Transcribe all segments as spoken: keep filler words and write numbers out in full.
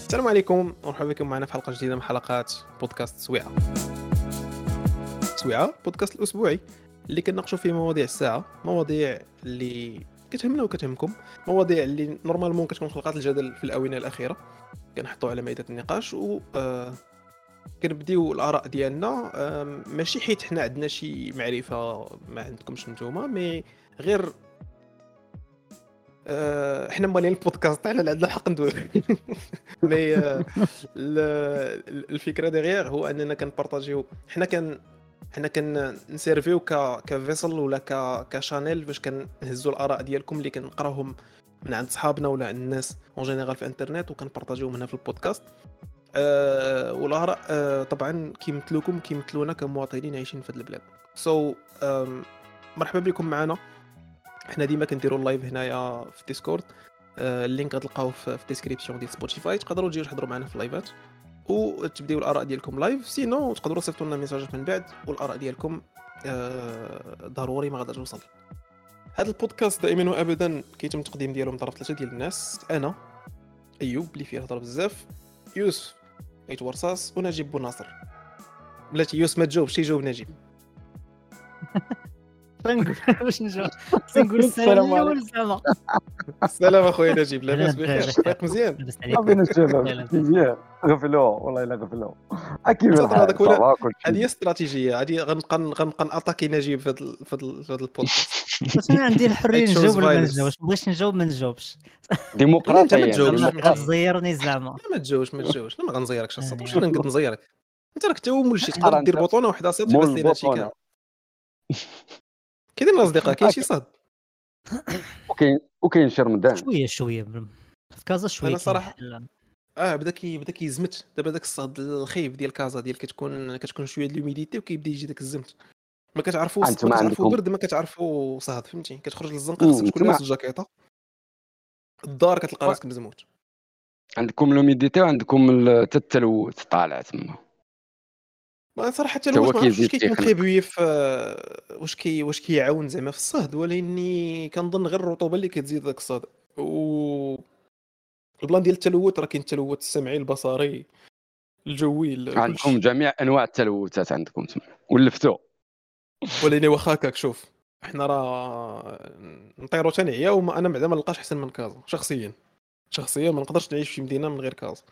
السلام عليكم ومرحبا بكم معنا في حلقه جديده من حلقات بودكاست سويعه. سويعه بودكاست الاسبوعي اللي كنناقشوا فيه مواضيع الساعه، مواضيع اللي كتهمنا وكتهمكم، مواضيع اللي نورمالمون كتكون خلقات الجدل في الاونه الاخيره، كنحطوا على مائده النقاش و آه كنبديو الاراء ديالنا. آه ماشي حيت حنا عندنا شي معرفه ما عندكمش نتوما، مي غير آه، احنا مالين البودكاست تاعنا اللي عندنا الحق ندوي. مي آه، ال- الفكره ديغيغ هو اننا كنبارطاجيو، حنا كان حنا كنسيرفيو ك كفيسل ولا ك كشانيل باش كنهزوا الاراء ديالكم اللي كنقراوهم من عند صحابنا ولا عند الناس اون جينيرال في الانترنت، وكنبارطاجيوهم هنا في البودكاست. أه والاراء أه طبعا كيمثلوكم كيمثلونا كمواطنين عايشين في هذه البلاد. سو so, مرحبا بكم معنا. احنا ديما كنديروا اللايف هنايا في ديسكورد، آه اللينك غتلقاوه في الديسكريبسيون ديال سبوتيفاي، تقدروا تجيو تحضروا معنا في اللايفات وتبديو الاراء ديالكم لايف. سينو تقدروا تصيفطوا لنا ميساجات من بعد والاراء ديالكم آه ضروري ما غاداش توصل. هذا البودكاست دائما وابدا كيتم التقديم ديالو من طرف ثلاثه ديال الناس: انا ايوب اللي فيه هضر بزاف، يوسف ايت ورصاص، ونجيب بوناصر. بلاتي يوسف ما تجاوبش، تيجاوب نجيب. نقول واش نجاوب نقول السلام الاول زعما. السلام اخويا نجيب، لاباس بخير؟ فايق مزيان؟ بين الشباب مزيان، غفلوا والله الا غفلوا. اكيد هذاك ولا هذه هي استراتيجيه، هذه غنبقى غنبقى ناتاكي نجيب في هذا في هذا البودكاست. بس انا عندي الحريه نجاوب ولا ما نجاوبش، بغيتش نجاوب ما نجاوبش. ديمقراطيه غتزيرني زعما. ما تجاوبش ما تجاوبش لا ما غنزيركش الصوت. واش غنقد نزيرك؟ انت راك تاول شي تقدر دير بوطونه وحده صيفط بس دينا شي كان كاين الاصدقاء، كاين شي صاد وكاين وكاين شي رمضان شويه شويه في كازا شويه. انا صراحه اه بدا كي بدا كيزمت دابا داك الصهد الخايب ديال كازا ديال كتكون كتكون شويه د لوميديتي وكيبدا يجي داك الزمت. ما كتعرفوا ما كتعرفوا برد، ما كتعرفوا صهد، فهمتي؟ كتخرج للزنقه خصك تكون لابس الجاكيطه، الدار كتلقى راسك مزموت. عندكم لوميديتي وعندكم التلوث طالع تما. ما صراحه حتى الواش ما عرفتش كيكونتريبيي في واش كي واش كيعاون زعما في الصهد، ولكني كنظن غير الرطوبه اللي كتزيد داك الصهد. و البلان ديال التلوث راه كاين التلوث السمعي، البصري، الجوي، عندكم جميع انواع التلوثات عندكم تما ولفتو. ولكن واخا هكاك شوف، احنا راه نطيروا تنعيا وما انا بعدا ما نلقاش احسن من كازا. شخصيا شخصيا ما نقدرش نعيش في مدينه من غير كازا.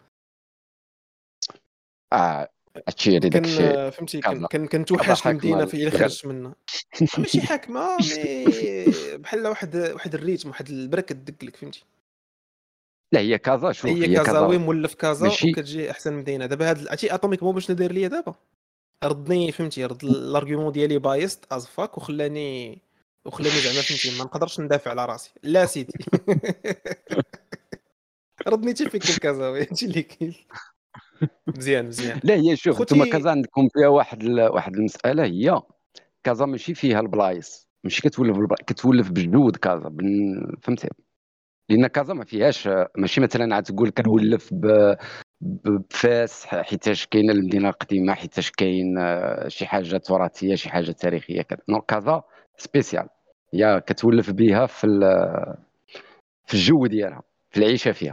اه هادشي اللي داكشي فهمتي، كان كنتوحش المدينه في اللي خرجت منها. ماشي حاكمه مي بحال واحد واحد الريتم، واحد البركه كدق لك، فهمتي؟ لا هي كازا، شوف هي كازا وين مولف كازا ماشي... وكتجي احسن مدينه. دابا هاد عرفتي اتوميك بومب باش ندير ليا دابا ردني، فهمتي؟ رد الارغيومون ديالي بايست از فاك وخلاني وخلاني زعما فهمتي ما نقدرش ندافع على راسي. لا سيدي ردني تيفيك الكازاوي هادشي اللي كاين. مزيان مزيان. لا هي شوف نتوما كازا عندكم فيها واحد ال... واحد المساله، هي كازا ماشي فيها البلايص، ماشي كتولف البلا... كتولف بجود كازا بن... فهمتي؟ لان كازا ما فيهاش، ماشي مثلا عاد تقول كنولف ب... بفاس حيتاش كاينه المدينه القديمه، حيتاش كاين شي حاجه تراثيه، شي حاجه تاريخيه كذا. نو كازا سبيسيال، هي كتولف بها في ال... في الجو ديالها، في العيشه فيها.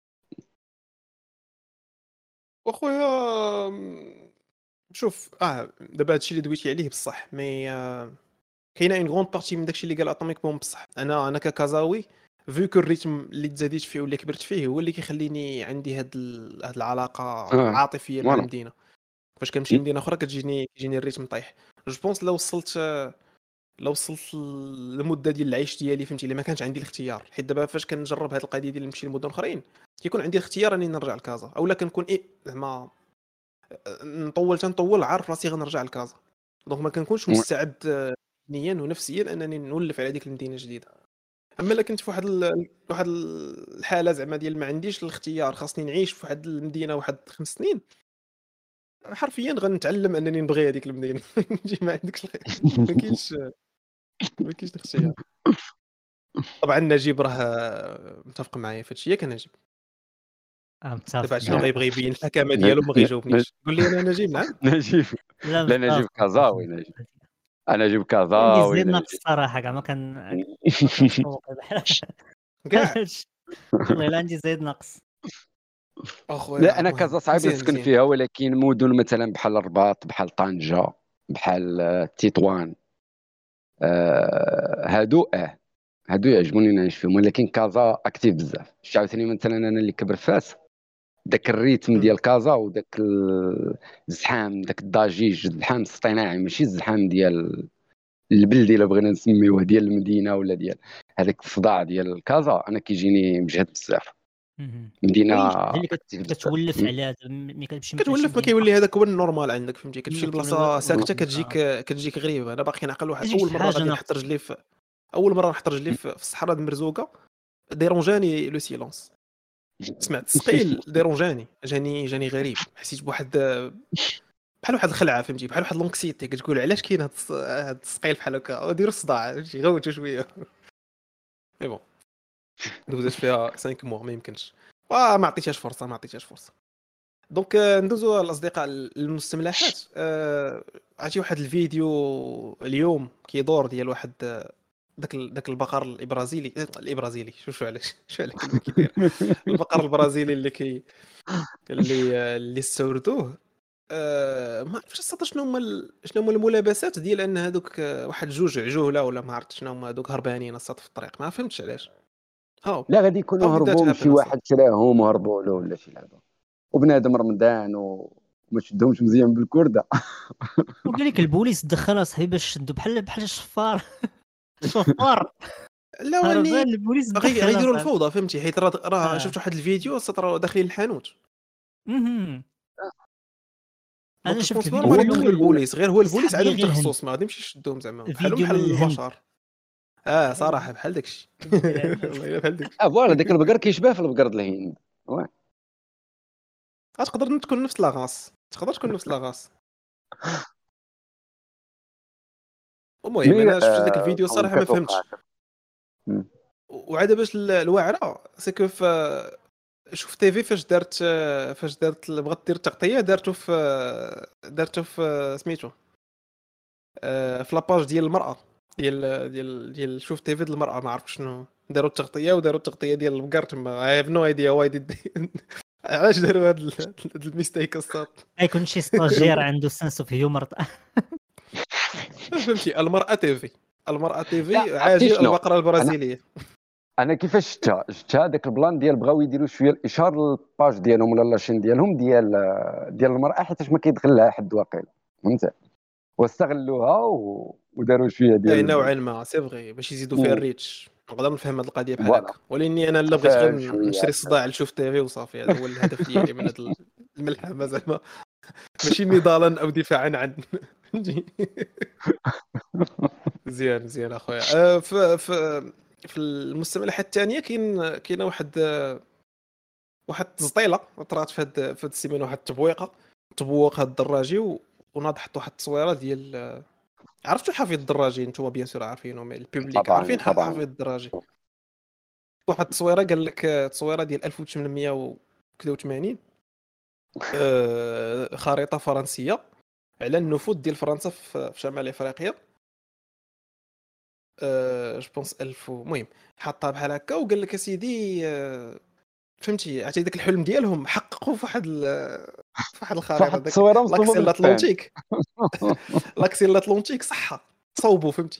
واخويا شوف اه دابا هادشي اللي دويتي عليه بصح، مي آه كاينه اون غروند بارتي من داكشي اللي قال اتوميك بوم بصح. انا انا ككازاوي فيو الريتم اللي تزاديت فيه واللي كبرت فيه هو اللي كيخليني عندي هاد ال... هاد العلاقه آه. عاطفيه مع المدينه. فاش كنمشي لمدينه اخرى كتجيني كيجيني الريتم طايح. جو بونس لو وصلت لو وصلت المده ديال العيش ديالي، فهمتي؟ اللي ما كانش عندي الاختيار، حيت دابا فاش كنجرب هاد القضيه ديال نمشي لمدن اخرين كيكون عندي الاختيار اني نرجع لكازا، اولا كنكون ايه زعما نطول تنطول عارف راسي غنرجع لكازا، دونك ما كنكونش مستعد نيا ونفسيا انني نولف على ديك المدينه الجديده. اما الا كنت في واحد ال... واحد الحاله زعما ديال ما عنديش الاختيار، خاصني نعيش في واحد المدينه واحد خمس سنين، حرفيا غنتعلم انني نبغي هذيك المدينه. نجي ما عندكش الخير، ما كاينش ما كاينش الاختيار. طبعا نجيب راه متفق معايا في هادشي، ياك نجيب؟ اه متفق. دابا شنو غيبغي يبين الحكامه ديالو ما غيجاوبنيش. قول لي انا نجيب. نعم نجيب. لا نجيب كازاوي، نجيب انا نجيب كازاوي. زيد ناقص الصراحه كاع ما كان كاع والله الا عندي زيد ناقص. اخويا لا انا المهم كازا صعيب مزيان نسكن مزيان. فيها، ولكن مدن مثلا بحال الرباط، بحال طنجة، بحال آه، تطوان، آه، هادو اه هادو يعجبوني نعيش فيهم. ولكن كازا اكتيف بزاف. شفت عاوتاني مثلا انا اللي كبر فاس، داك الريتم مم. ديال كازا وداك ال- الزحام، داك الضجيج، الزحام الاصطناعي ماشي الزحام ديال البلدي الا بغينا نسميوه، ديال المدينه ولا ديال هذاك الصداع ديال كازا، انا كيجيني مجهد بزاف. مهم. مدينه ال- هي اللي كت- اكتيف بزاف. كتولف م. على هذا ملي كتمشي مثلا شي كتولف، ما مدينه كيولي اخرى. هذاك هو النورمال عندك، فهمتي؟ كتمشي هي كيولي لبلاصه واحد ساكته كتجيك البلاصه كتجيك غريبه. انا باقي نعقل واحد كتجيك اول شي مره حاجه غادي نحط ناقصه. رجلي في اول مره نحط رجلي في في الصحراء المرزوقه، ديرونجاني لو سيلونس. سمعت السقيل ديرونجاني، جاني جاني غريب، حسيت بواحد بحال واحد الخلعه، فهمتي؟ بحال واحد لونكسيتي، كتقول علاش كاين هاد الص- هاد السقيل بحال هكا، وديروا الصداع، فهمتي؟ غوتو شويه. مي بون دوزت فيها خمسة موا، ما يمكنش. آه ما عطيتهاش فرصه، ما عطيتهاش فرصه. دونك آه، ندوزو الاصدقاء المستملحات. آه، عرفتي واحد الفيديو اليوم كيدور ديال واحد آه، داك ال- داك البقر البرازيلي، آه، الابرازيلي، شو شو علاش شو على كلمه كي داير. البقر البرازيلي اللي كي اللي آه، اللي استوردوه. آه، ما عرفتش الصراحه شنو هما ال... شنو هما الملابسات ديال ان هذوك آه، واحد جوج عجوله ولا ما عرفت شنو هما هذوك هربانين الصاد في الطريق، ما فهمتش علاش. هاو لا غادي هاو يكونوا ديد ذات هربوا من شي هابن الصاد. واحد شراهم وهربوا له ولا شي لعبه، وبنادم رمضان و- وما شدهمش مزيان بالكرده. وقال لك البوليس دخلها صاحبي باش شدو بحال بحال الشفار. الشفار لا واني هربان البوليس غي- دخلها غيديروا صاحبي. الفوضى، فهمتي؟ حيت راه راه اه شفت واحد الفيديو الصاد راه داخلين الحانوت. مهم. انا دونك جو شفت بونس ما الفيديو غادي هو ديالو يدخلوا من البوليس، غير هو البوليس يسحب لي عندهم غير الهند. تخصص، ما غاديش يشدوهم زعما بحالهم الفيديو بحال من الهند. البشر. اه بحال صراحه بحال داكشي. ديال الهند. والله الا بحال داكشي. اه فوالا داك البقر كيشبه في البقر د الهند. واه. غتقدر تكون نفس لاغاس، تقدر تكون نفس لاغاس. المهم مي انا شفت داك آه الفيديو كون صراحه ما كتوقع. فهمتش. وعاد باش ال- الواعره سكو في شوف تي في فاش دارت فاش دارت بغات دير التغطيه، دارتو في دارتو في سميتو آه، في لاباج ديال المراه، ديال ديال ديال شوف تي في ديال المراه، ما عرفت شنو داروا التغطيه، وداروا التغطيه ديال البقر تما. اي هاف نو ايديا واي ديد علاش داروا هاد ال- هاد الميستيك الصاد. غيكون شي ستاجير عنده سنس اوف هيومر. فهمتي؟ المراه تي في، المراه تي لا في عرفتي عاجل شنو، البقره انا البرازيليه. انا كيفاش شفتها شفتها داك البلان ديال بغاو يديروا شويه الاشهار للباج ديالهم ولا لاشين ديالهم ديال ديال المراه، حيتاش ما كيدخل لها حد واقيلا، فهمت؟ واستغلوها و... وداروا شويه اي ديال نوعا ما سي فغي باش يزيدوا فيها مم. الريتش. نقدر نفهم هذه القضيه بحال فوالا هكا، ولاني انا لا بغيت غير خفاف شويه. نشري الصداع لشوف تي في وصافي. هذا هو الهدف ديالي من هذا الملحمه زعما، ماشي نضالا او دفاعا عن فهمتي؟ مزيان مزيان اخويا. آه، في في في المستملحات الثانيه كاين كاينه واحد واحد التزطيله طرات في هاد في هاد السيمانه، واحد التبويقه تبوق هاد الدراجي و... وناض حط واحد التصويره ديال عرفتوا حفيظ الدراجي؟ انتم بيان سور عارفينهم البوبليك، طبعا عارفين ح- طبعا. حفيظ الدراجي. واحد التصويره قال لك آه، تصويره ديال ألف وثمانمائة وثلاثة وثمانين، آه، خريطه فرنسيه على النفوذ ديال فرنسا في في شمال افريقيا. أه جو بونس ألف و- المهم حطها بحال هكا، وقال لك اسيدي أه فهمتي؟ عرفتي داك الحلم ديالهم حققوا في واحد ال- في واحد الخريطه، فواحد داك التصويره مصوبه لاكسي بالسبان. لاتلونتيك. لاكسي لاتلونتيك صحه صوبوا، فهمتي؟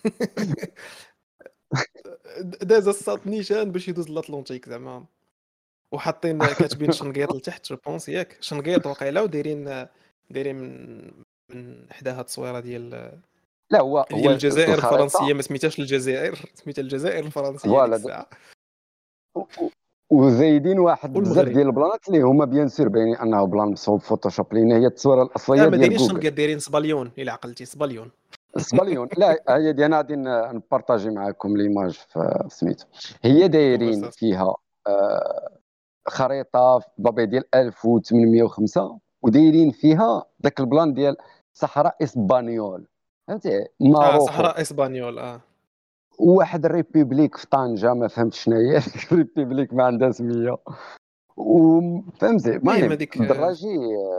داز الساط نيشان باش يدوز لاتلونتيك زعما، وحاطين كاتبين شنقيط لتحت جو بونس ياك شنقيط وقيله، ودايرين دايرين من من حداها التصويره ديال لا هو ديال هو الجزائر الخريطه. الفرنسيه، ما سميتهاش الجزائر، سميتها الجزائر الفرنسيه ديك فوالا د- الساعه، و- و- وزايدين واحد بزاف والمغرب. ديال البلانات اللي هما بيان سور باينين انه بلان مصوب فوتوشوب، لان هي التصويره لا الاصليه ما ديال دايرين جوجل. شنقيط، دايرين صباليون الا عقلتي، صباليون. سباليون. لا هي دي انا غادي ن- نبارطاجي معكم ليماج في في سميتو. هي دايرين كونفرساسيون. فيها آه، خريطه في بابي ديال ألف وثمانمائة وخمسة، ودايرين فيها داك البلان ديال صحراء اسبانيول، فهمتي؟ اه ماروكو. صحراء اسبانيول اه. وواحد الريبوبليك في طنجة ما فهمتش شنو هي. الريبوبليك ما عندها سمية. وفهمتي المهم المهم هذيك آه، الدراجي،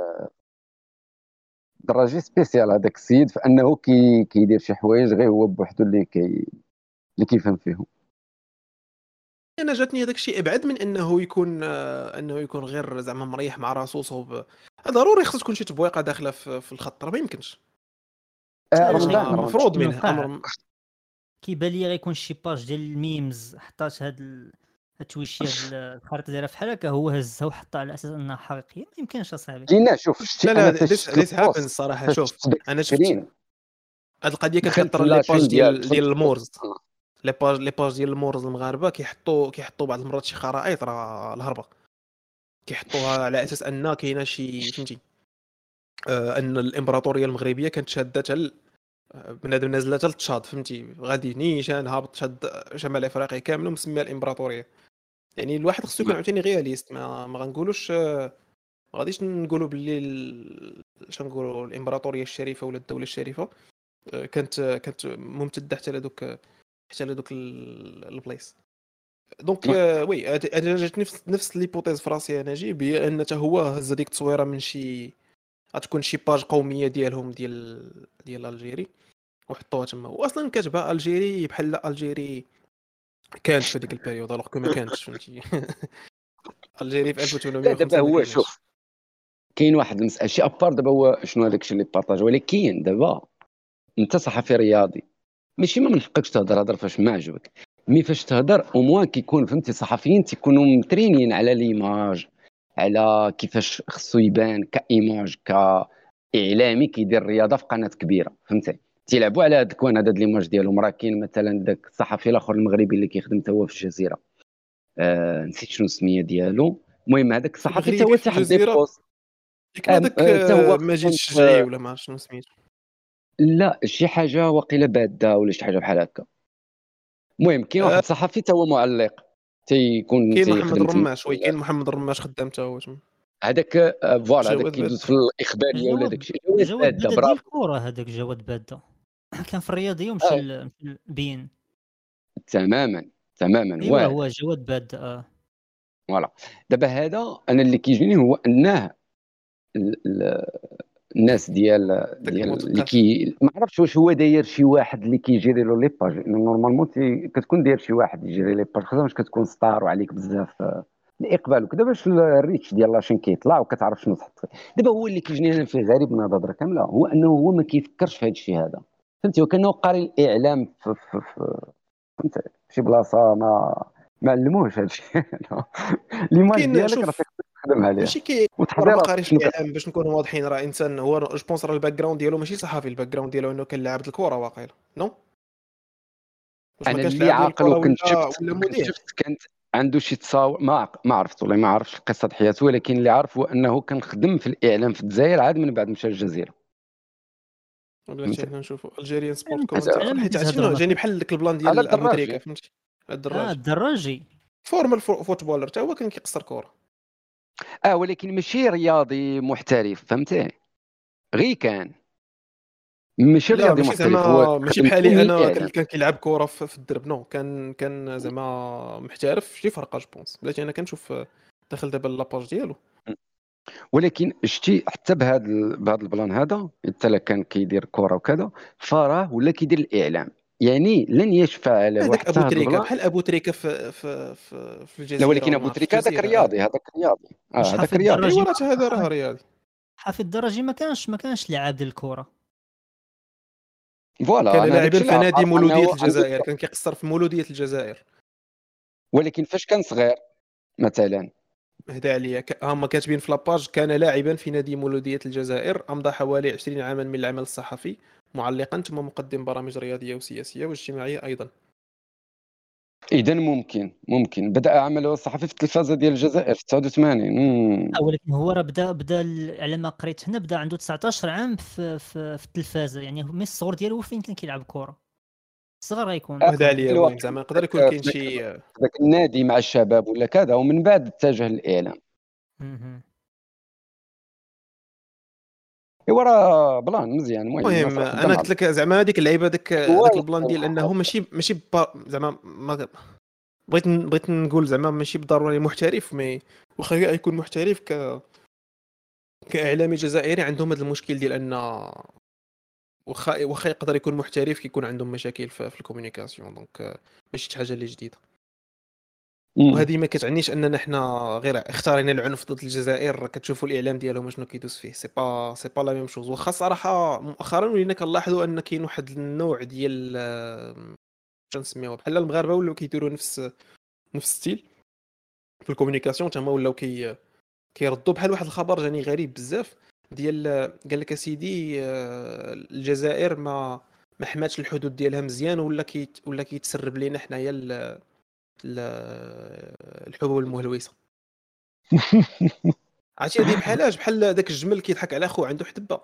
الدراجي سبيسيال هذاك السيد في انه كي كيدير شي حوايج غير هو بوحدو اللي كي اللي كيفهم فيهم. انا جاتني هذاك الشيء ابعد من انه يكون آه، انه يكون غير زعما مريح مع راسو صوب. ضروري خص تكون شي تبويقه داخله في, في الخط، راه ما يمكنش. آه علاش رمضان غيكون رمضان مفروض شي منه موقع امر. كيبان لي غيكون شي باج ديال الميمز حطات هاد ال- التويشيه ديال الخريطه ديالها بحال هكا، هو هزها وحطها على اساس انها حقيقيه. ما يمكنش اصاحبي. جينا شوف شتي لا انا لا فاش ليس شفت ليس هابن البوست، الصراحه. فاش شوف شفت داك انا شفت السكرين هاد القضيه كانت دخلت كطرى لي لاشين باج ديال ديال فهمت ديال المورز. آه. لي باج لي باج ديال المورز المغاربه كيحطوا كيحطوا بعض المرات شي خرائط راه الهربه، كيحطوها على اساس ان كاينه شي فهمتي آه ان الامبراطوريه المغربيه كانت شاده حتى ال- آه، بنادم نازله حتى لتشاد فهمتي، غادي نيشان هابط شاد شمال افريقيا كامل ومسميه الامبراطوريه. يعني الواحد خصو يكون عاوتاني رياليست، ما ما غنقولوش آه، ما غاديش نقولوا باللي ال- اش نقولوا الامبراطوريه الشريفه ولا الدوله الشريفه آه، كانت كانت ممتده حتى لهذوك حتى لهذوك ال- البلايص. دونك آه، وي هاد- انا جات نفس نفس ليبوتيز في راسي انا جي بهي ان حتى هو هز هذيك التصويره من شي غتكون شي باج قوميه ديالهم ديال ديال الجيري وحطوها تما. واصلا كاتبه الجيري بحال لا الجيري كانت في هذيك البيريود الوغ كو ما كانتش فهمتي. الجيري في لا دابا ألف وثمانمائة وخمسة ما هو كايناش. شوف كاين واحد المسألة شي ابار دابا هو شنو هذاك الشيء اللي بارطاج، ولكن دابا انت صحفي رياضي ماشي ما من حقكش تهضر هضر فاش ما عجبك، مي فاش تهضر او موان كيكون فهمتي صحفيين تيكونوا مترينين على ليماج، على كيفاش خصو يبان كايماج كاعلامي كيدير الرياضه في قناه كبيره فهمتي، تيلعبوا على هاد الكوان هذا ليماج ديالهم. راه كاين مثلا داك الصحفي الاخر المغربي اللي كيخدم تا هو في الجزيره، آه نسيت شنو السميه ديالو، المهم هذاك في الصحفي تا المغربي هو في تيحط دي الجزيره بوست. ياك ما آه داك آه، تا آه، هو مجيد خدام الشجعي في ولا ما عرفت شنو سميتو. لا شي حاجه وقيله باده ولا شي حاجه بحال هكا. المهم كاين آه، واحد صحفي تا هو معلق تيكون كاين محمد تيخدم تما الرماش، وي كاين محمد الرماش خدام تا هو تما. هذاك آه، فوالا هذاك جواد كيدوز في بادة الاخباريه ولا داك جواد الشيء جواد جواد باده بدا ديال برافو. الكره، هذاك جواد باده كان في الرياضيه ومشى آه ل- مشى ل- بين. تماما تماما هو ايوا هذا. هو جواد باده اه. فوالا دابا هذا انا اللي كيجيني هو انه ال- ال- الناس ديال داك ديال اللي المثقف. كي ما عرفتش واش هو داير شي واحد اللي كيجيري له لي باج، لانه نورمالمون تي- كتكون داير شي واحد يجيري لي باج، خاصة باش كتكون ستار وعليك بزاف آه، الاقبال وكذا باش الريتش ديال لاشين كيطلع وكتعرف شنو تحط فيه. دابا هو اللي كيجيني انا فيه غريب من الهضره كامله هو انه هو ما كيفكرش في هذا الشيء هذا فهمتي، وكانه قاري الاعلام في, في, في فهمتي شي بلاصه ما ما علموهش هذا الشيء. ليماج كاين ديالك راه شوف خصك تخدم عليها ماشي كي راه ما وتحضيرات قاريش شنو كت... الاعلام باش نكونوا واضحين. راه انسان هو جو بونس راه الباك جراوند ديالو ماشي صحافي، الباك جراوند ديالو انه كان لاعب د الكره واقيلا نو واش ما انا كانش اللي لاعب ديال عاقل الكره وكنت ولا شفت ولا وكنت مذيع. شفت كانت عنده شي تصاور ما عق- ما عرفت والله ما عرفتش قصه حياته، ولكن اللي عارف هو انه كان خدم في الاعلام في الجزائر عاد من بعد مشى للجزيره ولا فهمتي. شي حنا نشوفوا الجيريان سبورت انت كومنتاتور، على من حيت تهضر عرفتي جاني مثلا. بحال داك البلان على ديال ابو تريكه الدراجي فهمتي، اه الدراج الدراجي. فورمال فو- فوتبولر حتى هو كان كيقصر كره. اه ولكن ماشي رياضي محترف فهمتي، غير كان ماشي لا رياضي ماشي محترف هو زعما ماشي خدمته بحالي هي انا كان الاعلام. كان كيلعب كره في, في الدرب، نو كان كان زعما محترف شي فرقه جو بونس. بلاتي انا كنشوف داخل دابا لاباج ديالو. ولكن شتي حتى بهذا بهذا البلان هذا حتى لا كان كيدير كره وكذا فراه ولا كيدير الاعلام، يعني لن يشفع له هذاك حتى ابو هذا تريكه البلان. بحال ابو تريكه في في في, في لا الجزيره ولكن ولا ما ابو عرفت في تريكه هذاك الجزيره اه. رياضي هذاك رياضي اه واش هذاك حافظ رياضي. ايوا الدراجي ما راه هذا راه رياضي. حافظ الدراجي ما كانش ما كانش لاعب ديال الكره. فوالا كان انا هذاك لاعبا الشيء اللي في عارف نادي عارف مولوديه انه عنده، الجزائر، كان كيقصر في مولوديه الجزائر. ولكن فاش كان صغير مثلا هدا عليا ك- هما كاتبين في لاباج كان لاعبا في نادي مولوديه الجزائر، امضى حوالي عشرين عاما من العمل الصحفي معلقا ثم مقدم برامج رياضيه وسياسيه واجتماعيه ايضا. اذا ممكن ممكن بدا عمله الصحفي في التلفازه ديال الجزائر في تسعة وثمانين. مم. آه، ولكن هو راه بدا بدا ال- على ما قريت هنا بدا عنده تسعطاش عام في في, في التلفازه، يعني من الصغر ديالو هو فين كان كيلعب كره. صغر غيكون. آه، هدا عليا الوقت المهم زعما يقدر ذاك يكون كاين في ذاك شي. في ذاك النادي مع الشباب ولا كذا ومن بعد اتجه للاعلام. مهم. ايوا راه بلان مزيان. المهم الناس المهم راه انا خدامه قلت لك زعما هذيك اللعيبه داك هو داك البلان يقدر ديال انه يحافظ. ماشي ماشي با- زعما ما بغيت ن- بغيت نقول زعما ماشي بالضروري محترف، مي واخا يكون محترف ك كاعلامي جزائري عندهم هذا المشكل ديال ان واخا واخا يقدر يكون محترف كيكون عندهم مشاكل في, في الكوميونيكاسيون. دونك آه، ماشي شي حاجه اللي جديده. وهذه ما كتعنيش اننا حنا غير اختارينا العنف ضد الجزائر. كتشوفوا الاعلام ديالهم شنو كيدوز فيه، سي با سي با لا ميم شوز. واخا صراحه مؤخرا ولينا كنلاحظوا ان كاين واحد النوع ديال نسميوه بحال المغاربه ولاو كيديروا نفس نفس ستيل في الكومونيكاسيون، تما ولاو كي كيردوا بحال واحد الخبر جاني غريب بزاف ديال قال لك اسيدي الجزائر ما ما حماتش الحدود ديالها مزيان، ولا كي ولا كيتسرب لينا حنايا الحبوب المهلوسه. عرفتي هذه بحالاش بحال داك الجمل كيضحك على خوه عنده حدبه.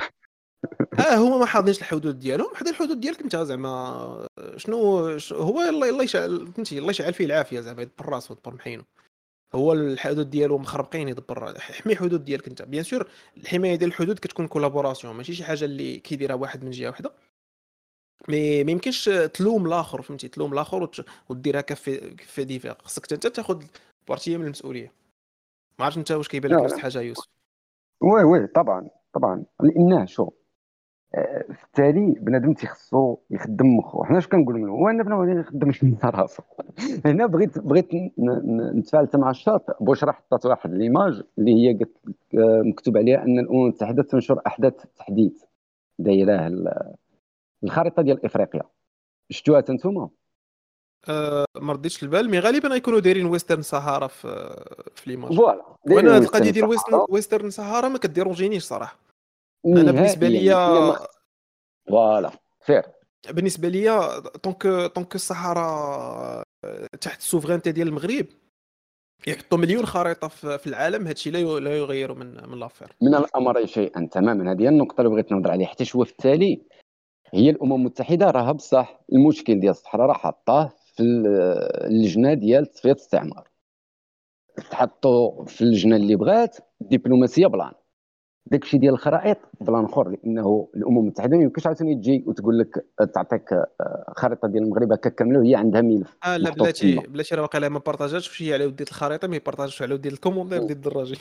اه هما ما حاضرينش الحدود ديالهم، حدا الحدود ديالك انت زعما شنو هو الله الله يشعل فهمتي، الله يشعل فيه العافيه زعما يدبر راسو يدبر محينو. هو الحدود ديالو مخربقين يدبر، حمي الحدود ديالك انت. بيان سور الحمايه ديال الحدود كتكون كولابوراسيون، ماشي شي حاجه اللي كيديرها واحد من جهه وحده. مي ما يمكنش تلوم الاخر فهمتي، تلوم الاخر وديرها كفي كفي ديفير. خصك انت تاخذ بارتيه من المسؤوليه. ما عرفتش انت واش كيبان لك نفس الحاجه يوسف؟ وي وي طبعا طبعا، لانه شو في التالي بنادم تيخصو يخدم مخو. حنا اش كنقولوا له هو ان بنادم يخدم راسو. هنا بغيت بغيت نتفاعل مع الشاط. بشرى حطات واحد ليماج اللي هي قالت مكتوب عليها ان الامم المتحده تنشر احداث تحديث دايره الخريطه ديال افريقيا. شفتوها انتم؟ أه ما رديتش البال، مي غالبا غيكونوا دايرين ويسترن سهارا في في ليماج. فوالا وانا هذه القضيه ديال ويسترن ويسترن سهارا ما كديرونجينيش صراحه. انا بالنسبه لي فوالا فير بالنسبه لي طونك طونك الصحراء تحت السوفرينتي ديال المغرب يحطوا مليون خريطه في العالم، هادشي لا لا يغير من من لافير من الامر شيئا تماما. هذه النقطه اللي بغيت نهضر عليها، حتى هو في التالي هي الامم المتحده راها بصح المشكل ديال الصحراء راه حطاه في اللجنه ديال تصفيه الاستعمار. تحطوا في اللجنه اللي بغات الدبلوماسيه بلان، داكشي ديال الخرائط بلان اخر، لانه الامم المتحده ما يمكنش عاوتاني تجي وتقول لك تعطيك خريطه ديال المغرب هكا كامله وهي عندها ملف. اه لا بلاتي بلاتي راه واقيلا ما بارطاجاتش شي على ودي الخريطه، ما يبارطاجوش على ودي الكوموندير ديال الدراجي.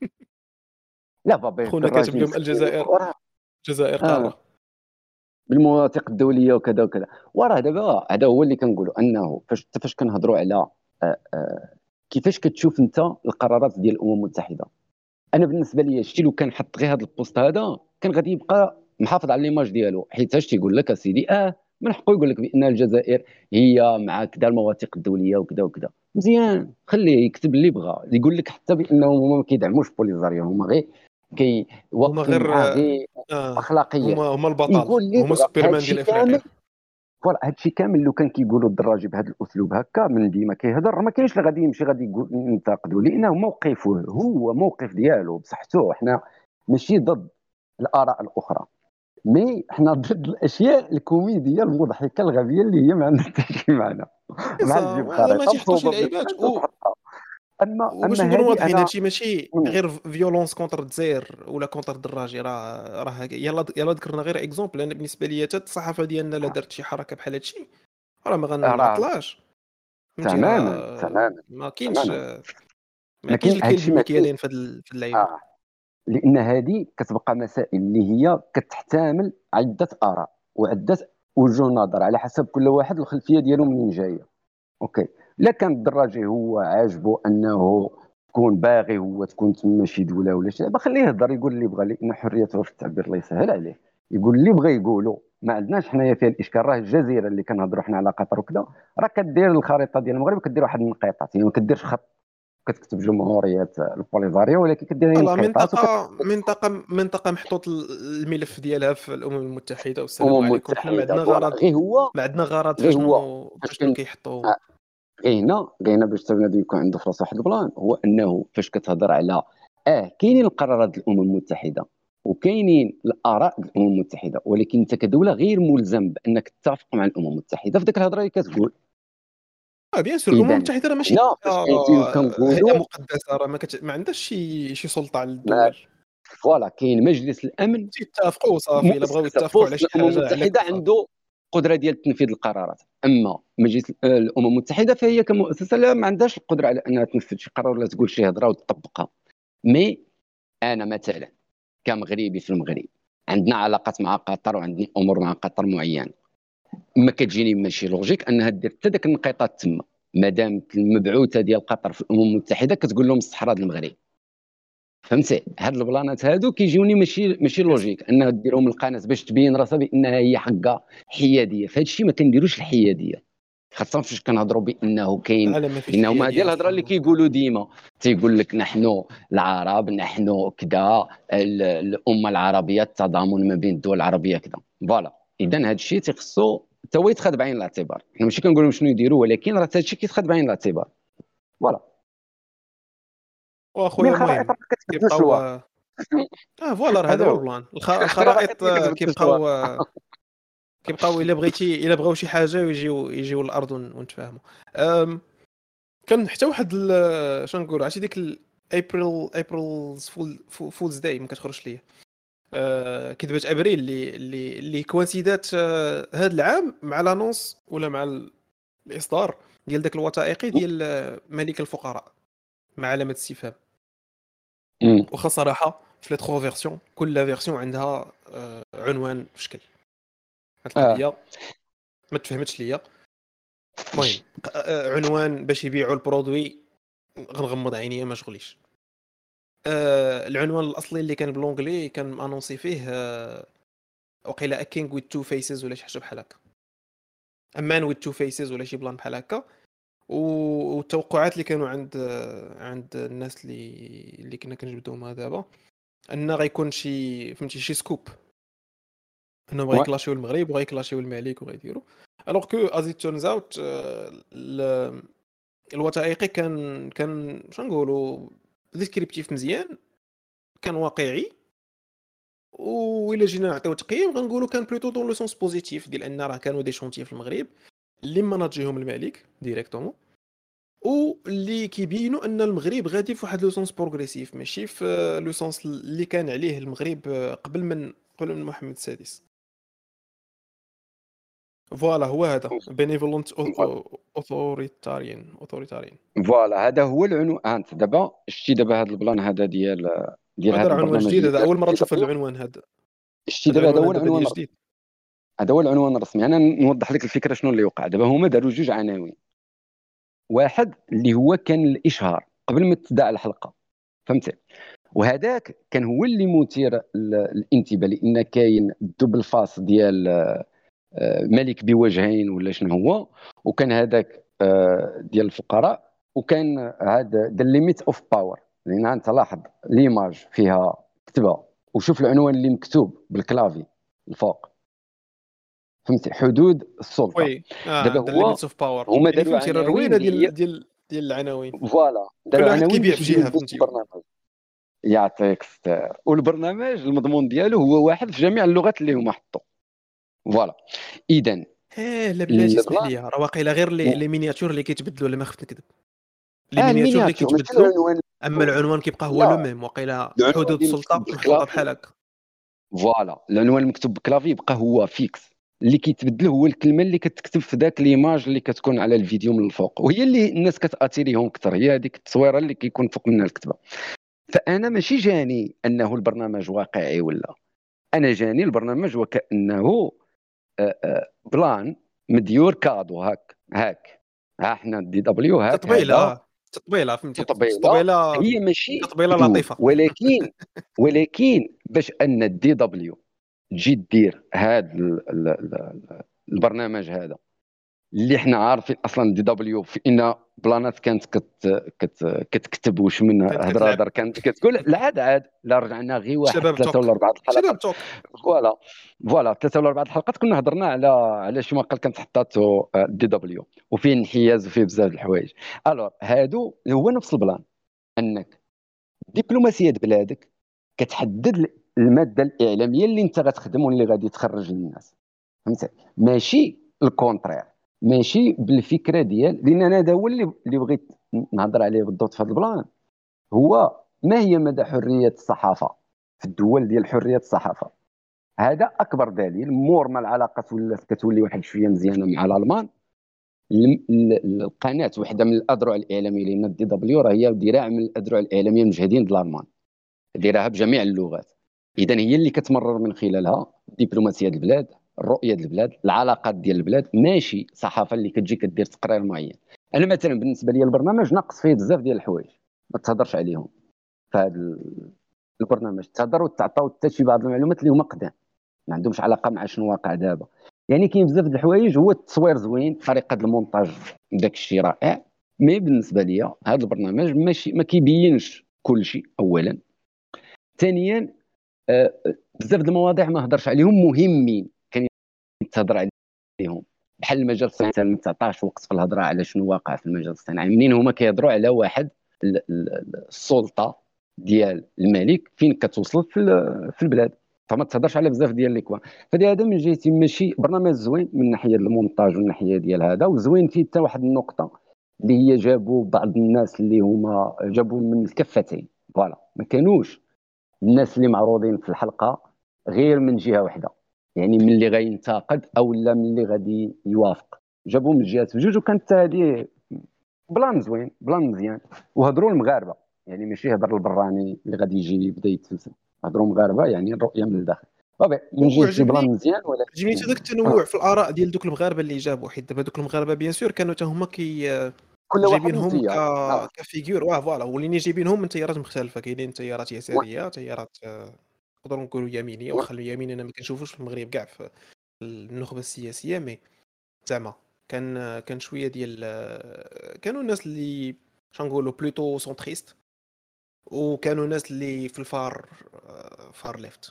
لا بابا خونا كاتب لهم الجزائر الجزائر قاره آه. بالمواثيق الدوليه وكذا وكذا. وراه دابا هذا هو اللي كنقولوا انه فاش فاش كنهضروا على آه آه كيفاش كتشوف انت القرارات ديال الامم المتحده. انا بالنسبه لي شتي لو كان حط غير هذا البوست هذا كان غادي يبقى محافظ على ليماج ديالو، حيت اش تيقول لك اسيدي اه من حقه يقول لك بان الجزائر هي مع كذا المواثيق الدوليه وكذا وكذا. مزيان خليه يكتب اللي بغى، يقول لك حتى بانهم هما ما كيدعموش بوليزاريو، هما غير كيوقفوا معاه غير آه. اخلاقيا. هما هما البطل، هما سوبرمان ديال افريقيا. فوالا هادشي كامل لو كان كيقولوا الدراجي بهذا الاسلوب هكا من ديما كيهضر ما كاينش اللي غادي يمشي غادي يقول ينتقدوا، لانه موقفه هو موقف ديالو بصحته. حنا ماشي ضد الاراء الاخرى، مي حنا ضد الاشياء الكوميديه المضحكه الغبيه اللي هي ما عندها حتى شي معنى. مع الجيب خريطه ما تيحطوش اللعيبات. اما باش نكونوا واضحين هادشي ماشي غير فيولونس كونتر الجزائر ولا كونتر الدراجي، راه راه يلا يلا ذكرنا غير اكزومبل. انا بالنسبه لي حتى الصحافه ديالنا لا دارت شي حركه بحال هادشي راه ما غنعطلاش. تماما تماما ما كاينش ما كاينش الكلب المكيالين في هاد اللعيبه. آه. لان هذه كتبقى مسائل اللي هي كتحتمل عده اراء وعده وجهه نظر على حسب كل واحد الخلفيه ديالو منين جايه. اوكي لا كان الدراجي هو عاجبه انه تكون باغي هو تكون تما شي دوله ولا شي لعبه، خليه يهضر يقول اللي بغى، لان حريته في التعبير الله يسهل عليه يقول اللي بغى يقولوا. ما عندناش حنايا فيها الاشكال. راه الجزيره اللي كنهضروا حنا على قطر وكذا راه كدير الخريطه ديال المغرب كدير واحد النقيطات، يعني ما كديرش خط كتكتب جمهوريه البوليزاريو، ولكن كدير نقيطات منطقه منطقه منطقه محطوط الملف ديالها في الامم المتحده. والسلام عليكم. حنا ما عندنا غرض غير هو ما عندنا غرض فاشنو فاشنو كيحطوا. غير هنا غير هنا باش بنادم يكون عنده في راسو واحد البلان، هو انه فاش كتهضر على اه كاينين القرارات الامم المتحده وكاينين الاراء الامم المتحده، ولكن انت كدوله غير ملزم بانك تتفق مع الامم المتحده في ديك الهضره اللي كتقول. اه بيان سور الامم المتحده راه ماشي هيئه مقدسه، راه ما, كت... ما عندهاش شي شي سلطه على الدول. فوالا كاين مجلس الامن يتفقوا صافي الا بغاو يتفقوا على شي حاجه. الامم المتحده عنده قدره ديال تنفيذ القرارات، اما مجلس الامم المتحده فهي كمؤسسه لا ما عندهاش القدره على انها تنفذ شي قرار ولا تقول شي هضره وتطبقها. مي انا مثلا كمغربي في المغرب عندنا علاقات مع قطر وعندي امور مع قطر معينه، ما كتجيني ماشي لوجيك انها دير حتى داك النقيطات تما. مادام المبعوثه ديال قطر في الامم المتحده كتقول لهم الصحراء ديال المغرب. فهمتي؟ هاد البلانات هادو كيجيوني ماشي ماشي لوجيك انها ديرهم القناه باش تبين راسها بانها هي حقه حياديه. فهاد الشيء ما كنديروش الحياديه، خاصه فاش كنهضروا بانه كاين، لا لا ما فيش لانه هما حياديه ديال الهضره اللي اصلا. كيقولوا ديما، تيقول لك نحن العرب، نحن كذا، ال- الامه العربيه، التضامن ما بين الدول العربيه كذا. فوالا، اذا هذا الشيء تيخصو حتى هو يتخذ بعين الاعتبار. حنا ماشي كنقولوا شنو يديروا، ولكن راه هذا الشيء كيتخذ بعين الاعتبار. فوالا. من واخويا الخرائط المهم راه كتبدلش كيبقاو الواقع. اه فوالا راه هذا هذا هو هو البلان. الخ... الخرائط الخرائط ما آه، كتبدلش كيبقاو الواقع. آه، كيبقاو الا بغيتي، الا بغاو شي حاجه ويجيو يجيو للارض ون- ونتفاهموا. أم، كان حتى واحد ال- شنو نقول، عرفتي ديك ابريل ابريل فول فولز داي ما كتخرجش ليا. أه، كذبه ابريل اللي اللي اللي كوانسيدات آه، هذا العام مع لانونس ولا مع ال- الاصدار ديال داك الوثائقي ديال آه، ملك الفقراء مع علامه استفهام. أمم. واخا صراحه في لي تخوا فيرسيون كل فيرسيون عندها آه، عنوان في شكل. هاد اه القضيه ما تفهمتش ليا. المهم ق- آه، عنوان باش يبيعوا البرودوي، غنغمض عينيا ما شغليش. آه، العنوان الاصلي اللي كان بالونجلي كان انونسي فيه آه، وقيلا كينغ ويز تو فيسز ولا شي حاجه بحال هكا، امان ويز تو فيسز ولا شي بلان بحال هكا. و- والتوقعات اللي كانوا عند آه، عند الناس اللي اللي كنا كنجبدوهم هذا دابا ان غيكون شي فهمتي شي سكوب، انهم وي. غيكلاشيو المغرب وغيكلاشيو الملك وغيديروا. الوغ كو از ات تيرنز اوت الوثائقي كان كان شنو نقولوا ديسكريبتيف مزيان، كان واقعي. وإلا جينا نعطيو تقييم غنقولوا كان بلوتو دون لو سونس بوزيتيف، ديال ان راه كانوا دي شونتيي في المغرب اللي مناجيهم الملك ديريكتومون، واللي كيبينوا ان المغرب غادي في واحد لو سونس بروغريسيف، ماشي في لو سونس اللي كان عليه المغرب قبل من قبل من محمد السادس. فوالا هو هذا بينيفولونت اوثوريتاريان اوثوريتاريان. فوالا هذا هو العنوان. انت دابا شتي دابا هذا البلان هذا ديال ديال هذا هذا راه عنوان البرنامج جديد، اللي هذا دار اول مره دي نشوف هذا دبليو. العنوان هذا. شتي هذا دابا هذا العنوان هو هذا بان العنوان لي الرسمي. جديد. هذا هو العنوان الرسمي. انا نوضح لك الفكره شنو اللي وقع. دابا هما داروا جوج عناوين. واحد اللي هو كان الاشهار قبل ما تبدا الحلقه، فهمتي؟ وهذاك كان هو اللي مثير ال- الانتباه، لان كاين الدبل فاس ديال آه، ملك بوجهين ولا شنو هو، وكان هذاك آه، ديال الفقراء، وكان هذا ذا ليميت اوف باور. لان انت لاحظ ليماج فيها كتبه، وشوف العنوان اللي مكتوب بالكلافي الفوق، فهمتي؟ حدود السلطه. وي اه دابا ذا هو ليميتس اوف باور، هما يعني داروا فهمتي راه عناوين الروينه اللي هي ديال ديال ديال العناوين، فوالا، كل داروا واحد عناوين كيبيع باش في جهه يجلبوا فهمتي. البرنامج. يعطيك الستر. والبرنامج المضمون ديالو هو واحد في جميع اللغات اللي هما حطوا. فوالا. اذا اه لا بلاتي اسمح البلان، لي، راه واقيلا غير لي لي مينياتور اللي كيتبدلوا، ولا ما خفت نكذب، لي اه مينياتور اللي المينياتور ماشي كيتبدلوا، العنوان. اما العنوان كيبقى هو لو لا، ميم. واقيلا العنوان حدود اللي مكتوب السلطه محطوطه بالكلافي، بحال هكا. فوالا العنوان المكتوب بالكلافي يبقى هو فيكس. اللي كيتبدل هو الكلمه اللي كتكتب في ذاك ليماج اللي كتكون على الفيديو من الفوق، وهي اللي الناس كتاتيريهم اكثر، هي هذيك التصويره اللي كيكون فوق منها الكتبه. فانا ماشي جاني انه البرنامج واقعي ولا، انا جاني البرنامج وكانه آه، آه، بلان مديور كادو. هاك هاك ها احنا دي دبليو، هاك تطبيله هذا اه تطبيله فهمتي، تطبيله. تطبيله هي ماشي تطبيله بدون، لطيفه. ولكن ولكن باش ان الدي دبليو تجي دير هذا البرنامج هذا اللي حنا عارفين اصلا دي دبليو في ان بلانات كانت كت كت كتكتب واش من كانت هضره كتلعب هضر، كانت كتقول لا عاد عاد لا رجعنا غير واحد شباب ثلاثه ولا توك، اربعه شباب الحلقات. توك. فوالا فوالا ثلاثه ولا اربعه الحلقات كنا هضرنا على على شي مقال كانت حطاتو دي دبليو، وفيه انحياز وفيه بزاف د الحوايج. الوغ هادو هو نفس البلان، انك دبلوماسيه بلادك كتحدد الماده الاعلاميه اللي انت غتخدم واللي غادي تخرج للناس، فهمتي؟ ماشي الكونترير، ماشي بالفكره ديال، لان انا هذا هو اللي اللي بغيت نهضر عليه بالضبط في هذا البلان. هو ما هي مدى حريه الصحافه في الدول ديال حريه الصحافه؟ هذا اكبر دليل مور ما العلاقات ولات كتولي واحد شويه مزيانه مع الالمان. ال- ال- القناه واحده من الاذرع الاعلاميه، لان الدي دبليو راه هي ذراع من الاذرع الاعلاميه المجهدين د الالمان، ديرها بجميع اللغات. اذا هي اللي كتمرر من خلالها دبلوماسيه البلاد، الرؤيه ديال البلاد، العلاقات ديال البلاد، ماشي صحافه اللي كتجي كدير تقرير معين. انا مثلا بالنسبه لي البرنامج ناقص فيه بزاف ديال الحوايج ما تهضرش عليهم في هذا البرنامج. تهضر وتعطاو حتى شي بعض المعلومات اللي هما قدام ما عندهمش علاقه مع شنو واقع دابا. يعني كاين بزاف د الحوايج، هو التصوير زوين، طريقه المونتاج داك الشيء رائع، مي بالنسبه لي هذا البرنامج ماشي ما كيبينش كل شيء اولا. ثانيا آه، بزاف د المواضيع ما هضرش عليهم مهمين كان يتهضر عليهم، بحال المجال الصناعي مثلا ما تعطاش وقت في الهضره على شنو واقع في المجال الصناعي. منين هما كيهضروا على واحد ال- ال- السلطه ديال الملك فين كتوصل في ال- في البلاد، فما تهضرش على بزاف ديال ليكوا. فهذا من جهتي ماشي برنامج زوين من ناحيه المونتاج ومن ناحيه ديال هذا، وزوين فيه حتى واحد النقطه اللي هي جابوا بعض الناس اللي هما جابوا من الكفتين، فوالا ما كانوش الناس اللي معروضين في الحلقه غير من جهه واحده، يعني من اللي غينتقد او لا من اللي غادي يوافق، جابوا من جهات بجوج، وكانت هذه بلان زوين بلان مزيان. وهضروا المغاربه، يعني ماشي هضر البراني اللي غادي يجي يبدا يتفلسف، هضروا مغاربه يعني الرؤيه من الداخل. طبيعي من جهتي بلان وعجبني مزيان، عجبني حتى داك ولكن التنوع آه. في الاراء ديال دوك المغاربه اللي جابوا، حيت دابا دوك المغاربه بيان سور كانوا حتى هما كي كل واحد جايبينهم ك وتيار آه. كفيغور، واه فوالا، وليني جايبينهم من تيارات مختلفه. كاينين تيارات يساريه، تيارات آه، نقدروا نقولوا يمينيه، واخا اليمين انا ما كنشوفوش في المغرب كاع في النخبه السياسيه، مي زعما كان كان شويه ديال آه، كانوا الناس اللي شنقولوا بلوتو سونتريست، وكانوا ناس اللي في الفار آه، فار ليفت.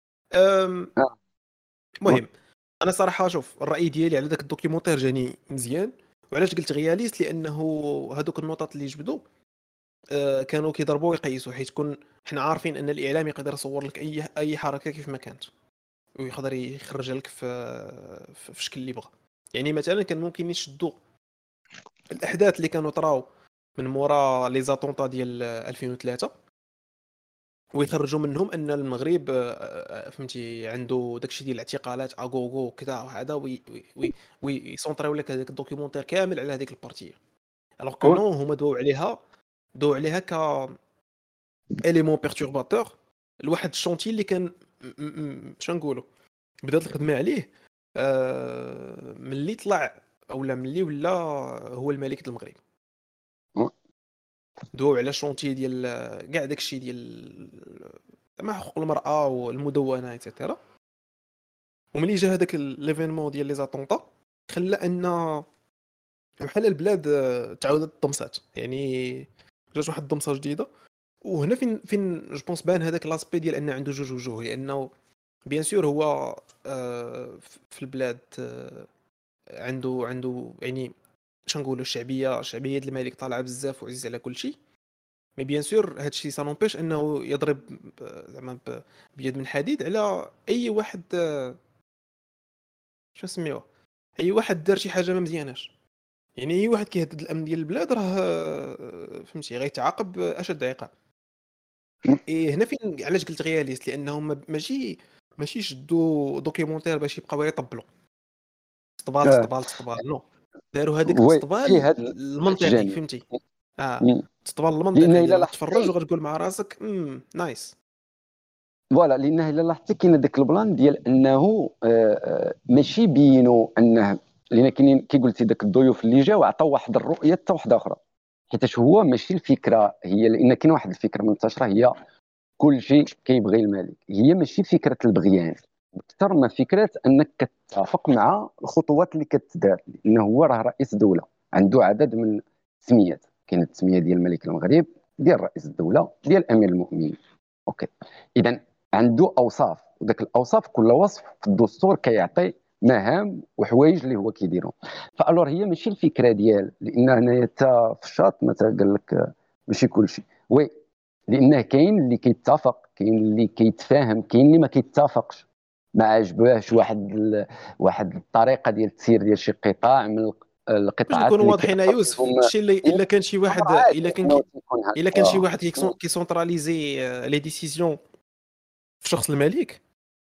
أم، آه. المهم انا صراحه شوف الراي ديالي على داك الدوكيومونتير جاني مزيان. وعلاش قلت رياليست؟ لانه هذوك النقطات اللي جبدوا آه، كانوا كيضربوا ويقيسوا، حيت كون حنا عارفين ان الاعلام يقدر يصور لك اي اي حركه كيف ما كانت، ويقدر يخرج لك في في في شكل اللي بغى. يعني مثلا كان ممكن يشدوا الاحداث اللي كانوا طراو من مورا لي زاتونطا ديال ألفين وثلاثة، ويخرجوا منهم ان المغرب آه، آه، فهمتي عنده داكشي ديال الاعتقالات اغوغو وكذا وهذا، وي- وي- ويسونطريو لك هذاك الدوكيومونتير كامل على هذيك البارتيه. الوغ كو نو، هما دو عليها دو عليها ك اليمون بيرتورباتور لواحد الشونتي اللي كان م- م- شنو نقولوا بدات الخدمه عليه آه، ملي طلع اولا ملي ولا هو الملك ديال المغرب. أوه. دو على شونتي ديال كاع داكشي ديال مع حقوق المراه والمدونه ايتترا. وملي جا هذاك ليفينمون ديال لي زاتونطا خلى ان بحال البلاد آه، تعاودت طمسات، يعني جات واحد الضمسه جديده. وهنا فين فين جو بونس بان هذاك لاسبي ديال ان عنده جوج وجوه، لانه بيان سور هو آه، في البلاد آه، عنده عنده يعني شنقولوا الشعبيه شعبيه ديال الملك طالعه بزاف وعزيز على كل شيء. مي بيان سور هادشي سانومبيش انه يضرب ب- زعما ب- بيد من حديد على اي واحد آه، شو سميوه، اي واحد دار شي حاجه ما مزياناش. يعني اي واحد كيهدد الامن ديال البلاد راه آه، فهمتي غيتعاقب اشد عقاب. إيه هنا فين علاش قلت رياليست؟ لانهم ما- ماشي ماشي شدوا دوكيومونتير باش يبقاو يطبلوا اسطبال آه. اسطبال اسطبال، نو، داروا هذاك وي في الاسطبال هذا المنطقي، الجانب. فهمتي؟ اه، مم. اسطبال لان المنطقي اللي الا غتفرج لاحظتي وغتقول مع راسك امم نايس. فوالا، لان الا لاحظتي كاين داك البلان ديال انه آه، آه، ماشي بينوا انه، لان كاينين كي قلتي داك الضيوف اللي جاوا عطاو واحد الرؤيه حتى واحده اخرى، حيتاش هو ماشي الفكره هي، لان كاين واحد الفكره منتشره هي كل شيء كيبغي الملك، هي ماشي فكره البغيان اكثر ما فكره انك كتتفق مع الخطوات اللي كتدار، لانه هو راه رئيس دوله عنده عدد من التسميات. كاين التسميه ديال الملك المغرب، ديال رئيس الدوله، ديال امير المؤمنين. اوكي، اذا عنده اوصاف، وداك الاوصاف كل وصف في الدستور كيعطي مهام وحوايج اللي هو كيديرهم. فالور هي ماشي الفكره ديال، لان هنايا حتى في الشاط مثلا قال لك ماشي كل شيء، وي، لانه كاين اللي كيتفق، كاين اللي كيتفاهم، كاين اللي ما كيتفقش، ما عجبوهش واحد ال... واحد الطريقه ديال التسيير ديال شي قطاع من الق- باش القطاعات نكونوا اللي واضحين يا كيأثر يوسف، فيهم الشيء اللي الا كان شي الامر واحد عادي الا كان انه كي تيكون الا كان شي هكا. واحد كيكسون- كيسونتراليزي آه، لي ديسيزيون في شخص الملك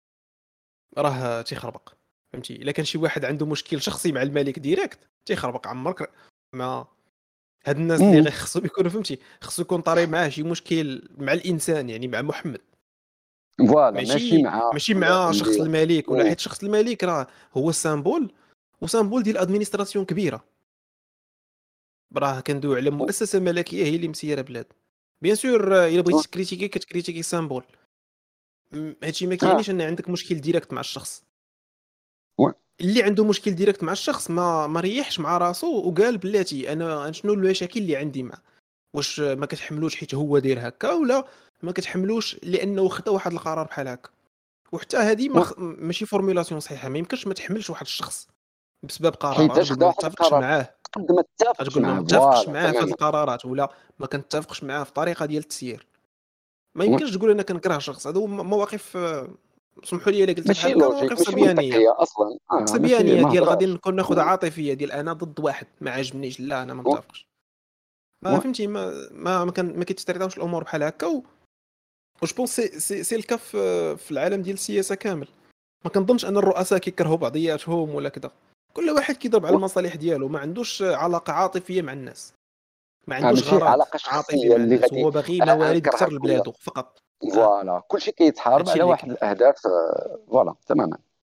راه تيخربق، فهمتي؟ الا كان شي واحد عنده مشكل شخصي مع الملك ديريكت تيخربق. عمرك ما هاد الناس اللي مم. غير خصهم يكونوا فهمتي، خصو يكون طاري معاه شي مشكل مع الانسان، يعني مع محمد، فوالا، ماشي ماشي مع ماشي مع شخص اللي الملك. ولا مم. حيت شخص الملك راه هو سامبول، وسامبول ديال ادمينستراسيون كبيره. راه كندوي على مؤسسه ملكيه هي اللي مسيره بلاد. بيان سور الا بغيتي تكريتيكي كتكريتيكي سامبول، هادشي ما كيعنيش ان عندك مشكل ديريكت مع الشخص. اللي عنده مشكل ديريكت مع الشخص ما ما ريحش مع راسو وقال بلاتي انا شنو المشاكل اللي عندي معه، واش ما كتحملوش حيت هو داير هكا ولا ما كتحملوش لانه خدا واحد القرار بحال هكا. وحتى هذه ما خ... ماشي فورميلاسيون صحيحه. ما يمكنش ما تحملش واحد الشخص بسبب قرار حيت غتقول ما واحد متفقش القرار معاه، قد ما تتفقش غتقول ما معاه متفقش فوالا معاه في هذه تماما. القرارات ولا ما كنتفقش معاه في الطريقه ديال التسيير. ما يمكنش تقول انا كنكره شخص. هادو مواقف سمحوا لي الا قلت ماشي بحال هكا لوجيك مواقف ماشي صبيانيه منطقيه اصلا. اه ماشي صبيانيه ما ديال غادي هضرش. نكون ناخذها عاطفيه ديال انا ضد واحد ما عجبنيش لا انا ما متفقش. ما فهمتي ما ما ما, كان ما كيتستريطاوش الامور بحال هكا. و جو بونس سي سي, سي الكاف في العالم ديال السياسه كامل. ما كنظنش ان الرؤساء كيكرهوا بعضياتهم ولا كذا. كل واحد كيضرب على المصالح ديالو، ما عندوش علاقه عاطفيه مع الناس، ما عندوش ماشي غرض علاقه عاطفي شخصيه مع اللي الناس. غادي هو باغي انا موارد نكرهك اكثر ولا لبلادو فقط. فوالا كلشي كيتحارب هادشي على اللي واحد كاين. الاهداف. آه، فوالا تماما.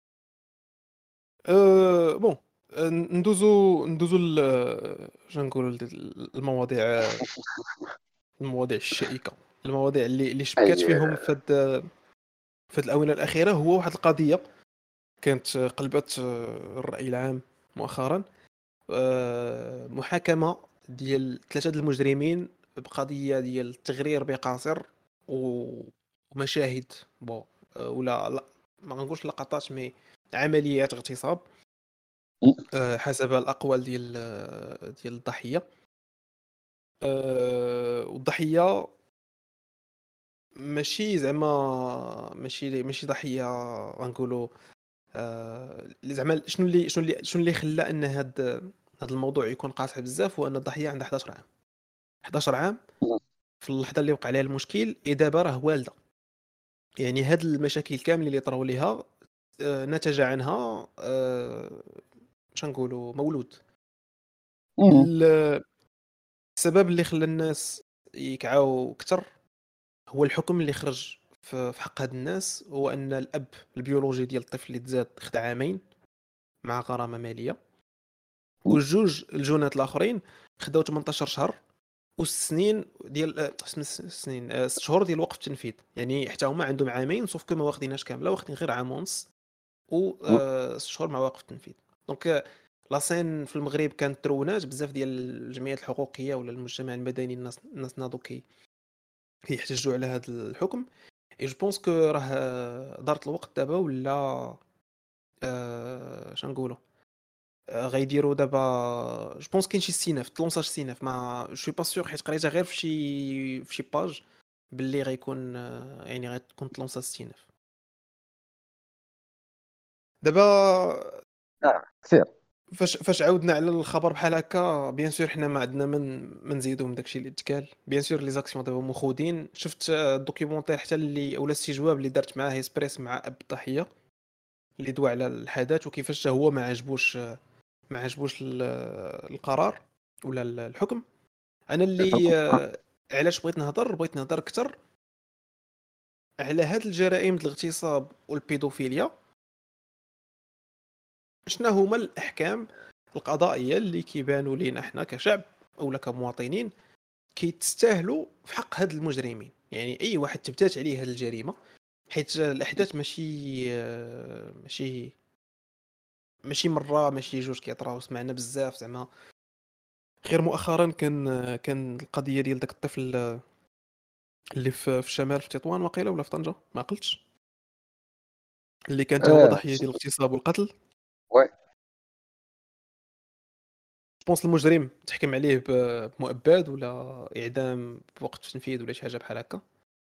أه بون أه، ندوزو ندوزو ل نقولوا المواضيع المواضيع الشائكه، المواضيع اللي اللي شبكات اي فيهم في هاد في هاد الاونه الاخيره. هو واحد القضيه كانت قلبت الراي العام مؤخرا. أه، محاكمه ديال ثلاثه د المجرمين بقضيه ديال التغرير بقاصر و- ومشاهد بون أه، ولا لا ما غنقولش لقطات مي عمليات اغتصاب أه، حسب الاقوال ديال ديال الضحيه. أه، والضحيه ماشي زعما ماشي ماشي ضحيه غنقولوا آه، اللي زعما شنو اللي شنو اللي شنو اللي خلى ان هاد هاد الموضوع يكون قاصح بزاف. هو ان الضحيه عندها حداش عام. حداش عام في اللحظه اللي وقع عليها المشكل هي دابا راه والده. يعني هاد المشاكل كامل اللي طراو ليها آه، نتج عنها آه، باش نقولوا مولود. ال- السبب اللي خلى الناس يكعاو اكثر هو الحكم اللي خرج في في حق هاد الناس. هو ان الاب البيولوجي ديال الطفل اللي تزاد خد عامين مع غرامه ماليه، والجوج الجونات الاخرين خداو ثمانية عشر شهر والسنين ديال آه، سنين آه، ست شهور ديال وقف التنفيذ. يعني حتى هما عندهم عامين سوف كو ما واخديناش كامله، واخدين غير عام ونص و آه، ست شهور مع وقف التنفيذ. دونك آه، لا سين في المغرب كانت ترونات بزاف ديال الجمعيات الحقوقيه ولا المجتمع المدني. الناس الناس ناضو كي كيحتجوا على هذا الحكم. اي جو بونس كو راه آه، دارت الوقت دابا ولا أه شنقولوا آه، غيديروا دابا. جو بونس كاين شي استئناف تلونساج استئناف ما جو با سور حيت قريتها غير في شي في شي باج باللي غيكون آه، يعني غتكون تلونسا استئناف دابا. اه كثير. فاش فاش عاودنا على الخبر بحال هكا بيان سور حنا ما عندنا من من نزيدو من داكشي اللي تقال. بيان سور لي زاكسيون دابا مخودين. شفت آه، الدوكيومونتير حتى اللي اولا استجواب اللي دارت معاه اسبريس مع اب الضحيه اللي دوا على الحدث وكيفاش هو ما عجبوش ما عجبوش ال- القرار ولا ال- الحكم. انا اللي آه، علاش بغيت نهضر بغيت نهضر اكثر على هاد الجرائم ديال الاغتصاب والبيدوفيليا. شنو هما الاحكام القضائيه اللي كيبانوا لينا احنا كشعب اولا كمواطنين كيتستاهلوا في حق هاد المجرمين. يعني اي واحد تبتات عليه هاد الجريمه، حيت الاحداث ماشي آه، ماشي ماشي مره ماشي جوج كيطراو. سمعنا بزاف زعما غير مؤخرا كان آه، كان القضيه ديال داك الطفل آه، اللي في في الشمال في تطوان واقيلا ولا في طنجه ما عقلتش، اللي كان حتى هو اه ضحيه ديال الاغتصاب والقتل. وي بونس المجرم تحكم عليه ب- بمؤبد ولا اعدام بوقت التنفيذ ولا شي حاجه بحال هكا.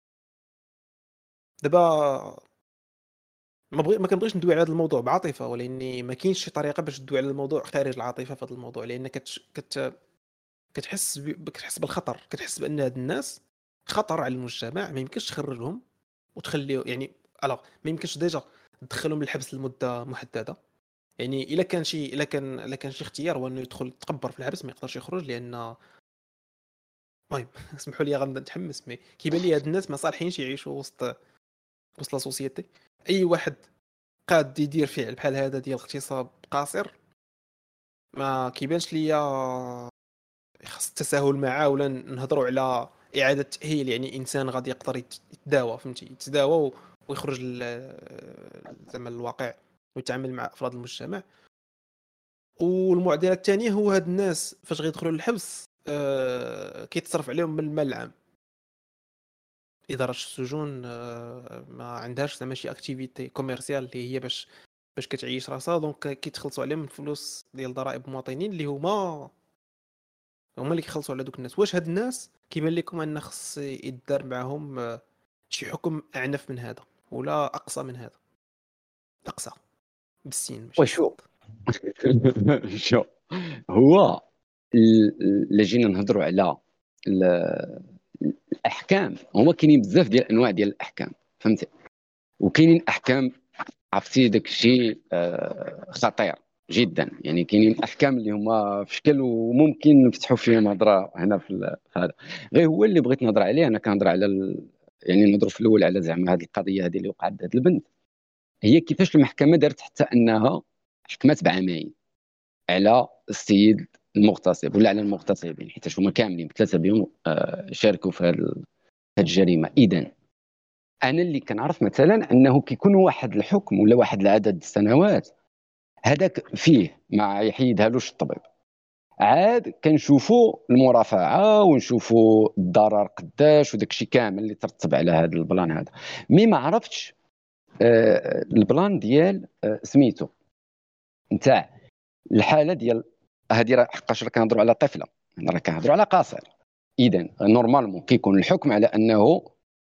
دابا ما بغي ما كنبغيش ندوي على هذا الموضوع بعاطفه، ولاني ما كاينش شي طريقه باش تدوي على الموضوع خارج العاطفه في هذا الموضوع. لان كت... كت... كتحس ب... كتحس بالخطر، كتحس بان هاد الناس خطر على المجتمع. ما يمكنش تخرجهم وتخليه يعني الوغ ما يمكنش ديجا تدخلهم للحبس لمده محدده. يعني الا كان شي الا كان الا كان شي اختيار هو انه يدخل يتقبر في الحبس ما يقدرش يخرج. لان المهم اسمحوا لي غنتحمس مي كيبان لي هاد الناس ما صالحينش يعيشوا وسط وسط لا سوسيتي. اي واحد قاد يدير فعل بحال هذا ديال اغتصاب قاصر ما كيبانش ليا خاص التساهل معاه، ولا نهضروا على اعاده تاهيل، يعني انسان غادي يقدر يت- يتداوى، فهمتي، يتداوى و- ويخرج لل- زعما للواقع ويتعامل مع افراد المجتمع. والمعضله الثانيه هو هاد الناس فاش غيدخلوا للحبس آه كيتصرف عليهم من المال العام. اداره السجون آه ما عندهاش زعما شي اكتيفيتي كوميرسيال اللي هي باش باش كتعيش راسها، دونك كيتخلصوا عليهم الفلوس ديال ضرائب المواطنين اللي هما هما اللي كيخلصوا على دوك الناس. واش هاد الناس كيبان لكم ان خص يدار معاهم آه، شي حكم اعنف من هذا ولا اقصى من هذا؟ اقصى بالسين ماشي وشو بالصاد. شو هو ال- ال- الا جينا نهضروا على ال- الاحكام، هما كاينين بزاف ديال الانواع ديال الاحكام، فهمتي، وكاينين احكام عرفتي داك الشيء آه، خطير جدا. يعني كاينين احكام اللي هما في شكل وممكن نفتحوا فيهم هضره هنا في ال- في هذا. غير هو اللي بغيت نهضر عليه، انا كنهضر على ال... يعني نهضروا في الاول على زعما هذه القضيه هذه اللي وقعت هذه البنت، هي كيفاش المحكمه دارت حتى انها حكمت بعامين على السيد المغتصب ولا على المغتصبين، حيت هما كاملين ثلاثه بهم آه، شاركوا في هذه الجريمه. اذا انا اللي كنعرف مثلا انه كيكون واحد الحكم ولا واحد العدد السنوات هذاك فيه ما يحيدهالوش الطبيب، عاد كنشوفوا المرافعه ونشوفوا الضرر قداش وداك الشيء كامل اللي ترتب على هذا البلان هذا. مي ما عرفتش آه البلان ديال آه سميتو نتاع الحاله ديال هذه، راه حقاش راه كنهضروا على طفله، راه كنهضروا على قاصر. اذا نورمالمون كيكون الحكم على انه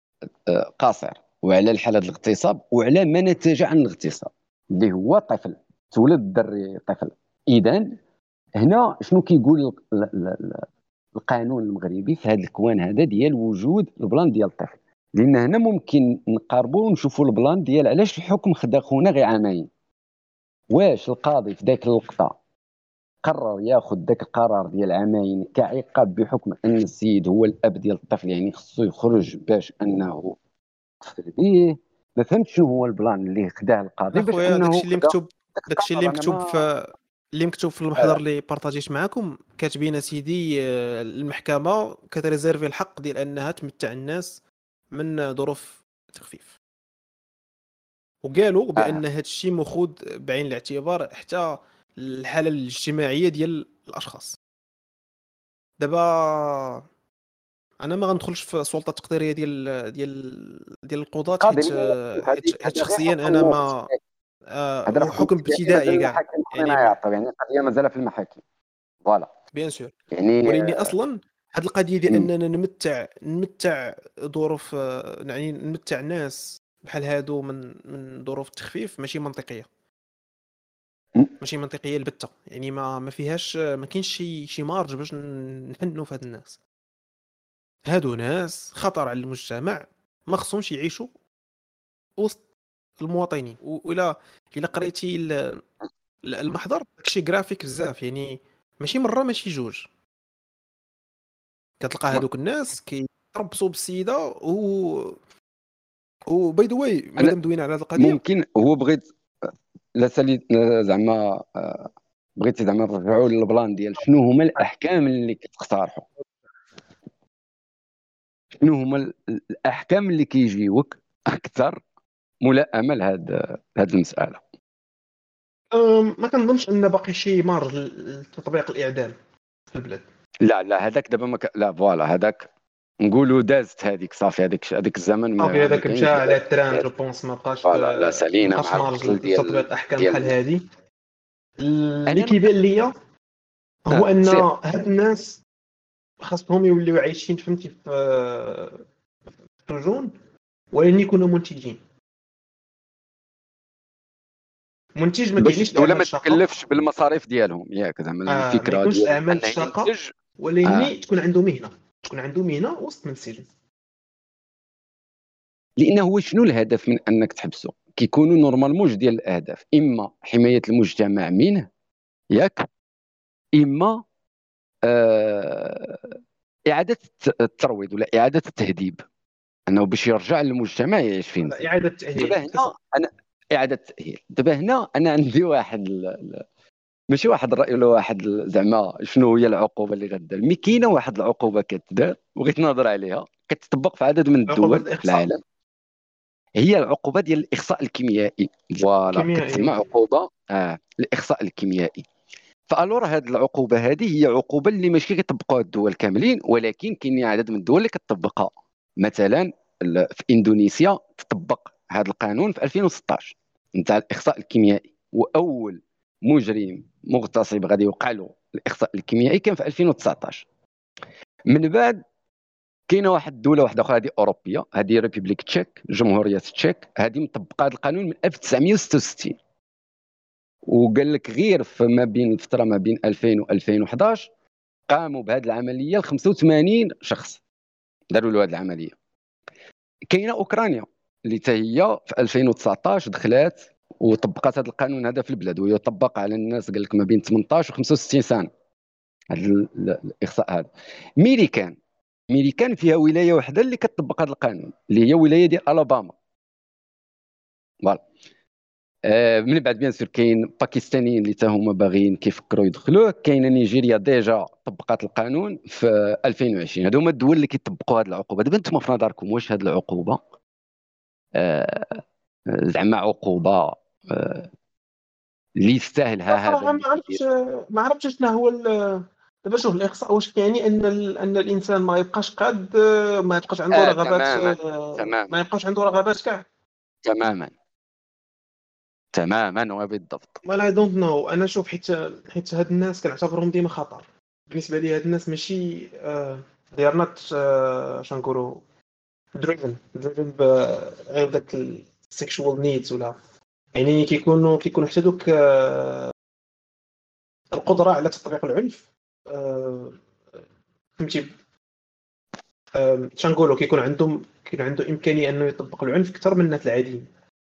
آه قاصر وعلى الحاله ديال الاغتصاب وعلى ما نتج عن الاغتصاب اللي هو طفل، تولد الدري طفل. اذا هنا شنو كيقول ال- ال- ال- القانون المغربي في هذا الكوان هذا ديال وجود البلان ديال الطفل؟ لان هنا ممكن نقاربوا ونشوفوا البلان ديال علاش الحكم خدا خونا غير عامين. واش القاضي في ذاك اللقطه قرر ياخذ ذاك القرار ديال عامين كعقاب بحكم ان السيد هو الاب ديال الطفل، يعني خصو يخرج باش انه يقتل به؟ ما فهمتش شنو هو البلان اللي خداه القاضي باش اخويا انه داكشي اللي خدا مكتوب ذاك داكشي اللي القرار. انا مكتوب ما في اللي مكتوب في المحضر اللي بارطاجيت معاكم، كاتبين سيدي آه، المحكمه كتريزيرفي الحق ديال انها تمتع الناس من ظروف تخفيف، وقالوا آه. بان هذا الشيء مأخوذ بعين الاعتبار حتى الحاله الاجتماعيه ديال الاشخاص. دابا انا ما غندخلش في السلطه التقديريه ديال ديال ديال القضاة، قاضي حيت هذه حيت حيت هذا غير شخصيا حكم انا ما ابتدائي. آه، هذا هو حكم حكم ابتدائي مازال ابتدائي كاع المحاكم يعني باقيين يعطوا، يعني القضيه مازال في المحاكم. فوالا بيان سور. يعني ولاني اصلا هاد القضيه ديال مم. اننا نمتع نمتع ظروف آه، يعني نمتع ناس بحال هادو من من ظروف التخفيف ماشي منطقيه، مم. ماشي منطقيه البتة. يعني ما ما فيهاش، ما كاينش شي شي مارج باش نحنوا في هاد الناس. هادو ناس خطر على المجتمع، ما خصهمش يعيشوا وسط المواطنين. ولا الا قريتي ال- ال- المحضر داكشي جرافيك بزاف، يعني ماشي مره ماشي جوج كتلقى هادوك الناس كيتربصوا بالسيده. و و باي ذا واي انا مادام دوينا على هذه القضيه، ممكن هو بغيت لا سالي زعما آه، بغيتي زعما نرجعوا للبلان ديال شنو هما الاحكام اللي كتقترحوا، شنو هما ال- الاحكام اللي كيجيوك اكثر ملائمه لهاد هاد المساله. أم، ما كنظنش ان باقي شي مارج لتطبيق الاعدام في البلاد. لا لا هذاك دابا ما ك... لا فوالا هذاك نقولوا دازت هذيك صافي، هذيك هذيك الزمن صافي ما, ما هذاك مشى كاينش على دابا. التران، جو بونس ما بقاش فوالا لا ما سالينا بقاش مع مارج القتل ديال لتطبيق احكام بحال ديال هذه. اللي انا كيبان ليا هو اه ان سير. هاد الناس خاصهم يوليو عايشين فهمتي في في السجون، ولن يكونوا منتجين. منتج ما باش كيعنيش الدوله اعمال ما شاقه، تكلفش بالمصاريف ديالهم، ياك زعما آه ما الفكره يكونش ديال اعمال انه شاقه، ينتج. اه ولاني تكون عنده مهنه، تكون عنده مهنه وسط من السجن. لانه هو شنو الهدف من انك تحبسه؟ كيكونوا نورمالمون جوج ديال الاهداف، اما حمايه المجتمع منه، ياك، اما آه اعاده الترويض ولا اعاده التهذيب، انه باش يرجع للمجتمع يعيش فيه مزيان. اعاده تاهيل دابا هنا انا اعاده التاهيل. دابا هنا انا عندي واحد ال... ماشي واحد الراي ولا واحد ال- زعما شنو هي العقوبه اللي غدار، مي كاينه واحد العقوبه كتدار بغيت نهضر عليها، كتطبق في عدد من عقوبه الدول في الاقصاء العالم. هي العقوبه ديال الاخصاء الكيميائي، فوالا الكيميائي. كتسمى عقوبه آه الاخصاء الكيميائي. فالور هذه العقوبه هذه هي عقوبه اللي ماشي كيطبقوها الدول كاملين، ولكن كاين عدد من الدول اللي كتطبقها. مثلا ال- في اندونيسيا تطبق هذا القانون في ألفين وستطاش نتاع الاخصاء الكيميائي، واول مجرم مغتصب غادي يوقع له الاخصاء الكيميائي كان في ألفين وتسعطاش. من بعد كاينه واحد الدوله واحده اخرى هذه اوروبيه، هذه ريبوبليك تشيك، جمهوريه تشيك، هذه مطبقه هذا القانون من ألف وتسعمائة وستة وستين. وقال لك غير في ما بين الفتره ما بين ألفين و ألفين وحداش قاموا بهذه العمليه ل خمسة وثمانين شخص داروا له هذه العمليه. كاينه اوكرانيا اللي حتى هي في ألفين وتسعطاش دخلات وطبقت هذا القانون هذا في البلاد، ويطبق على الناس قال لك ما بين ثمانطاش و خمسة وستين سنه هذا ال- ال- الاخصاء هذا. ميريكان ميريكان فيها ولايه واحده اللي كتطبق هذا القانون، اللي هي ولايه ديال الاباما. فوالا. آه، من بعد بيان سور كاين باكستانيين اللي حتى هما باغيين كيفكروا يدخلوه. كاينه نيجيريا ديجا طبقات القانون في ألفين وعشرين. هادو هما الدول اللي كيطبقوا هذه العقوبه. دابا نتوما في نظركم واش هذه العقوبه آه، زعما عقوبه آه، اللي يستاهلها هذا صراحه ما اللي كيدير؟ عرفتش ما عرفتش شنو هو ال- دابا شوف الاقصاء واش كيعني ان ال... ان الانسان ما يبقاش قاد، ما يبقاش عنده اه رغبات، تماما ما تماما يبقاش عنده رغبات كاع. تماما تماما وبالضبط. ولا اي دونت نو. انا شوف، حيت حيت هاد الناس كنعتبرهم ديما خطر بالنسبه لي. هاد الناس ماشي they are not uh, شنقولوا driven driven ب غير داك السيكشوال نيدز، ولا يعني كيكونوا كيكونوا حتى دوك آه، القدره على تطبيق العنف. آه، فهمتي؟ آه، شنقولوا كيكون عندهم كيكون عنده امكانيه انه يطبق العنف اكثر من الناس العاديين.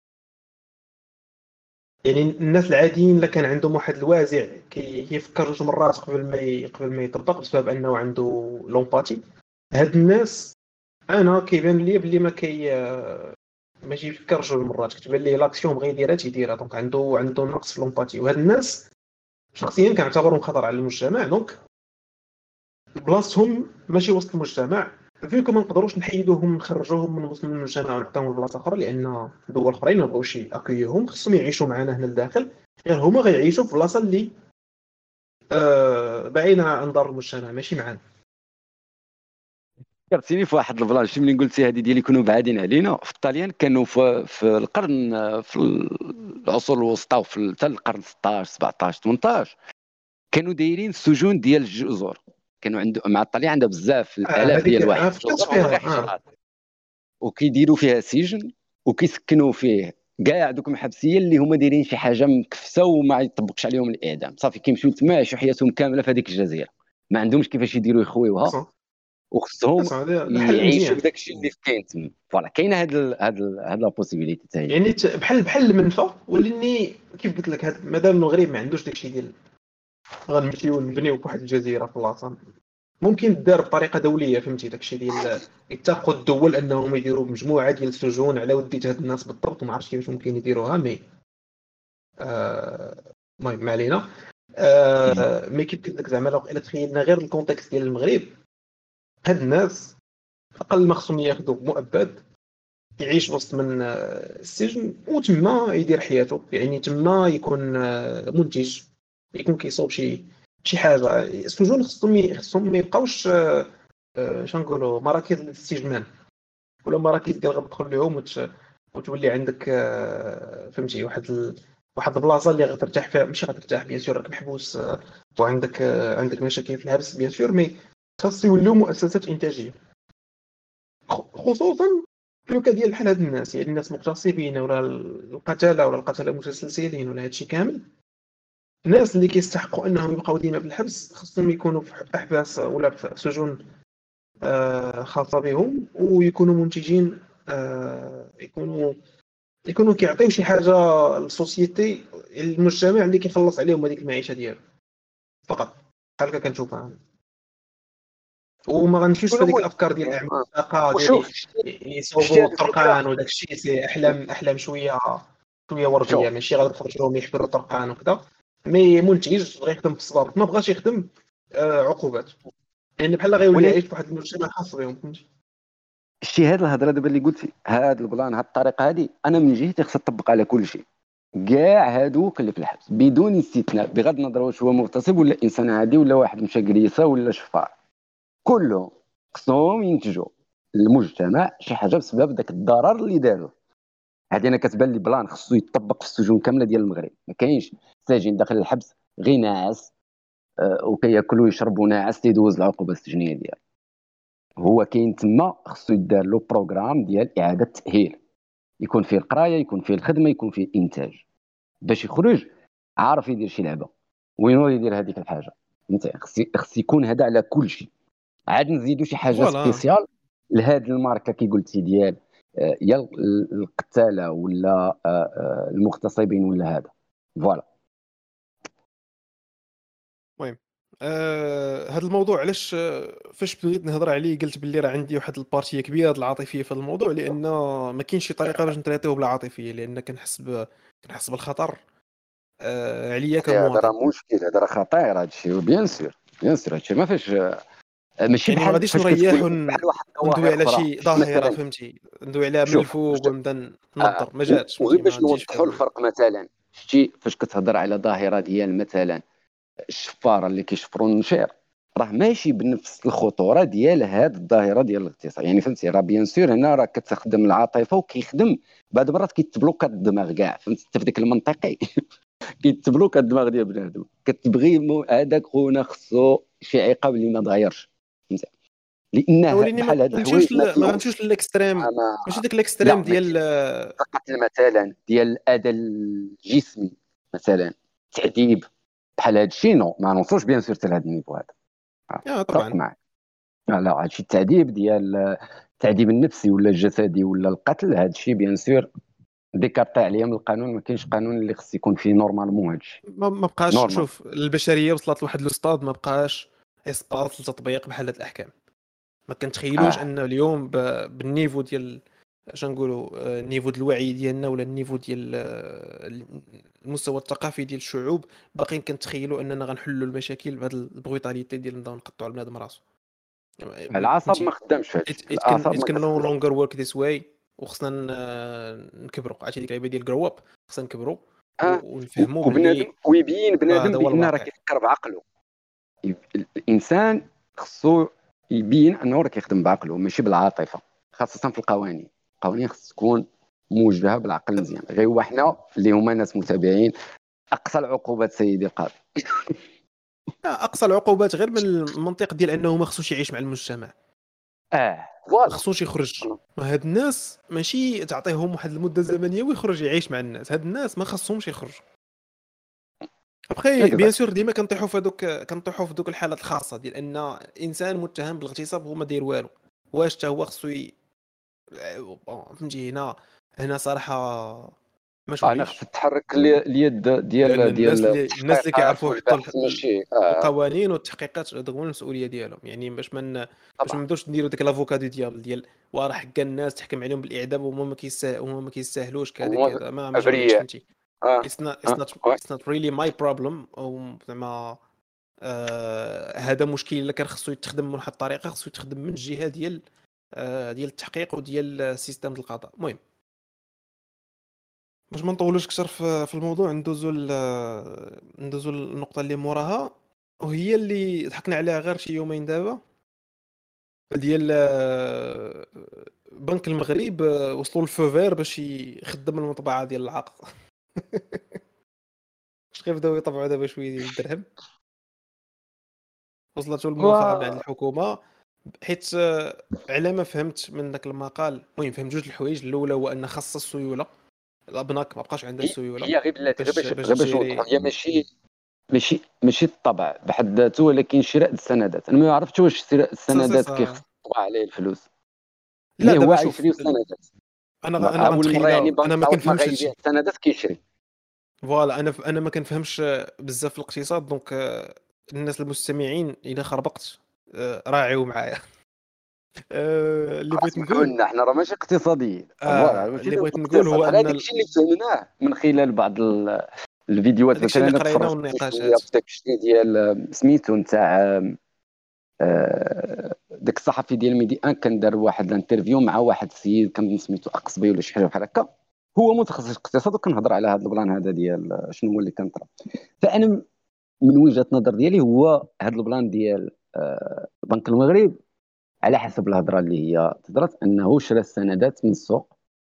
يعني الناس العاديين اللي كان عندهم واحد الوازع كيفكر جوج مرات قبل ما ي- قبل ما يطبق، بسبب انه عنده لومباتي. هاد الناس انا كيبان لي بلي ما كي ما يفكرش جوج مرات، كتبان لي لاكسيون بغا يديرها تيديرها. دونك عنده عنده نقص في لومباتي. وهاد الناس شخصيا كنعتبرهم خطر على المجتمع. دونك بلاصتهم ماشي وسط المجتمع. فيكم ما نقدروش نحيدوهم نخرجوهم من وسط المجتمع ونعطيهم بلاصه اخرى، لان دول اخرين ما بغاوش ياكيوهم، خصهم يعيشوا معنا هنا لداخل. غير هما غيعيشوا في بلاصه اللي آه بعيده عن دار المجتمع، ماشي معنا. فكرتيني في واحد البلان ملي قلتي هذه ديال يكونوا بعادين علينا. في الطاليان كانوا في, في القرن في العصور الوسطى وفي حتى القرن ستطاش سبعطاش ثمنطاش كانوا دايرين السجون ديال الجزر. كانوا عنده مع الطاليان عندها بزاف آه الالاف هذيك ديال واحد آه فكرت الجزر هما فيها. غير اه حشرات، وكيديروا فيها سجن وكيسكنوا فيه كاع دوك المحبسيه اللي هما دايرين شي حاجه مكفسه وما يطبقش عليهم الاعدام. صافي كيمشيو تما يعيشوا حياتهم كامله في هذيك الجزيره، ما عندهمش كيفاش يديروا يخويوها، صح وخصهم صح. هذا الحل يعيشوا مزيان. بداك الشيء اللي كاين تما. فوالا كاينه هاد ال هاد ال هاد لا بوسيبيليتي حتى هي. يعني ت- بحال بحال المنفى، ولاني كيف قلت لك هذا مادام المغرب ما عندوش داكشي ديال غنمشيو نبنيو بواحد الجزيره في بلاصه، ممكن دار بطريقه دوليه. فهمتي؟ داكشي ديال اتفقوا الدول انهم يديروا مجموعه ديال السجون على وديت هاد الناس بالضبط، وما عرفتش كيفاش ممكن يديروها. مي آه، المهم ما علينا. آه مي كيف قلت لك زعما لو الا تخيلنا غير الكونتكست ديال المغرب، هاد الناس اقل ما خصهم ياخذوا مؤبد، يعيش وسط من آه، السجن وتما يدير حياته. يعني تما يكون آه، منتج، يكون كيصوب شي شي حاجه. السجون خصهم ي- خصهم ما يبقاوش آه، آه، شنقولوا مراكز الاستجمام، ولا مراكز ديال غتدخل لهم وت... وتولي عندك آه، فهمتي واحد ال... واحد البلاصه اللي غترتاح فيها. ماشي غترتاح بيان سور، راك محبوس آه، وعندك آه، عندك مشاكل في الحبس بيان سور، مي خاص يوليو مؤسسات انتاجيه. خ- خصوصا في الوكا ديال بحال هاد الناس، يعني الناس مغتصبين ولا القتله ولا القتله المتسلسلين ولا هادشي كامل. الناس اللي كيستحقوا انهم يبقاو ديما في الحبس خصهم يكونوا في احباس ولا في سجون آه، خاصه بهم، ويكونوا منتجين. آه، يكونوا يكونوا كيعطيو شي حاجه للسوسيتي، المجتمع اللي كيخلص عليهم هذيك المعيشه ديالو فقط. بحال هكا كنشوفها أنا. وما غنمشيوش في هذيك الافكار ديال الاعمال آه. الطاقه ديال وشوف يصوبوا شتي هاد الفكره. الطرقان وداك الشيء. سي احلام احلام شويه شويه ورديه، شوف ماشي غادي تخرج لهم يحفروا طرقان وكذا. مي منتج غيخدم في الصباط ما بغاش يخدم آه عقوبات يعني بحال غيولي ولكن يعيش في واحد المجتمع خاص بهم فهمتي. شتي هاد الهضره دابا اللي قلتي، هاد البلان، هاد الطريقه هادي انا من جهتي خصها تطبق على كل شيء. كاع هادوك اللي في الحبس بدون استثناء، بغض النظر واش هو مغتصب ولا انسان عادي ولا واحد مشى قريصه ولا شفار، كلهم خصهم ينتجوا للمجتمع شي حاجه بسبب داك الضرر اللي داروا. هادي انا كتبان لي بلان خصو يطبق في السجون كامله ديال المغرب. ما كاينش ساجين داخل الحبس غير ناعس آه، وكياكلوا ويشربوا ناعس تيدوز العقوبه السجنيه ديالو. هو كاين تما خصو يدار له بروغرام ديال اعاده تاهيل، يكون فيه القرايه، يكون فيه الخدمه، يكون فيه الانتاج، باش يخرج عارف يدير شي لعبه وينو يدير هذيك الحاجه. انت خص خص يكون هذا على كل شيء. عاد نزيدوا شي حاجه فوالا سبيسيال لهاد الماركه كي قلتي ديال آه، يا ال- القتاله ولا آه، آه، المغتصبين ولا هذا. فوالا. المهم آه هذا الموضوع علاش آه، فاش بغيت نهضر عليه قلت باللي راه عندي واحد البارتيه كبيره د العاطفيه في هذا الموضوع، لان ما كاينش شي طريقه باش نتريطيو بلا عاطفيه، لان كنحس ب... كنحس بالخطر آه عليا هذا كمواطن. راه مشكل، هذا راه خطير، هذا الشيء بيان سور بيان سور. هذا الشيء ما فيش آه، ماشي يعني ما بحال غاديش فاش نريح كتكون ون... بحال واحد وندوي الظواهر على اخرى. شي ظاهره مثلا فهمتي، ندوي عليها من شوف الفوق باش ونبدا آه. ننظر، ما و- جاتش وغير فهمتي، ما باش تجيش في نوضحوا هذا. الفرق، مثلا شتي فاش كتهضر على ظاهره ديال مثلا الشفاره اللي كيشفروا النشير، راه ماشي بنفس الخطوره ديال هاد الظاهره ديال الاغتصاب. يعني فهمتي، راه بيان سور هنا راه كتخدم العاطفه وكيخدم بعض المرات كيتبلوكا الدماغ كاع، فهمتي انت في ديك المنطقي كيتبلوكا الدماغ ديال بنادم، كتبغي مو- هذاك خونا خصو شي عقاب اللي ما تغيرش، فهمتي، لان وليني ما بحال هاد غنمشيوش الحوايج ما ل... ما فيهمش غنمشيوش للاكستريم، انا. ماشي داك لا الاكستريم ما ديال كاين قتل مثلا ديال الاذى الجسمي، مثلا تعذيب بحال هاد الشيء، نو ما نوصلش بيان سور حتى لهاد النيفو هذا. آه، اه متفق طبعا. معك. لا لا، هادشي التعذيب ديال التعذيب النفسي ولا الجسدي ولا القتل، هادشي بيان سور ديكارتي عليا من القانون. ما كاينش قانون اللي خص يكون فيه نورمالمون هادشي ما ما بقاش، نورمال. شوف البشريه وصلت لواحد الاستاذ ما بقاش اسقاط لتطبيق بحال هاد الاحكام. ما كنتخيلوش اه ان اليوم ب... بالنيفو ديال اش نقولوا آه، النيفو ديال الوعي ديالنا ولا النيفو ديال آه، المستوى الثقافي ديال الشعوب باقيين كنتخيلوا اننا غنحلوا المشاكل بهذه البروتاليتي ديال نبداو نقطعوا البنادم راسو. العصب ما فهمتي خدامش في it, هادشي، it can الاعصاب it ما can no كتخدمش. longer work this way. وخصنا ن- نكبروا، عرفتي ديك اللعيبه ديال جرو اب، خصنا نكبروا اه و- و- ونفهموا وبنادم باللي ويبين راه بنادم هذا هو بان راه الواقع. كيفكر بعقله. الانسان خصو يبين انه راه كيخدم بعقله ماشي بالعاطفه، خاصه في القوانين. القوانين خص تكون موجهه بالعقل مزيان. غير هو حنا اللي هما ناس متابعين اقصى العقوبات سيدي القاضي. لا، اقصى العقوبات غير من المنطق ديال انه ما خصوش يعيش مع المجتمع، اه ما فوالا. خصوش يخرج. هاد الناس ماشي تعطيهم واحد المده زمنيه ويخرج يعيش مع الناس، هاد الناس ما خصهمش يخرجوا. ابخي بيان اكزاكت. سور ديما كنطيحوا في هذوك كنطيحوا في دوك الحالات الخاصه ديال ان انسان متهم بالاغتصاب هو ما داير والو، واش حتى هو خصو ي... بون، فهمتي. هنا هنا صراحه ما انا خص شوفيش، تحرك الي- اليد لان ديال الناس ديال اللي الناس اللي التحقيقات كيعرفوا يحطوا والبحث، الح- ماشي اه القوانين والتحقيقات هذوك هما المسؤوليه ديالهم. يعني باش من باش ما طبعا. نبداوش نديروا ديك لافوكا دو ديال ديال وراه حق الناس تحكم عليهم بالاعدام وهما ما كيساه هما ما كيستاهلوش كذا هما كذا، ما ما جاونيش ابرياء. فهمتي. اه it's not it's اه not وي. it's not really my problem. او زعما آه هذا مشكل اللي كان خصو يتخدم من واحد الطريقه، خصو يتخدم من الجهه ديال آه ديال التحقيق وديال سيستم القضاء. المهم باش ما نطولوش اكثر في في الموضوع، ندوزو ل- ندوزو للنقطه اللي موراها، وهي اللي ضحكنا عليها غير شي يومين دابا، ديال آه، بنك المغرب آه، وصلوا للفوفير باش يخدم المطبعه ديال العقد. باش غيبداو يطبعوا دابا شويه ديال الدرهم. وصلتوا الموافقه من عند و- الحكومه، حيت آه، على ما فهمت من ذاك المقال. المهم فهم جوج الحوايج، الاولى هو ان خاص السيوله، الابناك ما بقاش عندها هي السيوله هي غير بلاتي، غير باش باش باش غير باش تجيري. نوضحوا، هي ماشي ماشي ماشي الطبع بحد ذاته، ولكن شراء السندات. انا ما عرفتش واش شراء سا سا السندات سا. كيخص تطبع عليه الفلوس. لا هي هو دابا شوف، غيشري السندات. انا غ- انا اول مره يعني غنتخيلها، بنك انا ما اول ما كنفهمش غيبيع هادشي. السندات كيشري. فوالا انا ف... انا ما كنفهمش آه، بزاف في الاقتصاد، دونك آه، الناس المستمعين اذا خربقت آه، راعيوا معايا. آه، اللي بغيت اسمحوا نقول لنا، احنا راه ماشي اقتصاديين، فوالا آه ماشي اللي ديال بغيت نقول الاقتصاد، هو غير ان هذاك ال... الشيء اللي فهمناه من خلال بعض ال- الفيديوهات هذاك الشيء مثلا اللي الا قرينا تفرجت شويه والنقاشات. في داك الشيء ديال سميتو نتاع آه، داك الصحفي ديال ميدي ان كان دار واحد الانترفيو مع واحد السيد كان سميتو اقصبي ولا شي حاجه بحال هكا، هو متخصص اقتصاد وكنهضر على هذا البلان هذا ديال شنو هو اللي كنطرا. فانا من وجهه النظر ديالي هو هذا البلان ديال آه، البنك المغرب على حسب الهضره اللي هي تهضرت انه شرى السندات من السوق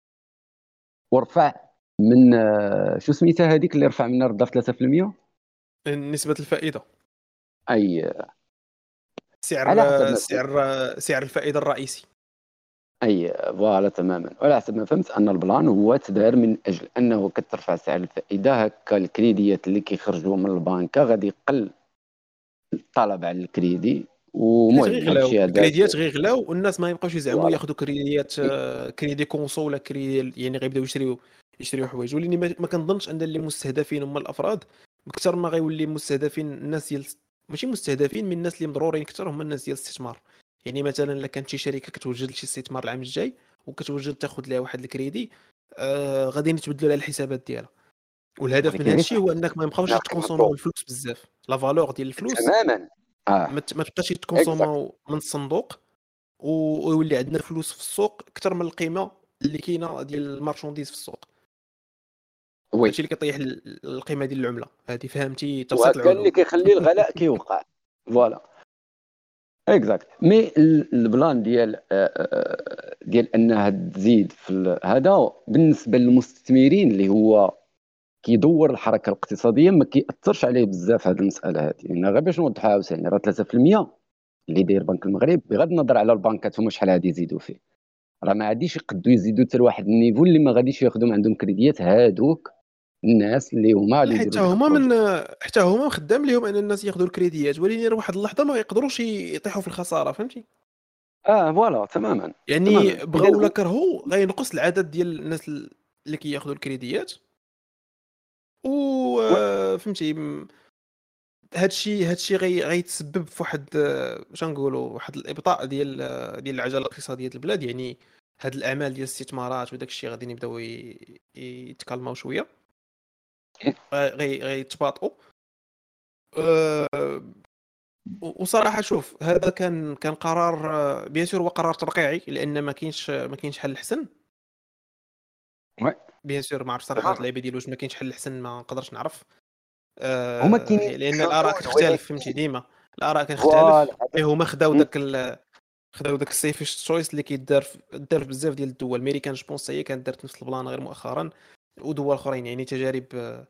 ورفع من آه، شو سميتها هذيك اللي رفع منها ردا في ثلاثة بالمئة. نسبه الفائده، اي سعر على حسب ما فهمت. سعر سعر الفائده الرئيسي. اي فوالا تماما. وعلى حسب ما فهمت ان البلان هو تدار من اجل انه كترفع سعر الفائده، هكا الكريديات اللي كيخرجوا من البنكه غادي يقل الطلب على الكريدي. حيت ومهم هذا غيغلاو الشيء هذا الكريديات، غيغلاو والناس ما يبقاوش يزعموا فوالا. ياخذوا كريديات، آه، كريدي كونسو ولا كريدي، يعني غيبداو يشريو يشريو حوايج. ولاني ما ما كنظنش ان اللي مستهدفين هما الافراد، اكثر ما غيولي مستهدفين الناس ديال، ماشي مستهدفين من الناس اللي مضرورين اكثر هما الناس ديال الاستثمار. يعني مثلا الا كانت شي شركه كتوجد لشي استثمار العام الجاي وكتوجد تاخذ لها واحد الكريدي، آه غادي يتبدلوا على الحسابات ديالها. هذه والهدف من هذا الشيء كارثه. هو انك ما يبقاوش هذا يتكونسوماو كيمطلوب الفلوس بزاف، لا فالور ديال الفلوس تماما. اه ما ت- ما تبقاش اكزاكت. يتكونسوماو من الصندوق، و- ويولي عندنا فلوس في السوق اكثر من القيمه اللي كاينه ديال المارشونديز في السوق. وي. هادشي اللي كيطيح ال- القيمه ديال العمله هذه، فهمتي تبسيط وهكا اللي العلوم. كيخلي الغلاء كيوقع. فوالا اكزاكت. مي ال- البلان ديال آه، آه، ديال انها تزيد في ال- هذا بالنسبه للمستثمرين اللي هو كيدور الحركه الاقتصاديه ما كيأثرش عليه بزاف هذه المساله هذه. يعني غير باش نوضحها عاوتاني، راه ثلاثة بالمئة اللي داير بنك المغرب بغض النظر على البنكات هما شحال غادي يزيدوا فيه، راه ما غاديش يقدوا يزيدوا حتى لواحد النيفو اللي ما غاديش ياخذوا من عندهم كريديات هادوك الناس اللي هما لا، غادي حتى يديروا ديك هما البروجي. من حتى هما خدام ليهم ان الناس ياخذوا الكريديات، ولكن راه واحد اللحظه ما يقدروش يطيحوا في الخساره، فهمتي؟ اه فوالا تماما يعني تماما. بغاو ولا كرهوا غينقص العدد ديال الناس اللي كياخذوا الكريديات. و آه، فهمتي، هادشي هادشي غي غيتسبب في واحد، آه، باش نقولوا، واحد الابطاء ديال آه، ديال العجله الاقتصاديه ديال البلاد. يعني هاد الاعمال ديال الاستثمارات وداك الشيء غادي يبداو ي- يتكلموا شويه، غي غي- غيتباطئوا. أه، وصراحه شوف، هذا كان كان قرار، آه، بيان سور هو قرار ترقيعي، لان ما كاينش ما كاينش حل احسن. وي بيان سور ما عرف صراحه هاد تماما. اللعيبه ديال واش ما كاينش حل احسن، ما نقدرش نعرف. هما أه، كاينين لان الاراء حلول كتختلف، ولكن فهمتي، ديما الاراء كتختلف. فوالا هذا. مي هما خداو م. داك ال... خداو داك السيف تشويس اللي كيدار في... دار في بزاف ديال الدول. ميريكان جوبونس هي كانت دارت نفس البلان غير مؤخرا، ودول اخرين، يعني تجارب،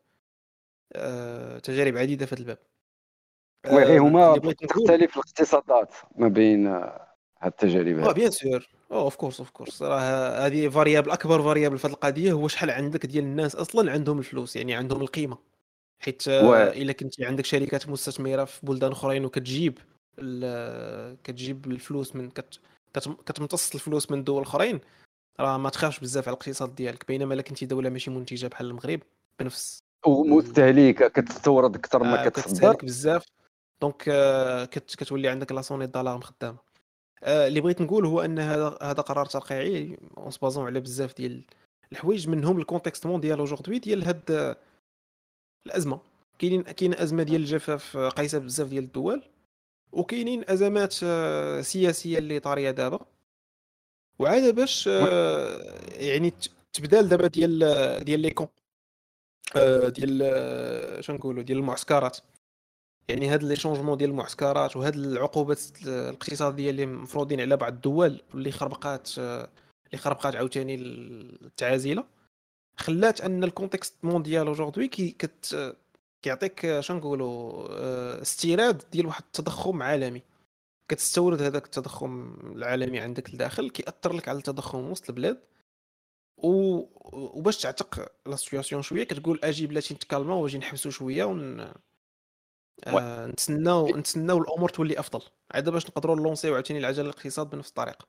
آه... تجارب عديده في هذا الباب. وي غير آه... هما اللي بغيت نقول، تختلف الاقتصادات ما بين آه، هاد التجارب اه هادو. بيان سور، اه اوف كورس اوف كورس، راه هذه فاريابل، اكبر فاريابل في هذه القضيه هو شحال عندك ديال الناس اصلا عندهم الفلوس، يعني عندهم القيمه. حيت آه، وي الا كنتي عندك شركات مستثمره في بلدان اخرين وكتجيب ال- كتجيب الفلوس من كت... كت... كتمتص الفلوس من دول اخرين، راه ما تخافش بزاف على الاقتصاد ديالك. بينما الا كنتي دوله ماشي منتجه بحال المغرب بنفس ال... ومستهلكه كتستورد اكثر ما آه كتصدر. وكتستهلك بزاف، دونك آه كت... كتولي عندك لا سوني دالارم خدامه. آه اللي بغيت نقول هو ان هذا هذا قرار ترقيعي اون سبازون على بزاف ديال الحوايج، منهم الكونتكست مونديال اوجوردي ديال هاد الازمه. كاينين كاين ازمه ديال الجفاف قايسه بزاف ديال الدول، وكاينين ازمات آه، سياسيه اللي طاريه دابا. وعاد باش وي آه، يعني ت- تبدال دابا ديال ديال لي كون، آه، ديال آه، شنو نقولوا، ديال المعسكرات. يعني هاد لي شونجمون ديال المعسكرات وهاد العقوبات الاقتصاديه اللي مفروضين على بعض الدول، اللي خربقات آه، اللي خربقات عاوتاني التعازيله، خلات ان الكونتكست مونديال اوجوردي كي كت كيعطيك آه، شنو نقولوا، آه، استيراد ديال واحد التضخم عالمي. كتستورد هذاك التضخم العالمي عندك لداخل، كيأثر لك على التضخم وسط البلاد. و... وباش تعتق لا سيتوياسيون شويه، كتقول اجي بلاتي نتكالماو واجي نحبسوا شويه ون وي آه... نتسناو نتسناو الامور تولي افضل، عاد باش نقدروا نلونسيو عاوتاني العجله الاقتصاد بنفس الطريقه.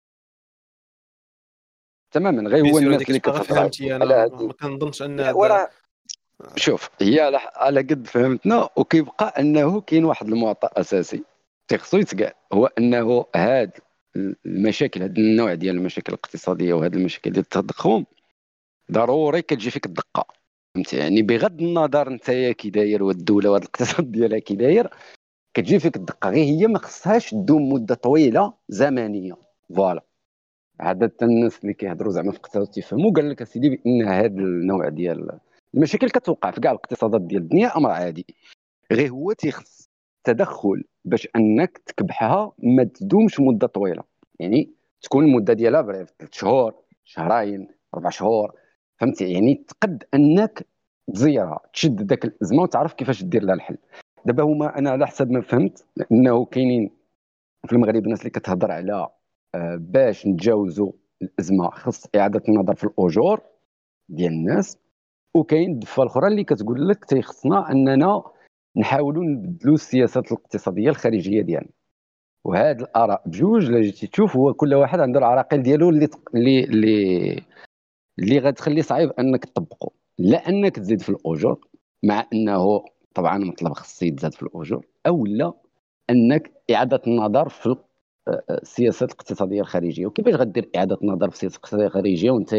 تماما. غير بيان هو سور الناس هذيك اللي تبقى كتهضر فهمتي، على انا هذه. ما كنظنش ان لا هذا وراه شوف هي على على قد فهمتنا، وكيبقى انه كاين واحد المعطى اساسي تيخصو يتقال، هو انه هاد المشاكل، هاد النوع ديال المشاكل الاقتصاديه وهاد المشاكل ديال التضخم ضروري كتجي فيك الدقه. فهمتي؟ يعني بغض النظر نتايا كي داير والدوله وهذا الاقتصاد ديالها كي داير، كتجي فيك الدقه، غير هي ما خصهاش تدوم مده طويله زمنيه. فوالا عادة الناس اللي كيهضروا زعما في الاقتصاد تيفهموا، قال لك اسيدي بان هذا النوع ديال المشاكل كتوقع في كاع الاقتصادات ديال الدنيا، امر عادي، غير هو تيخص تدخل باش انك تكبحها ما تدومش مده طويله. يعني تكون المده ديالها بريف ثلاث شهور، شهرين، اربع شهور، فهمتي؟ يعني تقد انك تزيرها، تشد ذاك الازمه وتعرف كيفاش دير لها الحل. دابا هما انا على حسب ما فهمت انه كاينين في المغرب الناس اللي كتهضر على آه، باش نتجاوزوا الازمه خص اعاده النظر في الاجور ديال الناس، وكاين الدفه الاخرى اللي كتقول لك تيخصنا اننا نحاولوا نبدلوا السياسات الاقتصاديه الخارجيه ديالنا. وهاد الاراء بجوج لا جيتي تشوف هو كل واحد عنده العراقيل ديالو اللي اللي اللي, اللي غتخلي صعيب انك تطبقه، لا انك تزيد في الاجور، مع انه طبعا مطلب خص يتزاد في الاجور، او لا انك اعاده النظر في السياسات الاقتصاديه الخارجيه. وكيفاش غدير اعاده النظر في السياسه الاقتصاديه الخارجيه وانت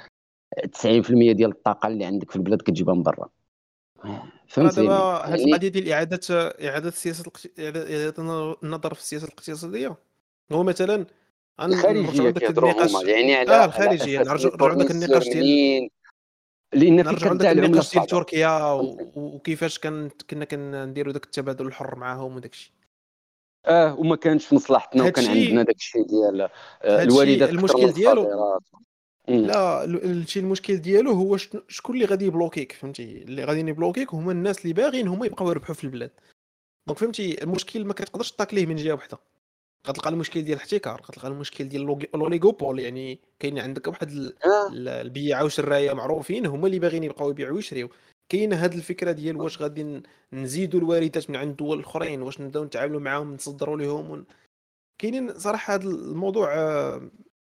تسعين في المية ديال الطاقه اللي عندك في البلاد كتجيبها من برا؟ راه فهمتيني؟ دابا هاد يعني القضيه ديال اعاده اعاده السياسه الاقت- اعاده إعادة النظر في السياسه الاقتصاديه، هو مثلا غنرجعوا الخارجيه لذاك كيهضروا هما، النقاش. يعني على اه على الخارجيه، اساس نرجعوا لي نرجعوا لذاك فورنيسور النقاش ديال منين، لان فين نرجعوا كتبدا لذاك العمله النقاش ديال الصعبه. تركيا و... فهمتي؟ وكيفاش كان كنا كنديروا داك التبادل الحر معاهم وداك الشيء. اه وما كانش في مصلحتنا، وكان عندنا هادشي داك الشيء ديال آه، هادشي الواردات اكثر من المشكل ديالو. الصادرات. مم. لا ال- الشيء المشكل ديالو هو شن- شكون اللي غادي يبلوكيك، فهمتي؟ اللي غادي يبلوكيك هما الناس اللي باغيين هما يبقاو يربحوا في البلاد. دونك فهمتي المشكل ما كتقدرش تاكليه من جهه واحده. غتلقى المشكل ديال الاحتكار، غتلقى المشكل ديال اللوغي- الاوليغوبول، يعني كاين عندك واحد ال- اه ال- البياعه والشرايه معروفين هما اللي باغيين يبقاو يبيعوا ويشريو. كاينه هاد الفكره ديال واش غادي ن- نزيدوا الواردات من عند الدول الاخرين، واش نبداو نتعاملوا معاهم نصدروا لهم ون... كاينين صراحه هذا الموضوع آه،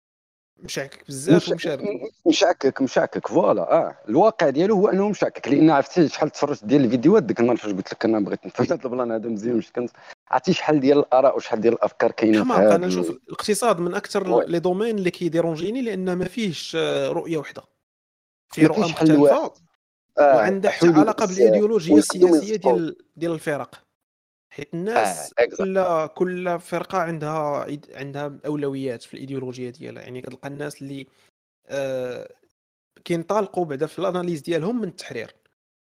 مشعكك بزاف مش ومشابك. مشعكك مشعكك فوالا. اه الواقع ديالو هو انه مشعكك، لان عرفتي شحال تفرجت ديال الفيديوهات ديك النهار فاش قلت لك انا بغيت نفهم هذا البلان هذا مزيان، واش كنت عرفتي شحال ديال الاراء وشحال ديال الافكار كاينه في حماق. هذا انا نشوف ال... الاقتصاد من اكثر وي. لي دومين اللي كيديرونجيني، لان ما فيهش آه، رؤيه واحده، في ما رؤى فيش حل واحد. مختلفه، اه وعندها حتى حلول علاقه بزاف بالايديولوجيه ويقدروا من السياسيه الصحاب. ديال ديال الفرق. حيت اه الناس اكزاكت. كل كل فرقه عندها إيد- عندها اولويات في الايديولوجيه ديالها. يعني كتلقى الناس اللي آه كينطلقوا بعدا في الاناليز ديالهم من التحرير.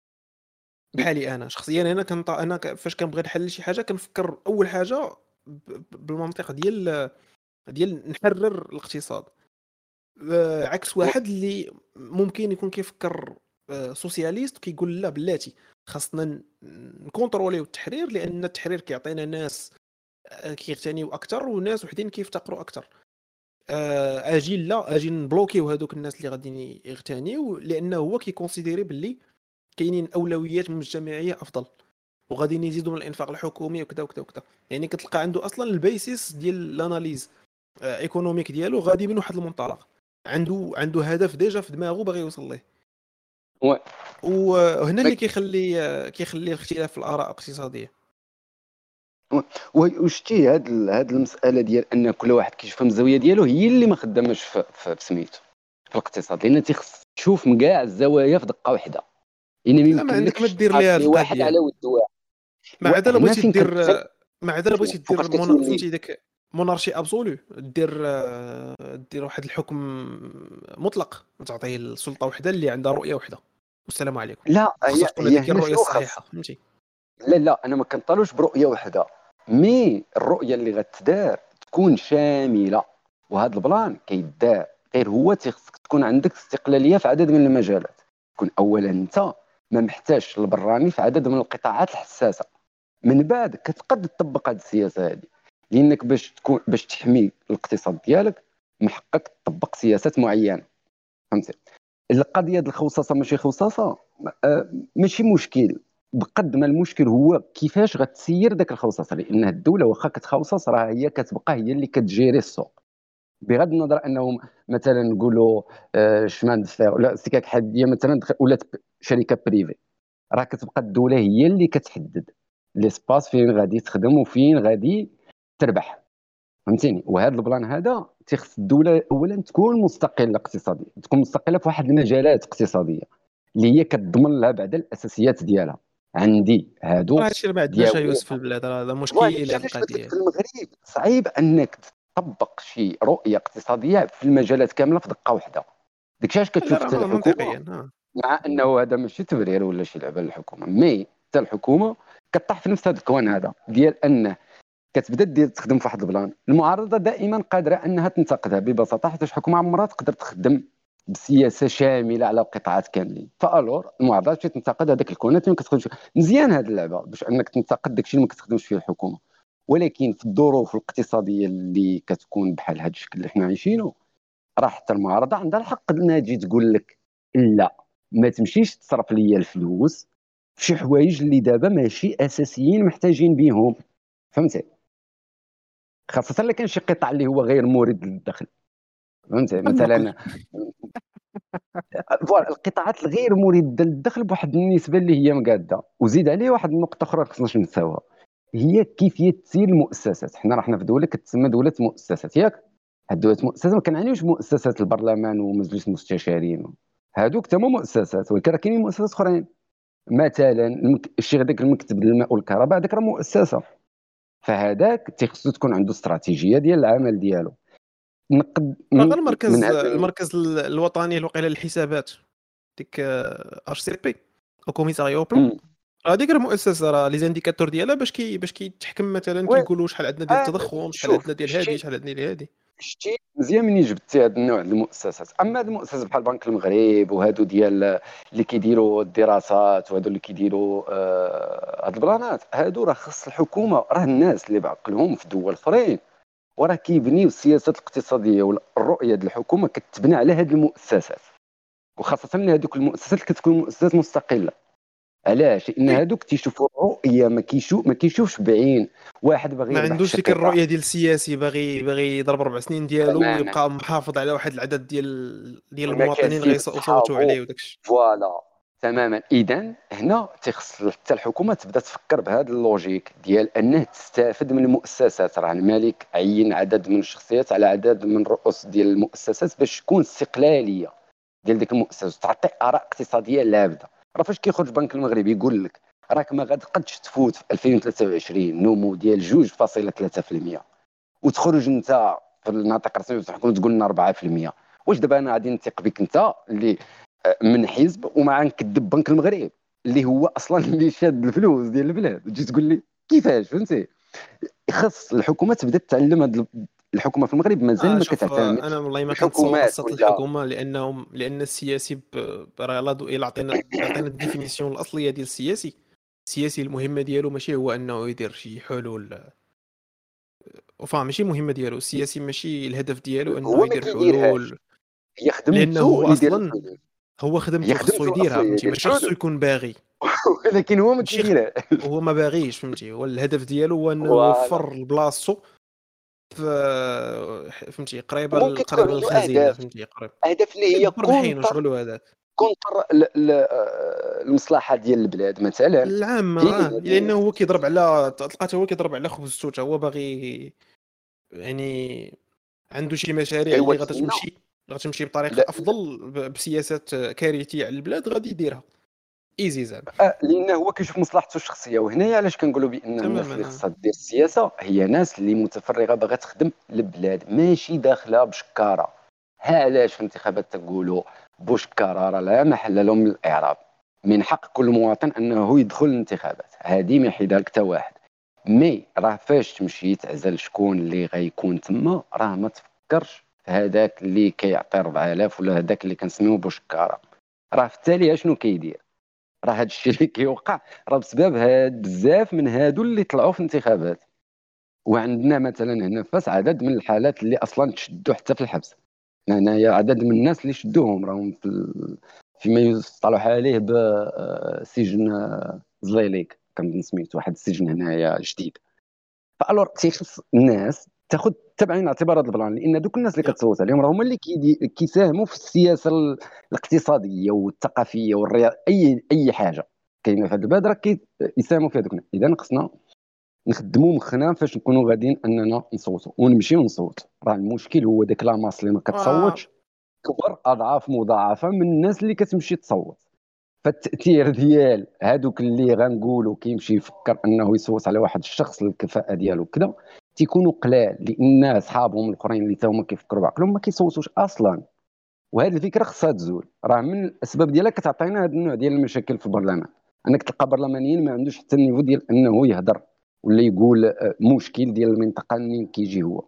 بحالي انا شخصيا، انا كنط... انا ك- فاش كنبغي نحل شي حاجه كنفكر اول حاجه ب- ب- بالمنطق ديال ديال نحرر الاقتصاد. آه، عكس واحد اللي ممكن يكون كيفكر آه، سوسياليست وكيقول لا بلاتي خاصنا ن- نكونتروليو التحرير، لان التحرير كيعطينا ناس آه، كيغتنيو اكثر وناس وحدين كيفتقروا اكثر. آه، اجي لا اجي نبلوكيو هذوك الناس اللي غادي يغتنيو، لانه هو كيكونسيديري باللي كاينين اولويات مجتمعيه افضل، وغادي يزيدوا من الانفاق الحكومي وكذا وكذا وكذا. يعني كتلقى عنده اصلا البيسيس ديال الاناليز آه، ايكونوميك ديالو غادي من واحد المنطلق، عنده عنده هدف ديجا في دماغه باغي يوصل ليه. وي. وهنا اللي كيخلي آه، كيخلي الاختلاف في الاراء الاقتصاديه. وي- وشتي هاد ال- هاد المساله ديال ان كل واحد كيشوف من الزاويه ديالو هي اللي ما خداماش في, في, في سميتو في الاقتصاد، لان تيخص تشوف من كاع الزوايا في دقه واحده، لان ما لا ما عندك ما يمكنلكش دير تقاس ليها هاد لي واحد على القضيه. ود واحد. ما عدا الا وهنا بغيتي فين دير كتدخل آه، ما عدا الا بغيتي فوقاش دير مون... كتولي. فهمتي داك مونارشي ابسولو، دير آه، دير واحد الحكم مطلق، تعطيه السلطه وحده اللي عندها رؤيه وحده والسلام عليكم. لا خصها هي تكون هي هذيك هي هنا الرؤيه شنو خاص. الصحيحه، فهمتي؟ لا لا انا ما كنطالوش برؤيه واحده، مي الرؤيه اللي غتدار تكون شامله، وهذا البلان كيدار، غير هو تيخصك تكون عندك استقلاليه في عدد من المجالات. تكون اولا انت ما محتاجش البراني في عدد من القطاعات الحساسه، من بعد كتقد تطبق هذه السياسه هذه، لانك باش تكون باش تحمي الاقتصاد ديالك محقق تطبق سياسات معينه. فهمتي؟ القضيه ديال الخصاصه ماشي خصاصه آه، ماشي مشكل، بقد ما المشكل هو كيفاش غتسير داك الخصاصه، لان الدوله واخا كتخصص راه هي كتبقى هي اللي كتجيري السوق، بغض النظر انهم مثلا نقولوا آه، شمان دفاع ولا استكاك حاديه مثلا دخل- ولات ب- شركه بريفي، راه كتبقى الدوله هي اللي كتحدد ليسباس فين غادي تخدم وفين غادي تربح. فهمتيني؟ وهذا البلان هذا تيخص الدوله اولا تكون مستقله اقتصاديا، تكون مستقله في واحد المجالات اقتصاديه، اللي هي كتضمن لها بعد الاساسيات ديالها. عندي هادو راه هادشي ما عندناش ديال يوسف في البلاد، راه هذا مشكل فوالا. هاد علاش قلت لك القضيه. في المغرب صعيب انك تطبق شي رؤيه اقتصاديه في المجالات كامله في دقه واحده. داكشي علاش لا كتشوف حتى راه الحكومه، منطقيا اه. مع انه هذا ماشي تبرير ولا شي لعبه للحكومه، مي حتى الحكومه كطيح في نفس هذا الكوان هذا ديال انه كتبدا دير تخدم في واحد البلان. المعارضه دائما قادره انها تنتقدها ببساطه، حيت الحكومه عمرها تقدر تخدم بسياسه شامله على القطاعات كاملين. فالور المعارضه تمشي تنتقد هذاك الكونات ما كتخدمش مزيان. هذه اللعبه باش انك تنتقد داكشي اللي ما كتخدمش فيه الحكومه، ولكن في الظروف الاقتصاديه اللي كتكون بحال هذا الشكل اللي حنا عايشينه، راه حتى المعارضه عندها الحق انها تجي تقول لك لا، ما تمشيش تصرف ليا الفلوس في شي حوايج اللي دابا ماشي اساسيين محتاجين بيهم. فهمتي؟ خاصه الا كان شي قطاع اللي هو غير مريد للدخل. فهمتي؟ النقل. مثلا فوالا القطاعات الغير مريده للدخل بواحد النسبه اللي هي مقاده. وزيد عليه واحد النقطه اخرى خصناش ننساوها، هي كيفيه تسيير المؤسسات. حنا راه حنا في دوله كتسمى دوله مؤسسات، ياك؟ هاد دوله المؤسسات ما كنعنيوش مؤسسات البرلمان ومجلس المستشارين، هادوك تما مؤسسات، ولكن راه كاينين مؤسسات اخرين. مثلا المك... الشيخ داك المكتب الماء والكهرباء، هذاك راه مؤسسه، فهذاك تيخصو تكون عنده استراتيجيه ديال العمل ديالو. نقد راه من غير من المركز هذا المركز الوطني الوقيله للحسابات، ديك ار سي بي او كوميساريو بلان، م- راه ديك المؤسسه راه لي زانديكاتور ديالها باش كي باش كيتحكم مثلا وي كيقولوا شحال عندنا ديال آه التضخم، شحال شوف عندنا ديال هادي، شتي شحال عندنا ديال هادي. شتي مزيان منين جبتي هذا النوع ديال المؤسسات. اما هذه المؤسسات بحال بنك المغرب وهادو ديال اللي كيديروا الدراسات وهادو اللي كيديروا آه هاد البلانات، هادو راه خص الحكومه، راه الناس اللي بعقلهم في دول اخرين وراه كيبنيو السياسات الاقتصاديه والرؤيه ديال الحكومه كتبنى على هذه المؤسسات، وخاصه ان هذوك المؤسسات كتكون مؤسسات مستقله. علاش؟ لان وي هذوك تيشوفوا الرؤيه، ما كيشوف ما كيشوفش بعين. واحد باغي ما يربح في عندوش شي ديك قطاع الرؤيه ديال السياسي، باغي باغي يضرب ربع سنين ديالو تماما ويبقى محافظ على واحد العدد ديال ديال المواطنين والمكاسب غيصوتوا صحابو. عليه وداكشي. فوالا تماما. اذا هنا تيخص حتى الحكومه تبدا تفكر بهذا اللوجيك ديال انه تستافد من المؤسسات. راه الملك عين عدد من الشخصيات على عدد من الرؤوس ديال المؤسسات باش تكون استقلاليه ديال ديك المؤسسه، تعطي اراء اقتصاديه لابده. راه فاش كيخرج البنك المغربي يقول لك راك ما غاتقدش تفوت في ألفين وثلاثة وعشرين نمو ديال جوج فاصلة ثلاثة بالمئة، وتخرج انت في الناطق الرسمي تحكم تقول لنا أربعة بالمئة، واش دابا انا غادي نثق بك انت اللي من حزب ومع نكذب بنك المغرب اللي هو اصلا اللي شاد الفلوس ديال البلاد، تجي تقول لي كيفاش؟ فهمتي؟ خص الحكومه تبدا تعلم هاد الحكومه في المغرب مازال اه ما شوف، آه، كتعتمدش انا والله ما كنتصور الحكومات خاصة ولا الحكومه، لانهم لان السياسي ب... راه يلا دو- يلا عطينا عطينا الديفينيسيون الاصليه ديال السياسي. السياسي المهمه ديالو ماشي هو انه يدير شي حلول، وفا ماشي المهمه ديالو السياسي، ماشي الهدف ديالو هو انه ما يدير كيديرهاش. حلول، هي لانه خدمته هو اللي يدير اصلا الحلول، هو هي خدمته خصو خدمته يديرها، الاصليه فهمتي؟ يدير ماشي خصو الحلول يكون باغي، ولكن هو ما ماشي خ... كيديرها. هو ما باغيش، فهمتي؟ هو الهدف ديالو هو انه فوالا. يوفر بلاصتو في، فهمتي؟ قريبه وممكن تكون قريبه عنده للخزينه، اهداف، فهمتي؟ قريب اهداف اللي هي يدبر بحين كونتر وشغلو هذاك كونتر ال- ال- آه، المصلحه ديال البلاد. مثلا العامة. اه كاين لانه هو كيضرب على تلقاته هو كيضرب على خبزته، تا هو باغي يعني عنده شي مشاريع ايوا اللي تسنى. غتمشي غتمشي بطريقه لا افضل ب- بسياسات كارثيه على البلاد، غادي يديرها ايزي زعما. آه، لانه هو كيشوف مصلحته الشخصيه. وهنايا علاش كنقولوا بان الناس تماما اللي آه. خصها دير السياسه هي ناس اللي متفرغه باغا تخدم البلاد، ماشي داخله بشكاره. ها علاش في الانتخابات تقولوا بوشكاره راه لا محل لهم من الاعراب. من حق كل مواطن انه يدخل الانتخابات، هذه ما يحيدها لك حتى واحد. مي راه فاش تمشي تعزل شكون اللي غيكون تما، راه ما تفكرش في هذاك اللي كيعطي أربعة آلاف ولا هذاك اللي كنسميوه بوشكاره. راه في التالي شنو كيدير؟ راه هذا الشيء اللي كيوقع راه بسبب هاد بزاف من هادو اللي طلعوا في الانتخابات. وعندنا مثلا هنا في فاس عدد من الحالات اللي اصلا تشدوا حتى في الحبس. هنايا عدد من الناس اللي شدوهم راهم في ال... فيما يصطلح عليه بسجن زليليك، كان سميت واحد السجن هنايا جديد. فالور تيخص الناس تاخذ تبعين الاعتبار هذا البلان، لان دوك الناس اللي يا. كتصوت عليهم راه هما اللي كيدي... كيساهموا في السياسه ال- الاقتصاديه والثقافيه والرياضيه، اي اي حاجه كاينه في هذا البلد راه كيساهموا فيها دوك الناس. اذا خصنا نخدموا مخنا فاش نكونوا غاديين اننا نصوتوا ونمشيو نصوت. راه المشكل هو داك لاماس اللي ما آه. كتصوتش كبر اضعاف مضاعفه من الناس اللي كتمشي تصوت. فالتاثير ديال هادوك اللي غنقولوا كيمشي يفكر انه يصوت على واحد الشخص الكفاءه ديالو كذا تيكونوا قلال، لان صحابهم الاخرين اللي تاهما كيفكروا بعقلهم ما كيصوتوش اصلا. وهذه الفكره خصها تزول، راه من الاسباب ديالها كتعطينا هذا النوع ديال المشاكل في البرلمان، انك تلقى برلمانيين ما عندوش حتى النيفو ديال انه يهضر ولا يقول آه، مشكل ديال المنطقه منين كيجي هو.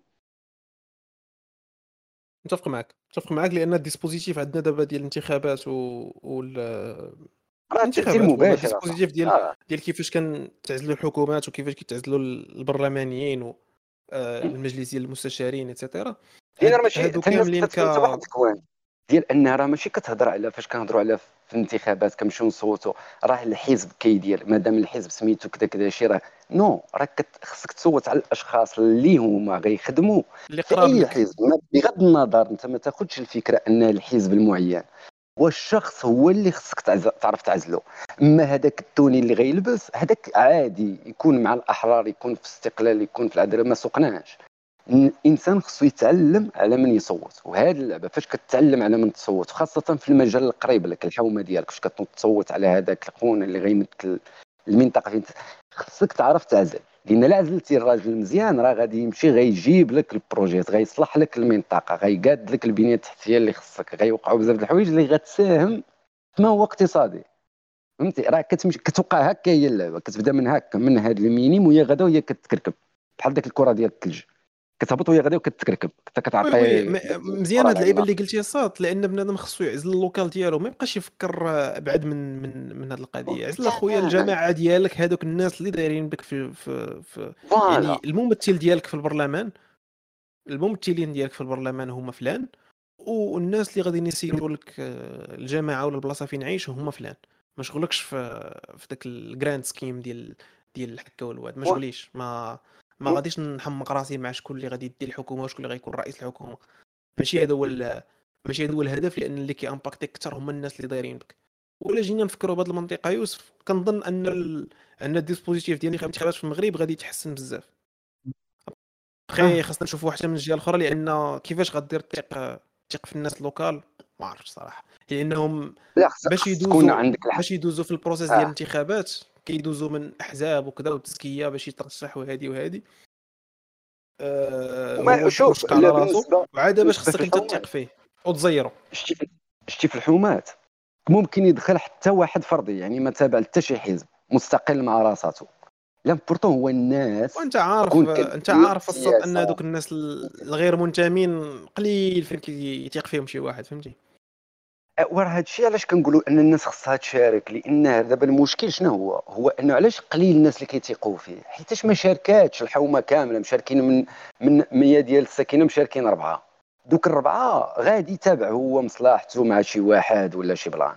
متفق معك متفق معك لان الديسبوزيتيف عندنا دابا ديال الانتخابات و وال راه التاثير الانتخابات ولا مباشر الديسبوزيتيف ديال اه ديال كيفاش كنتعزلوا الحكومات وكيفاش كيتعزلوا البرلمانيين و آه، المجلس ديال المستشارين ايتترا. لان راه هاد ماشي هادو حتى الناس كاملين ك كتفهم حتى واحد الكوان ديال ان راه ماشي كتهضر على فاش كنهضروا على في الانتخابات كنمشيو نصوتوا راه الحزب كيدير مادام الحزب سميتو كذا كذا شي راه نو، راه كت- خصك تصوت على الاشخاص اللي هما غيخدموا اللي في قراب اي لك. حزب. ما- بغض النظر انت ما تاخذش الفكره ان الحزب المعين والشخص هو اللي خصك تعز- تعرف تعزله. اما هذاك التوني اللي غيلبس هذاك عادي يكون مع الاحرار، يكون في استقلال، يكون في العداله، ما سوقناش. الانسان خصو يتعلم على من يصوت، وهذه اللعبه فاش كتعلم على من تصوت، خاصه في المجال القريب لك الحومه ديالك، فاش كتصوت على هذاك الخون اللي غيمثل المنطقه فين خصك تعرف تعزل. لان لا عزلتي الراجل مزيان راه غادي يمشي غيجيب لك البروجيت، غيصلح لك المنطقه، غيقاد لك البنيه التحتيه اللي خصك، غيوقعوا بزاف د الحوايج اللي غتساهم ما هو اقتصادي. فهمتي؟ راه كتمشي كتوقع هكا هي اللعبه، كتبدا من هكا من هذا المينيم وهي غدا وهي كتكركب بحال ديك الكره ديال الثلج، كتهبط وهي غدا وكتكركب حتى وي وي كتعطي م- مزيان هاد اللعيبه اللي قلتي الصاد، لان بنادم خصو يعزل اللوكال ديالو، ما يبقاش يفكر آه، بعد من من من هاد القضيه. عزل اخويا الجماعه ديالك، هادوك الناس اللي دايرين بك في في, في فوالا يعني الممثل ديالك في البرلمان، الممثلين ديالك في البرلمان هما فلان، والناس اللي غادي يسيروا لك آه، الجماعه ولا البلاصه فين عايش هما فلان. ما شغلكش في في داك الجراند سكيم ديال ديال الحكه والواد، ما شغليش، ما ما غاديش نحمق راسي مع شكون اللي غادي يدي الحكومه وشكون اللي غيكون رئيس الحكومه. ماشي هذا هو ال- ماشي هذا هو الهدف، لان اللي كي امباكتي اكثر هما الناس اللي دايرين بك. ولا جينا نفكروا بهذه المنطقه يوسف، كنظن ان ال... ان الديسبوزيتيف ديال الانتخابات في المغرب غادي يتحسن بزاف. بخي آه. خاصنا نشوفوا واحده من الجهه الاخرى، لان كيفاش غدير تثق تثق في الناس اللوكال ما عرفتش صراحه، لانهم لا خص باش خص تكون يدوزوا عندك الحق. باش يدوزوا في البروسيس ديال اه الانتخابات كيدوزوا من احزاب وكذا وتزكيه باش يترشح وهذه وهذه. آه وما هو تكون شوف شق على لا راسو، بالنسبه وعاد باش بالنسبه في خصك انت تثق الحومات فيه وتزيرو. شتي في شتي في الحومات ممكن يدخل حتى واحد فردي يعني ما تابع حتى شي حزب مستقل مع راساته، لامبورطون هو الناس وانت عارف تكون كدير انت عارف الصاد ان السياسه. هذوك الناس الغير منتمين قليل فين كيتيق فيهم شي واحد، فهمتي؟ وراه هذا الشيء علاش كنقولوا ان الناس خصها تشارك، لان دابا المشكل شنو هو هو انه علاش قليل الناس اللي كيتيقوا فيه، حيتاش ما شاركاتش الحومه كامله، مشاركين من من مية ديال الساكنه مشاركين اربعه، دوك الربعه غادي يتابع هو مصلحته مع شي واحد ولا شي بلان،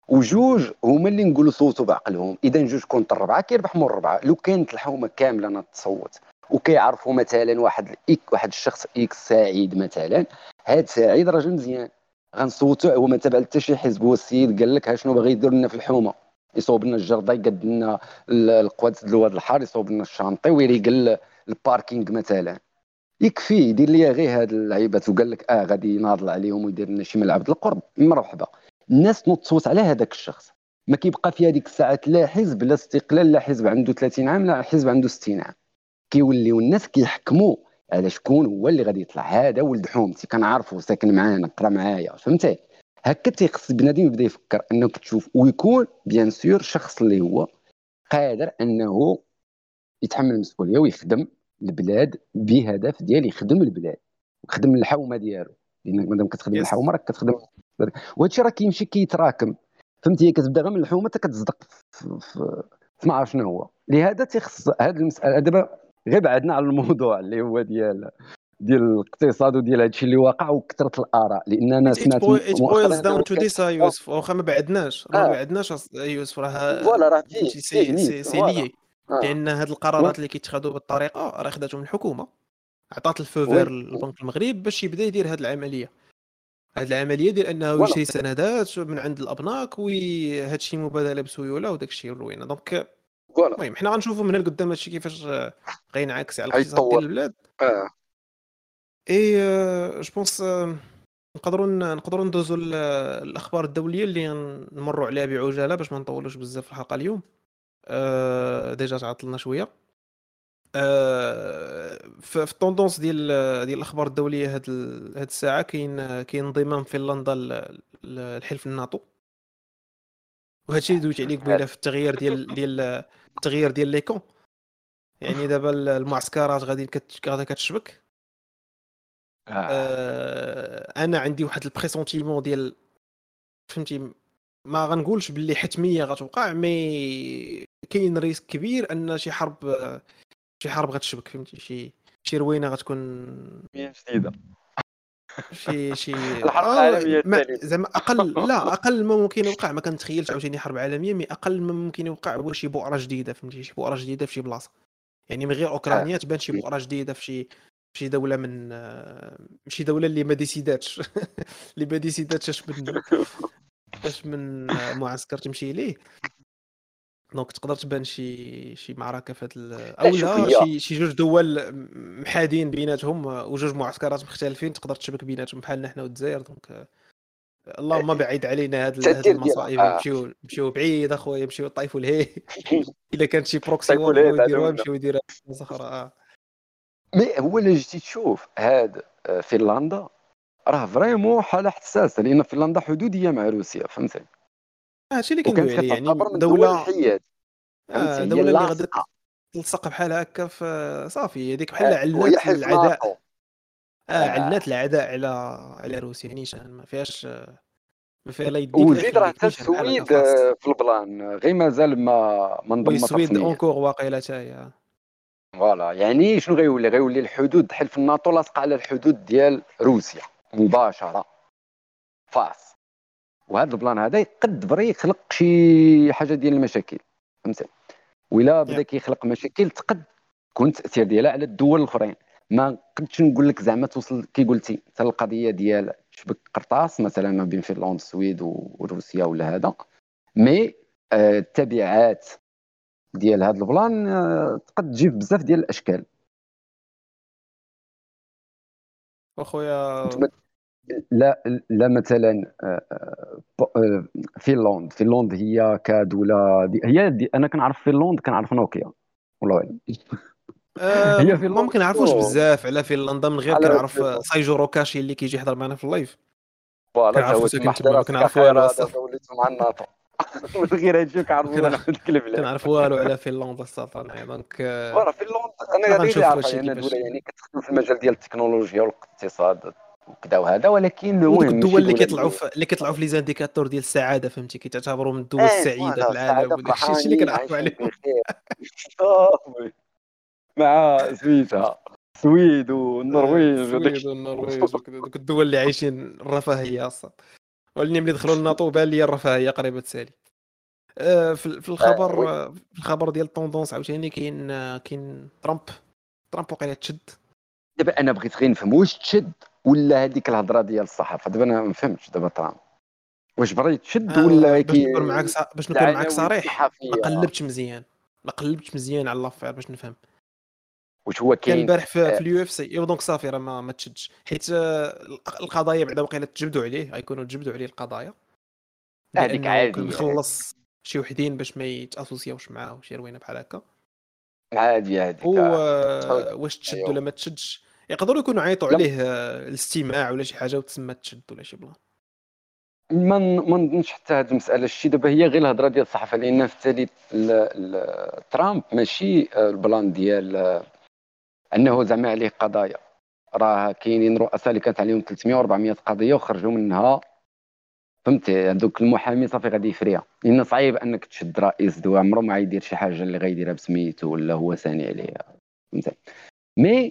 وجوج هما اللي نقولوا صوتوا بعقلهم. اذا جوج كونت الربعه كيربح مور الربعه. لو كانت الحومه كامله انا تصوت وكيعرفوا مثلا واحد الإك واحد الشخص اكس سعيد مثلا، هاد سعيد راجل مزيان غنصوتوا، هو ما تابع حتى شي حزب، هو السيد قال لك ها شنو باغي يدير لنا في الحومه، يصوب لنا الجرده، يقد لنا القوات الواد الحار، يصوب لنا الشانطي ويريقل الباركينغ مثلا، يكفي يدير لي غير هاد اللعيبات، وقال لك اه غادي يناضل عليهم ويدير لنا شي ملعب القرب، مرحبا. الناس تنوض تصوت على هذاك الشخص، ما كيبقى في هذيك الساعات لا حزب لا استقلال، لا حزب عنده ثلاثين عام لا حزب عنده ستين عام، كيوليو الناس كيحكموا على شكون هو اللي غادي يطلع. هذا ولد حومتي كنعرفو ساكن معانا قرا معايا، فهمتي؟ هكا تيخص بنادم يبدا يفكر انه كتشوف، ويكون بيان سور شخص اللي هو قادر انه يتحمل المسؤوليه ويخدم البلاد بهدف ديال يخدم البلاد ويخدم الحومه ديالو، لانك مادام كتخدم يس. الحومه راك كتخدم. وهذا الشيء راه كيمشي كيتراكم، فهمتي؟ هي كتبدا غير من الحومه حتى كتصدق في, في, في ما عرف شنو هو. لهذا تيخص هذه المساله دابا غير بعدنا على الموضوع اللي هو ديال ديال الاقتصاد وديال هذا الشيء اللي واقع وكثره الاراء، لان انا it سمعت it boils مؤخرا down to this يا يوسف. واخا ما بعدناش راه ما اه بعدناش أص- يا يوسف، راه فوالا راه فيه فهمتي فيه سي نيت سي سي فوالا ليي. اه لان هاد القرارات اللي كيتخذوا بالطريقه راه خداتهم الحكومه، عطات الفوفير وي للبنك المغرب باش يبدا يدير هاد العمليه هاد العمليه ديال انه فوالا يشري سندات من عند الابناك، وهاد الشيء مبادله بسيوله وداك الشيء الروينه. دونك فوالا المهم حنا غنشوفوا من هنا لقدام هادشي كيفاش آه، غينعكس على الاقتصاد ديال حيتطور. البلاد. اه اي جو بونس نقدروا نقدروا ندوزوا ال- الاخبار الدوليه اللي نمروا عليها بعجاله باش ما نطولوش بزاف في الحلقه اليوم. أه ديجا تعطلنا شويه. أه في في الطوندونس ديال ديال الاخبار الدوليه هاد ال- هاد الساعه كاين كاين انضمام فنلندا ل- ل- لحلف الناتو، وهادشي اللي دويت عليه قبيله في التغيير ديال ديال التغيير ديال ليكون. يعني دابا المعسكرات غادي كت- غادا كتشبك. آه. أه انا عندي واحد البريسونتيمون ديال، فهمتي، ما غنقولش باللي حتميه غتوقع، مي كاين ريسك كبير ان شي حرب شي حرب غتشبك، فهمتي، شي شي روينه غتكون مية جديده. شي شي الحرب اه العالميه ما- الثالثه. زعما اقل، لا اقل ما ممكن يوقع، ما كنتخيلش عاوتاني حرب عالميه، مي اقل ما ممكن يوقع هو شي بؤره جديده، فهمتي، شي بؤره جديده في شي بلاصه. يعني من غير آه. اوكرانيا تبان شي بؤره جديده في شي في شي دوله من آه، شي دوله اللي ما ديسيداتش اللي ما ديسيداتش اش من اش من آه، معسكر تمشي ليه. دونك تقدر تبان شي شي معركه في هاد ال- او شوف لا هي شي شي جوج دول محادين بيناتهم وجوج معسكرات مختلفين تقدر تشبك بيناتهم بحالنا حنا والجزائر. دونك آه، اللهم بعيد علينا هاد ال- هاد التاثير ديالها المصائب، آه. يمشيو يمشيو بعيد اخويا، يمشيو يطيفوا لهيه. الا كانت شي بروكسي طيب وور وليه بغاو بعد يديروها منا. يمشيو يديروها بلاصه اخرى. اه مي هو اللي جيتي تشوف هاد آه، فنلندا راه فريمون حاله حساسه، لان فنلندا حدوديه مع روسيا، فهمتي، هادشي اللي وكانت كندوي عليه، يعني كتعتبر من دول دوله الحياد، فهمتي، آه هي دوله اللي غادا لاصقه تلصق بحال هكا في صافي، هذيك بحال آه، وهي علات حلف العداء. ناطو. اه آه. علات العداء على على روسيا نيشان، ما فيهاش ما فيها لا يديك لا وزيد راه يخليك، حتى نيشان بحال هكا السويد فاست. آه، في البلان غير مازال ما ما وي انضمت السويد رسميا. اونكور واقيلا حتى هي. فوالا، يعني شنو غيولي غيولي الحدود حلف الناتو لاصقه على الحدود ديال روسيا مباشره فاس. وهذا البلان هذا يقدر يخلق شي حاجه ديال المشاكل، فهمتي، ولا بدا يا كيخلق مشاكل تقد تكون التاثير ديالها على الدول الاخرين. ما قدش نقول لك زعما توصل كي قلتي حتى القضيه ديال شبك قرطاس مثلا ما بين فنلندا والسويد وروسيا ولا هذا، مي آه، التبعات ديال هذا البلان آه، تقد تجي بزاف ديال الاشكال. اخويا. انتم لا لا مثلا آه، آه، ب- آه، فنلند فنلند هي كدوله دي هي دي انا كنعرف فنلند كنعرف نوكيا والله أعلم. آه هي ما فنلند ممكن نعرفوش شنو بزاف على فنلندا من غير على كنعرف فنلند. سايجو روكاشي اللي كيجي يحضر معنا في اللايف. فوالا تا كنعرفو هو تما ساكن تما، ما حدا كنعرف والو السكاخيره الصاط. دابا وليتو مع الناطو. من غير هادشي كنعرفوا كنعرف ناخذ الكلب. كنعرف والو على فنلندا الصاط انايا. دونك آه، فوالا فنلند انا حنا هذه اللي غنشوفوا عارفه، هادشي يعني كيفاش. دوله يعني كتخدم في المجال ديال التكنولوجيا والاقتصاد وكذا وهذا، ولكن ودوك المهم الدول ماشي اللي دوله كيطلعوا اللي في اللي كيطلعوا في لي زانديكاتور ديال السعاده، فهمتي، كيتعتبروا من الدول اه السعيده فوالا في السعاده العالم، وداك الشيء الشيء اللي فرحانين كنعرفوا عايشين عليه. بخير. صافي مع سميتها السويد آه، والنرويج وداك السويد والنرويج وكذا، دوك الدول اللي عايشين الرفاهيه اصلا. ولكن ملي دخلوا الناتو بان لي الرفاهيه قريبه تسالي. آه، في في آه الخبر وي. آه، في الخبر ديال الطوندونس عاوتاني كاين آه، كاين ترامب ترامب وقيله تشد. دابا انا بغيت غير نفهم واش تشد ولا هذيك الهضره ديال الصحافه. دابا انا ما فهمتش دابا ترامب واش بغا يتشد آه، ولا باش كي نكون معاك صا... باش نكون معاك العناوين صريح، ما الصحفيه. قلبتش مزيان ما قلبتش مزيان على لافير باش نفهم. واش هو كان كاين البارح في, آه، في اليو اف سي، ايوا دونك صافي راه ما, ما تشدش، حيت آه، القضايا بعدا وقيله تجبدوا عليه، غيكونوا تجبدوا عليه القضايا هذيك بانه كان عاديه مخلص شي وحدين باش ما يتاسوسياوش معاه وشي روينه بحال هكا. عاديه هذيك هو آه. آه، واش تشد ولا ايوا ما تشدش، يقدروا يكونوا عيطوا لا عليه آه، الاستماع ولا شي حاجه وتسمى تشد ولا شي بلان. ما ن- ما نظنش حتى هذه المساله شي دابا هي غير الهضره ديال الصحافه، لان في التالي ال- ال- ترامب ماشي آه، البلان ديال آه، انه زعما عليه قضايا. راه كاينين رؤساء اللي كانت عليهم ثلاثمية وأربعمية قضيه وخرجوا منها، فهمتي، هذوك المحامي صافي غادي يفريها، لان صعيب انك تشد رئيس دو عمره ما غيدير شي حاجه اللي غيديرها بسميتو ولا هو ثاني عليها، فهمتي. مي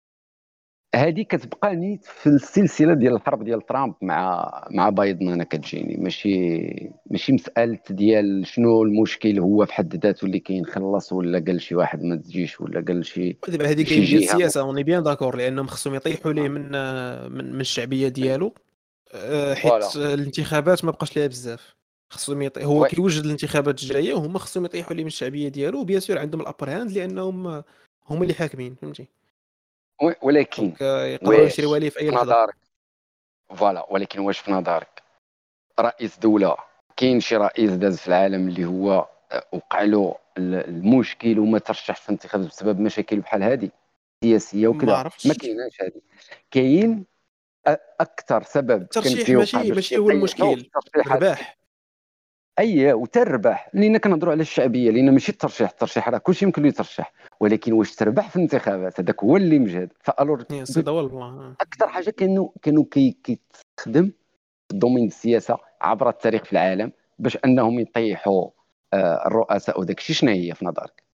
هذه كتبقى نيت في السلسله ديال الحرب ديال ترامب مع مع بايدن. انا كتجيني ماشي ماشي مساله ديال شنو المشكل هو في حد ذاته اللي كينخلص ولا قال شي واحد ما تجيش ولا قال شي دابا هذه شي كاين ديال جهه. السياسه، اوني بيان داكور، لانهم خصهم يطيحوا ليه من آه، من, من الشعبيه ديالو. آه، حيت فوالا الانتخابات ما بقاش ليها بزاف. خصهم يطي... هو وي كيوجد الانتخابات الجايه وهما خصهم يطيحوا ليه من الشعبيه ديالو، وبيان سور عندهم الابر هاند لانهم آه، هما اللي حاكمين، فهمتي. وي ولكن دونك آه، يقدروا يشريوها واش ليه في اي في لحظه. نظرك فوالا. ولكن واش في نظرك رئيس دوله، كاين شي رئيس داز في العالم اللي هو وقع له المشكل وما ترشحش في الانتخابات بسبب مشاكل بحال هذه سياسيه ما وكذا؟ ما عرفتش. كايناش هذه. كاين اكثر سبب كان الترشيح كيوقع ماشي باش ماشي هو يطيحوا المشكل، الترشيحات. رباح. اي وتربح، لان كنهضروا على الشعبيه، لان ماشي الترشيح. الترشيح راه كلشي يمكن له يترشح، ولكن واش تربح في الانتخابات هذاك هو اللي مجهد. فالور يا سيدي هو البلان. اكثر حاجه كانوا كانوا كي كيتخدم في الدومين السياسه عبر التاريخ في العالم باش انهم يطيحوا آه، الرؤساء وداك الشيء. شنو هي في نظرك؟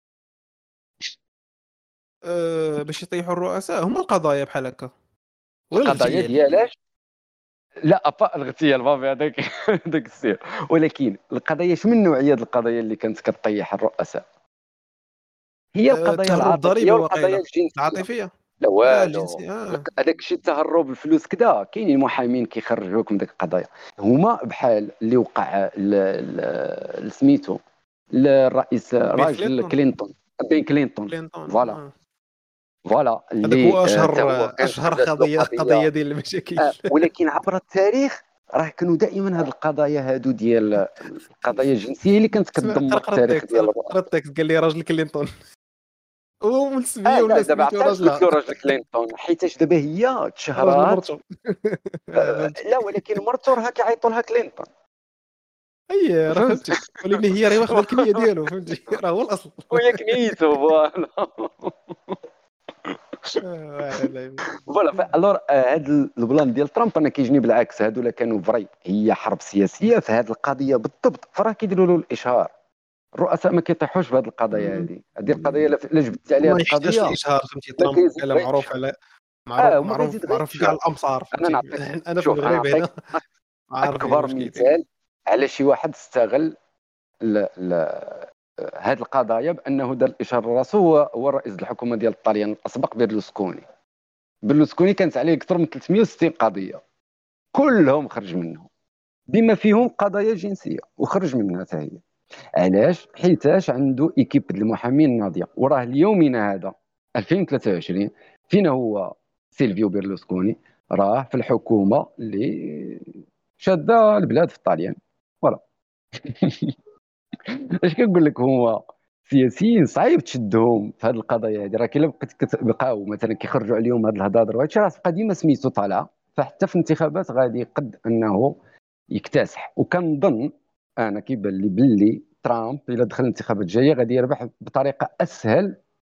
أه باش يطيحوا الرؤساء هما القضايا بحال هكا ولا القضايا الاغتيال. ديالاش؟ لا ابا الاغتيال بابي هذاك هذاك السير. ولكن القضايا شنو من نوعيه القضايا اللي كانت كطيح الرؤساء؟ هي أه القضايا التهرب العاطفيه الضريبي والقضايا واقيلا الجنسيه. العاطفيه. لا اه والو. الجنسيه اه. هذاك الشيء التهرب الفلوس كذا، كاينين محامين كيخرجوك من ديك القضايا. هما بحال اللي وقع ل- ل- سميتو الرئيس بيل راجل كلينتون. كلينتون، بين كلينتون. كلينتون فوالا آه. فوالا هذاك اللي هو آه، اشهر حتى هو كانت اشهر حدث له قضيه قضيه. قضيه ديال المشاكل. آه، ولكن عبر التاريخ راه كانوا دائما هاد القضايا هادو ديال القضايا الجنسيه اللي كانت اسمع كتدمر قرا التاريخ التكست، ديال قرا الرؤساء. التكست قال لي راجل كلينتون هو من اه سميه لا ولا دابا سميتو علاش قلت راجلها. له راجل كلينتون؟ حيتاش دابا هي راجل تشهرات. مرته. آه، فهمتي. لا ولكن مرته راه كيعيطوا لها كلينتون. اي راه فهمت. فهمتي، ولكن هي راه واخده الكنيه ديالو فهمتي. راه هو الاصل. وهي كنيته فوالا. آه، لا. فوالا فالور هاد البلان ديال ترامب انا كيجيني بالعكس. هادو لا كانوا فري هي حرب سياسيه في هاد القضيه بالضبط، فراه كيديروا له الاشهار. الرؤساء ما كيطيحوش في هاد القضايا هذه. هذه القضيه الا جبت عليها ما هاد يحتاجش القضيه الاشهار فهمتي. ما ترامب كيزيد قال غير معروف يتشهر. على اه معروف وما معروف كيزيد غير معروف في كاع يتشهر. الامصار انا فهمتي. نعطيك، انا في شوف انا المغرب نعطيك هنا عارفين اكبر واش كيدير. مثال على شي واحد استغل ل... ل... هاد القضايا بانه دار الاشهار راسو. هو هو رئيس الحكومه ديال الطليان الاسبق بيرلوسكوني. بيرلوسكوني كانت عليه اكثر من ثلاثمية وستين قضيه، كلهم خرج منهم بما فيهم قضايا جنسيه، وخرج منها حتى هي. علاش؟ حيتاش عنده ايكيب د المحامين ناضيه. وراه اليومنا هذا ألفين وثلاثة وعشرين فين هو سيلفيو بيرلوسكوني؟ راه في الحكومه اللي شاده البلاد في الطليان. فوالا. اش كنقول لك، هو سياسيين صعيب تشدهم في هذه القضايا هذه. راه كي بقيت كتبقاو مثلا كيخرجوا عليهم هذه الهضاضر وهادشي، راه تبقى ديما سميتو طالعه. فحتى في الانتخابات غادي قد انه يكتسح. وكنظن انا كيبان لي باللي ترامب الا دخل الانتخابات الجايه غادي يربح بطريقه اسهل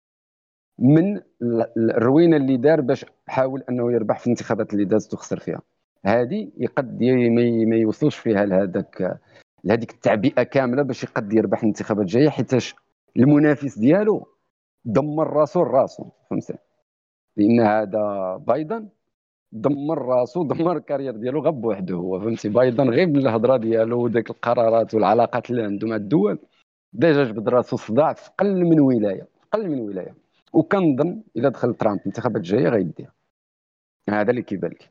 من الروينه اللي دار باش حاول انه يربح في الانتخابات اللي دازت وخسر فيها. هذه يقد ما يوصلش فيها لهذاك لهذيك التعبئه كامله باش يقد يربح الانتخابات الجايه، حيتاش المنافس ديالو دمر راسو راسو. فهمتي؟ لان هذا بايدن دمر راسو، دمر الكارير ديالو غير بوحده هو. فهمتي؟ بايدن غير بالهضره ديالو وداك القرارات والعلاقات اللي عنده مع الدول ديجا جبد راسو صداع في قل من ولايه، في قل من ولايه. وكنظن الا دخل ترامب الانتخابات الجايه غيديها. هذا اللي كيبان لي.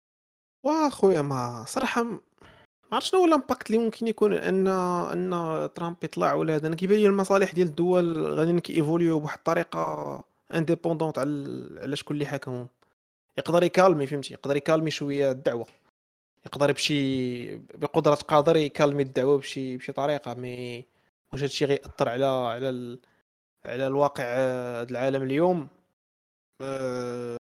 واخويا ما صراحه ما عرفت شنو هو الامباكت اللي ممكن يكون ان ان ترامب يطلع ولا هذا. انا كيبان لي المصالح ديال الدول غادي كيفوليو بواحد الطريقه انديبوندونت على على شكون اللي حاكمهم. يقدر يكالمي فهمتي، يقدر يكالمي شويه الدعوه، يقدر بشي بقدره قادر يكالمي الدعوه بشي بشي طريقه. مي واش هادشي غيأثر على على ال... على الواقع آه، د العالم اليوم؟ أه...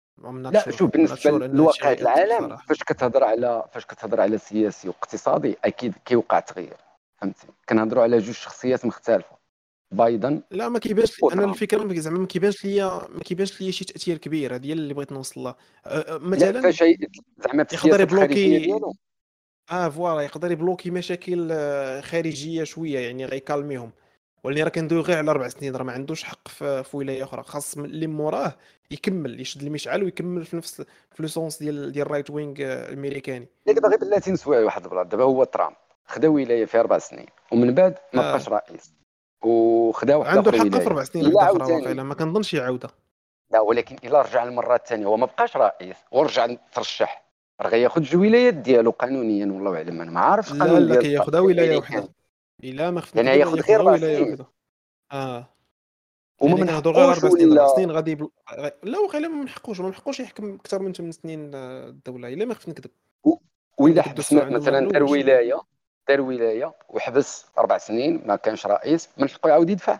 لا شوف، بالنسبه ان هادشي لواقع غيأثر العالم، صراحه. فاش كتهضر على فاش كتهضر على سياسي واقتصادي اكيد كيوقع تغيير. فهمتي؟ كنهضروا على جوج شخصيات مختلفه، بايدن لا ما كيبانش لي انا وترامب. الفكره، ما زعما ما كيبانش ليا ما كيبانش ليا شي تاثير كبير. هذه هي اللي بغيت نوصل لها. أه، أه، لا مثلا فاش هي- زعما في يقدر السياسه الخارجيه يبلوكي. ديالو. اه فوالا يقدر يبلوكي مشاكل آه، خارجيه شويه يعني غيكالميهم. ولكن راه كندوي غير على اربع سنين، راه ما عندوش حق في, في ولايه اخرى. خاص من- اللي موراه يكمل يشد المشعل ويكمل في نفس في لو سونس ديال ديال الرايت وينغ آه، الامريكاني. لا دابا غير بلاتي نسواي واحد البلاد. دابا هو ترامب خدا ولايه في اربع سنين ومن بعد ما آه. بقاش رئيس، وخدا واحد عنده اخر الحق في ولايه. اربع سنين الا واحده اخرى عاوتاني، واقيلا، ما كنظنش يعاودها. لا ولكن الا رجع المره الثانيه هو ما بقاش رئيس ورجع ترشح، راه غياخذ جوج ولايات ديالو قانونيا. والله اعلم، انا ما عارفش لا القانون لا ديال كياخذها ولايه الامريكان. وحده. الا ما خفت يعني نكذب غياخذ غير ياخذها اربع ولايه سنين. وحده. اه وما يعني كنهضروا غير منحقوش اربع سنين اربع ولا سنين غادي يبل... غ- لا وقيلا ما نحقوش ما نحقوش يحكم اكثر من ثمان سنين آه، الدوله الا ما خفت نكذب. و- واذا عندك الدستور حبسنا عندهم ما مثلا دار ملوش. ولايه دار ولايه وحبس اربع سنين ما كانش رئيس، من حقه يعاود يدفع.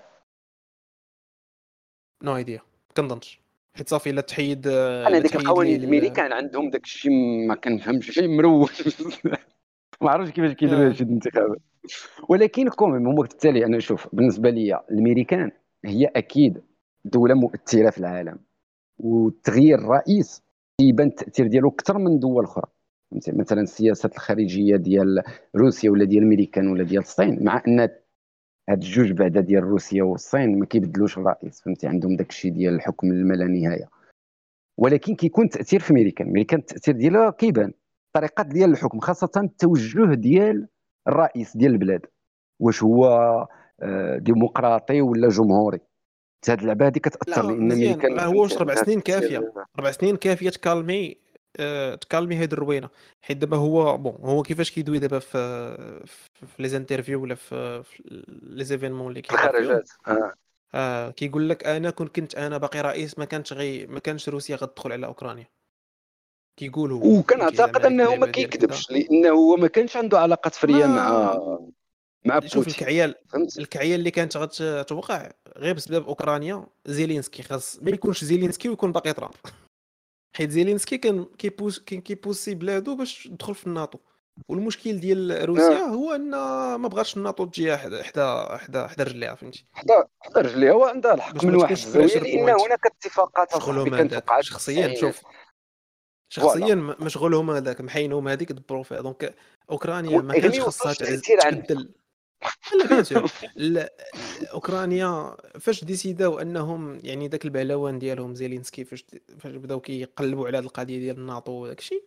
نو ايديا كنظنش، حيت صافي لا تحيد انا لا ديك تحيد ليه القوانين ال... الامريكان عندهم داك الشيء ما كنفهمش شي مروج ما عرفتش كيفاش كيديروا آه. هادشي الانتخابات. ولكن كوميم هما بالتالي انا نشوف بالنسبه لي الامريكان هي اكيد دوله مؤثره في العالم، وتغيير الرئيس يبان التاثير ديالو اكثر من دول اخرى. فهمتي مثلا السياسات الخارجيه ديال روسيا ولا ديال الامريكان ولا ديال الصين، مع ان هاد الجوج بعدا ديال روسيا والصين ما كيبدلوش الرئيس، فهمتي عندهم داك الشيء ديال الحكم الما لا نهايه. ولكن كيكون التاثير في امريكان امريكان التاثير ديالها كيبان الطريقه ديال الحكم، خاصه التوجه ديال الرئيس ديال البلاد، واش هو آه، ديمقراطي ولا جمهوري. هاد اللعبه هادي كتاثر لا لان مزيان، امريكان غير هو واش فهمتي ربع عندها سنين كافيه؟ تاثير. ربع سنين كافيه تكالمي آه، تكالمي هاد الروينه. حيت دابا هو بون هو كيفاش كيدوي دابا في في في لي زانترفيو ولا في في لي زيفينمون اللي كيهضر فيهم. الخرجات اه آه كيقول لك انا كون كنت انا باقي رئيس ما كانش غي ما كانش روسيا غتدخل على اوكرانيا. كيقول هو يمكن زعما وكنعتقد هذيك انه ما اللعبه ديال كذا. كيكذبش لانه هو ما كانش عنده علاقات فريه مع ما مع شوف بوتين، الكعيال فهمتي. الكعيال اللي كانت غتوقع غير بسبب اوكرانيا. زيلينسكي خاص ما يكونش زيلينسكي ويكون باقي ترامب. حيت زيلينسكي كان كيبوس كان كيبوسي بلادو باش تدخل في الناتو. والمشكل ديال روسيا آه. هو ان ما بغاتش الناتو تجي حدا حدا حدا حدا رجليها فهمتي. حدا حدا رجليه هو عندها الحق باش من ما واحد تكونش الزاويه، بريشر لان بوينت. هناك اتفاقات اصاحبي شغلهم كانت هذاك وقعت في شخصيا التسعينات. شوف فوالا شخصيا ما ما شغلهم هذاك محينهم هذيك دبروا فيها. دونك اوكرانيا ما ولكن ما كانش خاصها يوصلش تعز التاثير عنده. تبدل. لا بيان سور. ال- ال- اوكرانيا فاش ديسيداو انهم يعني داك البهلوان ديالهم زيلينسكي فاش فاش بداو كيقلبوا على هذه القضيه ديال الناتو وداك الشيء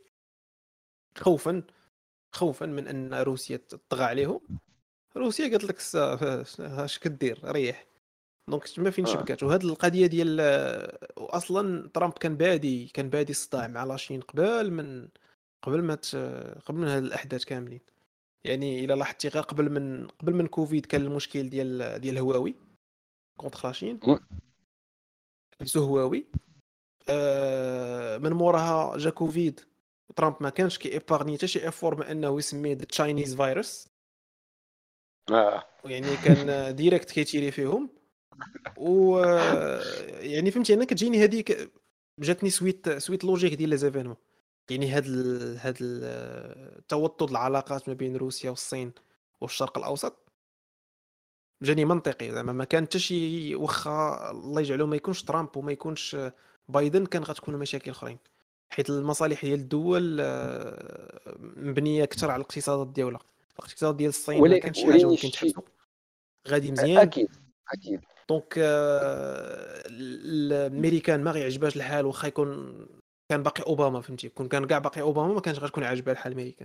خوفا خوفا من ان روسيا تطغى عليهم. روسيا قالت لك السا- اش كدير ريح. دونك تما فين آه. شبكات. وهاد القضيه ديال اصلا ترامب كان بادي كان بادي الصداع مع لاشين قبل من قبل ما ت... قبل من هاد الاحداث كاملين. يعني الا لاحظتي غير قبل من قبل من كوفيد كان المشكل ديال ديال هواوي كونتر لاشين. لبسوا هواوي آه من موراها جا كوفيد. ترامب ما كانش كي ايبارني حتى شي افور ما انه يسميه ذا تشاينيز فيروس. آه. يعني كان ديريكت كيتيري فيهم. و يعني فهمتي انا كتجيني هذيك جاتني سويت سويت لوجيك ديال لي زيفينمون. يعني هاد ال... هاد ال... توتر العلاقات ما بين روسيا والصين والشرق الاوسط جاني منطقي. زعما ما كان حتى شي واخا الله يجعله ما يكونش ترامب وما يكونش بايدن كان غتكون مشاكل اخرين. حيت المصالح ديال الدول آه، مبنيه اكثر على الاقتصادات ديالها. الاقتصاد ديال الصين ما ولي كانش حاجه وليني ممكن الشيء تحبسو غادي مزيان. اكيد اكيد. دونك آه، الامريكان ما غيعجبهاش الحال واخا يكون كان باقي اوباما فهمتي. كون كان كاع باقي اوباما ما كانش غتكون عاجبها الحال الامريكان.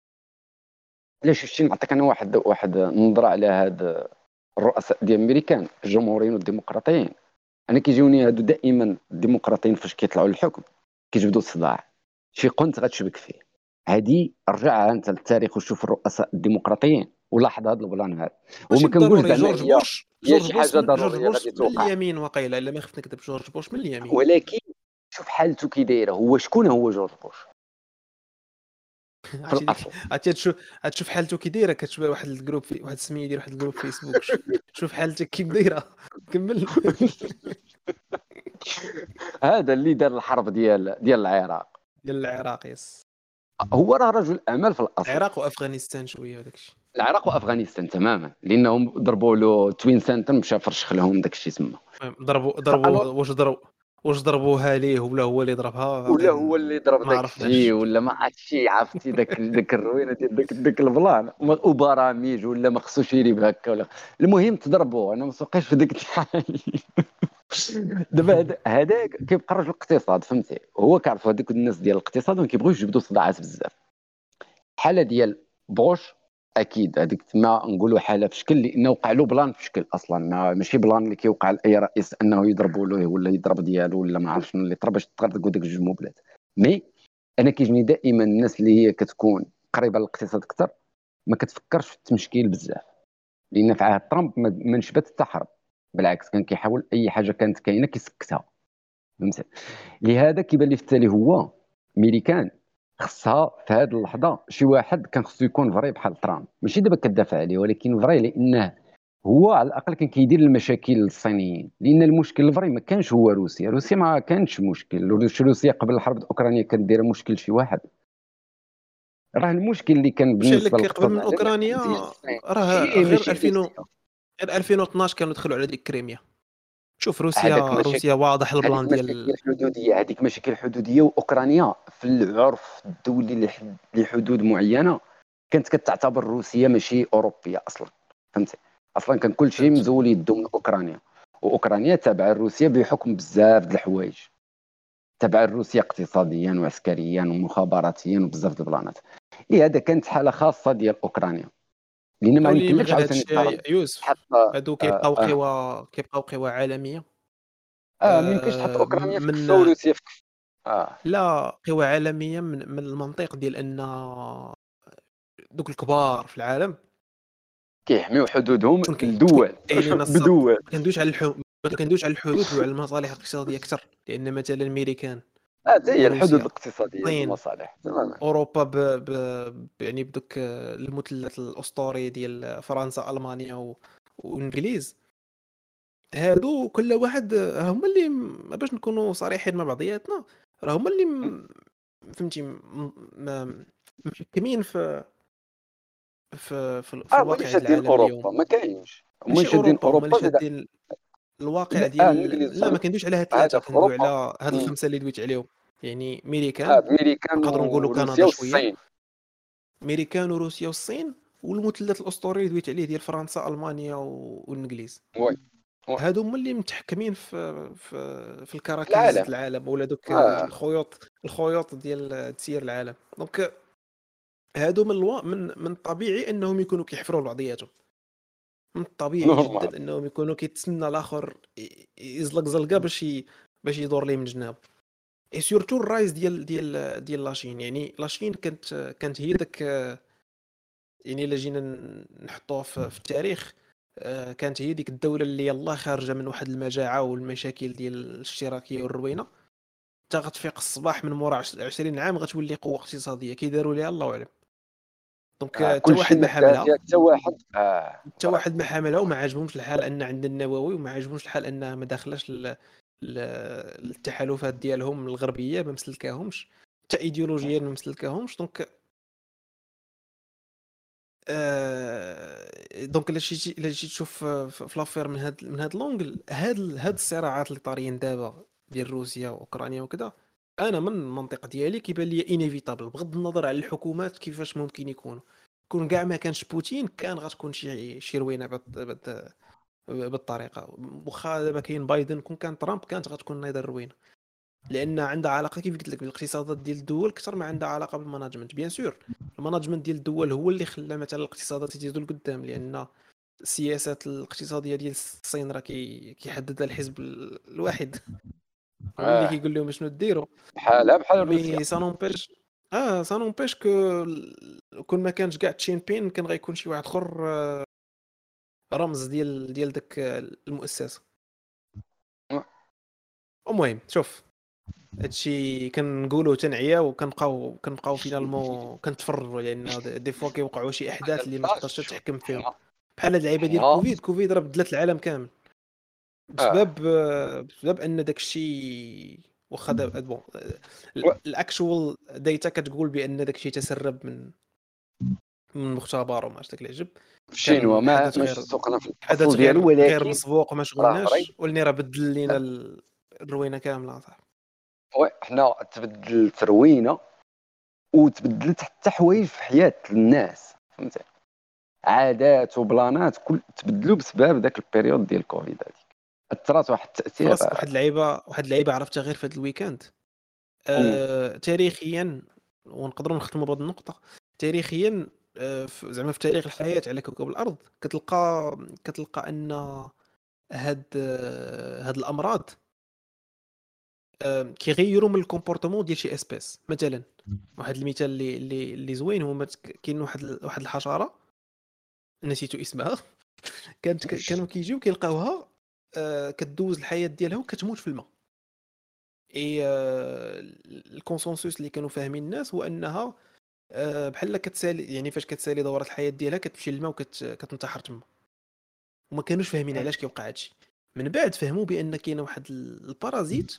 علاش شفتي نعطيك انا واحد واحد نظره على هاد الرؤساء ديال الامريكان الجمهوريين والديمقراطيين. انا كيجيوني هادو دائما الديمقراطيين فاش كيطلعوا للحكم كيجبدوا الصداع، شي قنت غتشبك فيه. هادي رجعها انت للتاريخ وشوف الرؤساء الديمقراطيين ولاحظ هذا البلان هذا. ماشي وما كنقولش بالضروري. زعما جورج هي بوش هي جورج شي بوش حاجه من جورج ضروريه بوش غادي من توقع. اليمين وقيله الا ما خفت نكذب. جورج بوش من اليمين. ولكن شوف حالته كي دايره. هو شكون هو جورج بوش في عرفتي ديك الاصل؟ عرفتي تشوف تشوف حالته كي دايره كتشوف واحد الجروب في واحد السميه ديال واحد الجروب فيسبوك. ش- شوف حالتك كي دايره كمل. هذا اللي دار الحرب ديال ديال العراق. ديال العراق يس. هو راه رجل اعمال في الاصل. العراق وافغانستان شويه وداك الشيء. العراق وافغانستان تماما، لانهم ضربوا له توين سنتر مشى فرشخ لهم داك الشيء تما. المهم ضربوا ضربوا فالور واش ضربوا واش ضربوها ليه ولا هو اللي ضربها باقي ولا هو اللي ضرب ما داك الشيء عرفناش. ولا ما عرفتش. عرفتي داك داك الروينه ديال داك داك البلان وبراميج ولا ما خصوش يريب هكا ولا. المهم تضربوا. انا ما سوقيش في ديك الحال. دابا هذا- هذاك كيبقى رجل الاقتصاد فهمتي. هو كيعرف هذوك الناس ديال الاقتصاد ما كيبغيوش يجبدوا صداعات بزاف. الحاله ديال بوش اكيد هذيك تما نقولوا حاله في شكل، لانه وقع له بلان في شكل اصلا. ما ماشي بلان اللي كيوقع لاي رئيس انه يضربوا له ولا يضرب ديالو ولا ما عرف شنو اللي طرا باش تطردقوا ديك الجوج مبلات. مي انا كيجيني دائما الناس اللي هي كتكون قريبه للاقتصاد اكثر ما كتفكرش في التمشكيل بزاف، لان في عهد ترامب ما ما نشبت حتى حرب. بالعكس كان كيحاول اي حاجه كانت كاينه كيسكتها، فهمت. لهذا كيبان لي في التالي هو ميريكان خصها في هذه اللحظه شي واحد كان خصو يكون فري بحال ترامب، ماشي دابا كدافع عليه ولكن فري لانه هو على الاقل كان كيدير المشاكل الصينيين، لان المشكل الفري ما كانش هو روسيا، روسيا ما كانش مشكل، روسيا قبل الحرب الاوكرانيه كانت دايره مشكل شي واحد. راه المشكل اللي كان مشى بالنسبه لك قبل للاقتصاد من العالمي اوكرانيا، كان ديال الصين، راه ماشي غير ماشي ألفين و- روسيا. غير ألفين واثناش كانوا دخلوا على ديك كريميا. شوف هذاك روسيا روسيا مشاكل، واضح هذيك البلان مشاكل ديال الحدوديه، هذيك مشاكل الحدوديه، واوكرانيا في العرف الدولي لح- لحدود معينه كانت كتعتبر روسيا ماشي اوروبيه اصلا، فهمتي. اصلا كان كل شيء فهمت. مزول يدو من اوكرانيا، واوكرانيا تابعه لروسيا بحكم بزاف د الحوايج، تابعه لروسيا اقتصاديا وعسكريا ومخابراتيا وبزاف د البلانات. لهذا كانت حاله خاصه ديال اوكرانيا، لان ما قولي من يمكنلكش غير هذا عاوتاني الشيء تقارن يا يوسف، حتى. هادو آه كيبقاو آه قوى كيبقاو قوى عالميه. آه ما يمكنش تحط آه، اوكرانيا في من كفه وروسيا في كفه. اه لا، قوى عالميه من, من المنطق ديال ان دوك الكبار في العالم كيحميو حدودهم شكون كاين شكون لدول كاينين الصد. بدول. ما كندويش على الحو... ما كندويش على الحدود وعلى المصالح الاقتصاديه اكثر، لان مثلا الامريكان اه حتى هي الحدود وروسيا الاقتصاديه الصين والمصالح تماما. اوروبا ب... ب... ب- يعني بدوك المثلث الاسطوري ديال فرنسا المانيا و... والانجليز، هادو كل واحد هما اللي م- باش نكونوا صريحين مع بعضياتنا، راه هما اللي م- فهمتي م- م- محكمين في في في, في اه هما اللي الواقع ديال شادين العالم اليوم. اوروبا، ما كاينش هما ماشي شادين اوروبا، هما اللي اوروبا زاد. شادين الواقع لا اه ديال. الانجليز لا، ما فهمت. كندويش على هاد هذا ثلاثه، في كندوي اوروبا. على هاد مم. الخمسه اللي دويت عليهم. يعني اه ميريكان، امريكان نقدروا نقولوا كندا وروسيا شويه، والصين. ميريكان وروسيا والصين، والمثلث الاسطوري اللي دويت عليه ديال فرنسا المانيا و- والانجليز. وي وي هادو هما اللي متحكمين في في في في الكراكيز العالم. ديال العالم، ولا دوك اه الخيوط الخيوط ديال تسيير العالم. دونك هادو من الوا... من من الطبيعي انهم يكونوا كيحفروا لبعضياتهم، من الطبيعي نورمال. جدا انهم يكونوا كيتسنى الاخر ي- يزلق زلقه باش ي... باش يدور ليه من جناب. اي سورتو الرايز ديال ديال ديال لاشين. يعني لاشين كانت كانت هي داك، يعني الا جينا نحطوها في, في التاريخ، آه، كانت هي ديك الدوله اللي يلاه خارجه من واحد المجاعه والمشاكل ديال الاشتراكيه والروينه، حتى غتفيق الصباح من مورا عش- عشرين عام غتولي قوه اقتصاديه كيداروا ليها الله اعلم. دونك آه آه، حتى كل شيء واحد ما ما دار حاملها، فيها حتى واحد. اه حتى واحد ما حاملها وما عاجبهمش الحال ان عندنا النووي، وما عاجبهمش الحال انها ما داخلاش ل- ل- التحالفات ديالهم الغربيه، ما مسلكاهمش حتى ايديولوجيا، ما مسلكاهمش. دونك آه، دونك الا جيتي الا جيتي تشوف في في لافير من هاد من هاد لونجل، هاد ال- هاد الصراعات اللي طاريين دابا ديال روسيا واوكرانيا وكذا، انا من المنطق ديالي كيبان لي انيفيتابل، بغض النظر على الحكومات كيفاش ممكن يكونوا. كون كاع ما كانش بوتين كان غتكون شي شي روينه بهاد بهاد- بالطريقه. واخا دابا كاين بايدن، كون كان ترامب كانت غتكون نايضه الروينه، لان عندها علاقه كيف قلت لك بالاقتصادات ديال الدول اكثر ما عندها علاقه بالماناجمنت. بيان سور الماناجمنت ديال الدول هو اللي خلى مثلا الاقتصادات يزيدوا لقدام، لان السياسات الاقتصاديه ديال الصين راه كي كيحددها الحزب ال- الواحد، هو اللي اه كيقول لهم شنو ديروا. بحالها بحال روسيا. مي سا نونبيش اه سا نونبيش كو كون ما كانش كاع تشين بين كان غيكون شي واحد اخر آه، رمز ديال ديال داك المؤسسه. المهم شوف، هادشي كنقولوا تنعيا وكنبقاو كنبقاو فينالمون كنتفرجوا، لان دي فوا كيوقعوا شي احداث اللي ما تقدرش شوف تحكم فيهم، حنا بحال هاد اللعيبه ديال حنا كوفيد. كوفيد راه بدلت العالم كامل اه بسبب بسبب ان داك الشيء واخا دابا بون و- الاكشوال داتا كتقول بان داك الشيء تسرب من من مختبر وما عرفت داك العجب. في الشينوا كان ما حدث ماشي غير سوقنا في حدث الاصل ديالو، غير غير ولكن مسبوق وما راه فري. شغلناش، ولني راه بدل لينا ال- الروينه كامله صاحبي. وي حنا تبدلت روينه وتبدلت حتى حوايج في حياه الناس، فهمتي، عادات وبلانات كل تبدلوا بسبب ذاك البيريود ديال كوفيد هذيك، اثرت واحد التاثير. خلاص، واحد اللعيبه واحد اللعيبه عرفتها غير في هذا الويكاند. مم. آه، تاريخيا، ونقدروا نختموا بهذه النقطه. تاريخيا آه، في- زعما في تاريخ الحياه على كوكب الارض كتلقى كتلقى ان هاد آه، هاد الامراض آه، كيغيروا من الكومبورتمون ديال شي اسبيس. مثلا واحد المثال اللي اللي اللي زوين هو مت- كاين واحد ال- واحد الحشره نسيتو اسمها كانت ك- كانوا كيجيو كيلقاوها آه، كدوز الحياه ديالها وكتموت في الماء. اي آه، الكونسنسوس اللي كانوا فاهمين الناس هو انها آه، بحال كتسالي، يعني فاش كتسالي دوره الحياه ديالها كتمشي للماء وكتنتحر تما. وما كانوش فاهمين علاش كيوقع هادشي. من بعد فهموا بان كاينه واحد البارازيت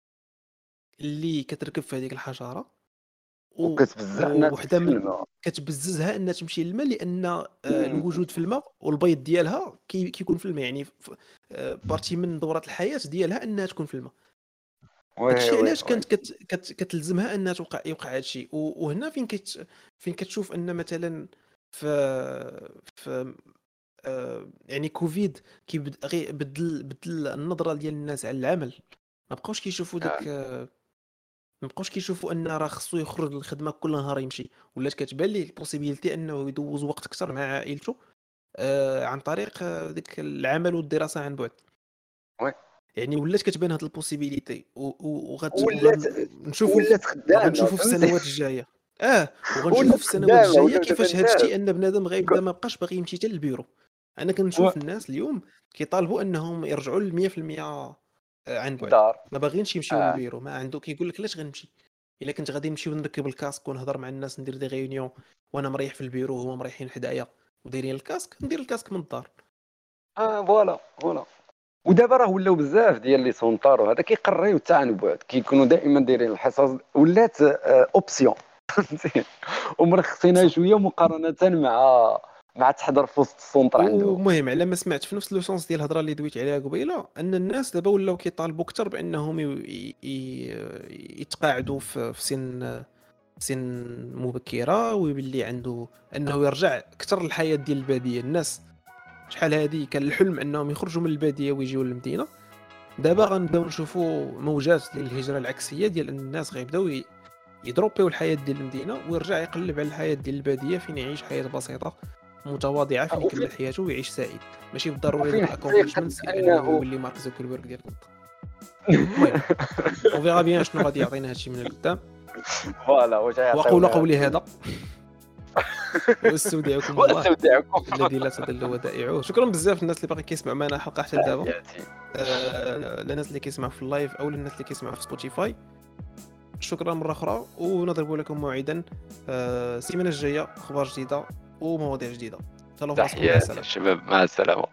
اللي كتركب في هذيك الحشره وكتبزع الناس وحده في من الماء. كتبززها انها تمشي للماء، لان آه، الوجود في الماء والبيض ديالها كي- كيكون في الماء. يعني ف- آه، بارتي من دوره الحياه ديالها انها تكون في الماء. وي داكشي وي علاش وي كانت كت كت كتلزمها انها توقع يوقع هادشي. و- وهنا فين كت فين كتشوف ان مثلا في في آه، يعني كوفيد كيبد غير بدل بدل النظره ديال الناس على العمل. ما بقاوش كيشوفوا داك آه، ما بقاوش كيشوفوا ان راه خصو يخرج للخدمه كل نهار يمشي. ولات كتبان ليه البوسيبيليتي انه يدوز وقت اكثر مع عائلته آه، عن طريق آه، ديك العمل والدراسه عن بعد. وي يعني ولات كتبان هاد البوسيبيليتي ولات وغنشوفوا ولات خدامه وغنشوفوا في فهمتي. السنوات الجايه. اه وغنشوفوا ولات في السنوات خدامه الجايه ولا كيفاش بدات هادشي الناس ان بنادم غيبدا ما بقاش باغي يمشي حتى للبيرو. انا كنشوف الناس اليوم كيطالبوا انهم يرجعوا ل مية في المية عن بعد. الدار. ما باغينش يمشيو اه للبيرو. ما عنده كيقول لك علاش غنمشي الا كنت غادي نمشي ونركب الكاسك ونهضر مع الناس ندير دي ريونيون وانا مريح في البيرو وهما مريحين حدايا ودايرين الكاسك، ندير الكاسك من الدار. اه فوالا فوالا. ودابا راه ولاو بزاف ديال لي سونطار وهذا كيقريو حتى عن بعد، كيكونوا دائما دايرين الحصص، ولات اوبسيون فهمتي. ومرخصينها صح. شويه مقارنه مع مع تحضر في وسط السونطر عندهم. ومهم على ما سمعت في نفس لوسونس ديال الهضره اللي دويت عليها قبيله ان الناس دابا ولاو كيطالبوا اكثر بانهم ي- ي- ي- يتقاعدوا في في سن سن مبكره، ويولي عنده انه يرجع اكثر للحياه ديال الباديه. الناس شحال هذه كان الحلم انهم يخرجوا من الباديه ويجيو للمدينه. دابا غنبداو نشوفوا موجات ديال الهجره العكسيه ديال ان الناس غيبداو ي- يدروبيو الحياه ديال المدينه ويرجع يقلب على الحياه ديال الباديه فين يعيش حياه بسيطه متواضعه فين وفي يكمل حياته ويعيش سعيد. ماشي بالضروري وفين دوك حقيقه الاكومبليشمنتس ديال انه انه يولي مارك زوكربيرغ ديال الوقت. المهم اون فيغا بيان شنو غادي يعطينا هادشي من القدام. فوالا واش غيعطيونا. واقول قولي هذا واستودعكم الله واستودعكم. الذي لا تضل ودائعه. شكرا بزاف للناس اللي باقي كيسمعوا معنا حلقه حتى لدابا. تحياتي. آه، للناس اللي كيسمعوا في اللايف او للناس اللي كيسمعوا في سبوتيفاي، شكرا مره اخرى. ونضرب لكم موعدا آه، السيمانه الجايه، اخبار جديده ومواضيع جديده. تهلاو في راسكم. مع تحياتي السلامه. الشباب، مع السلامه.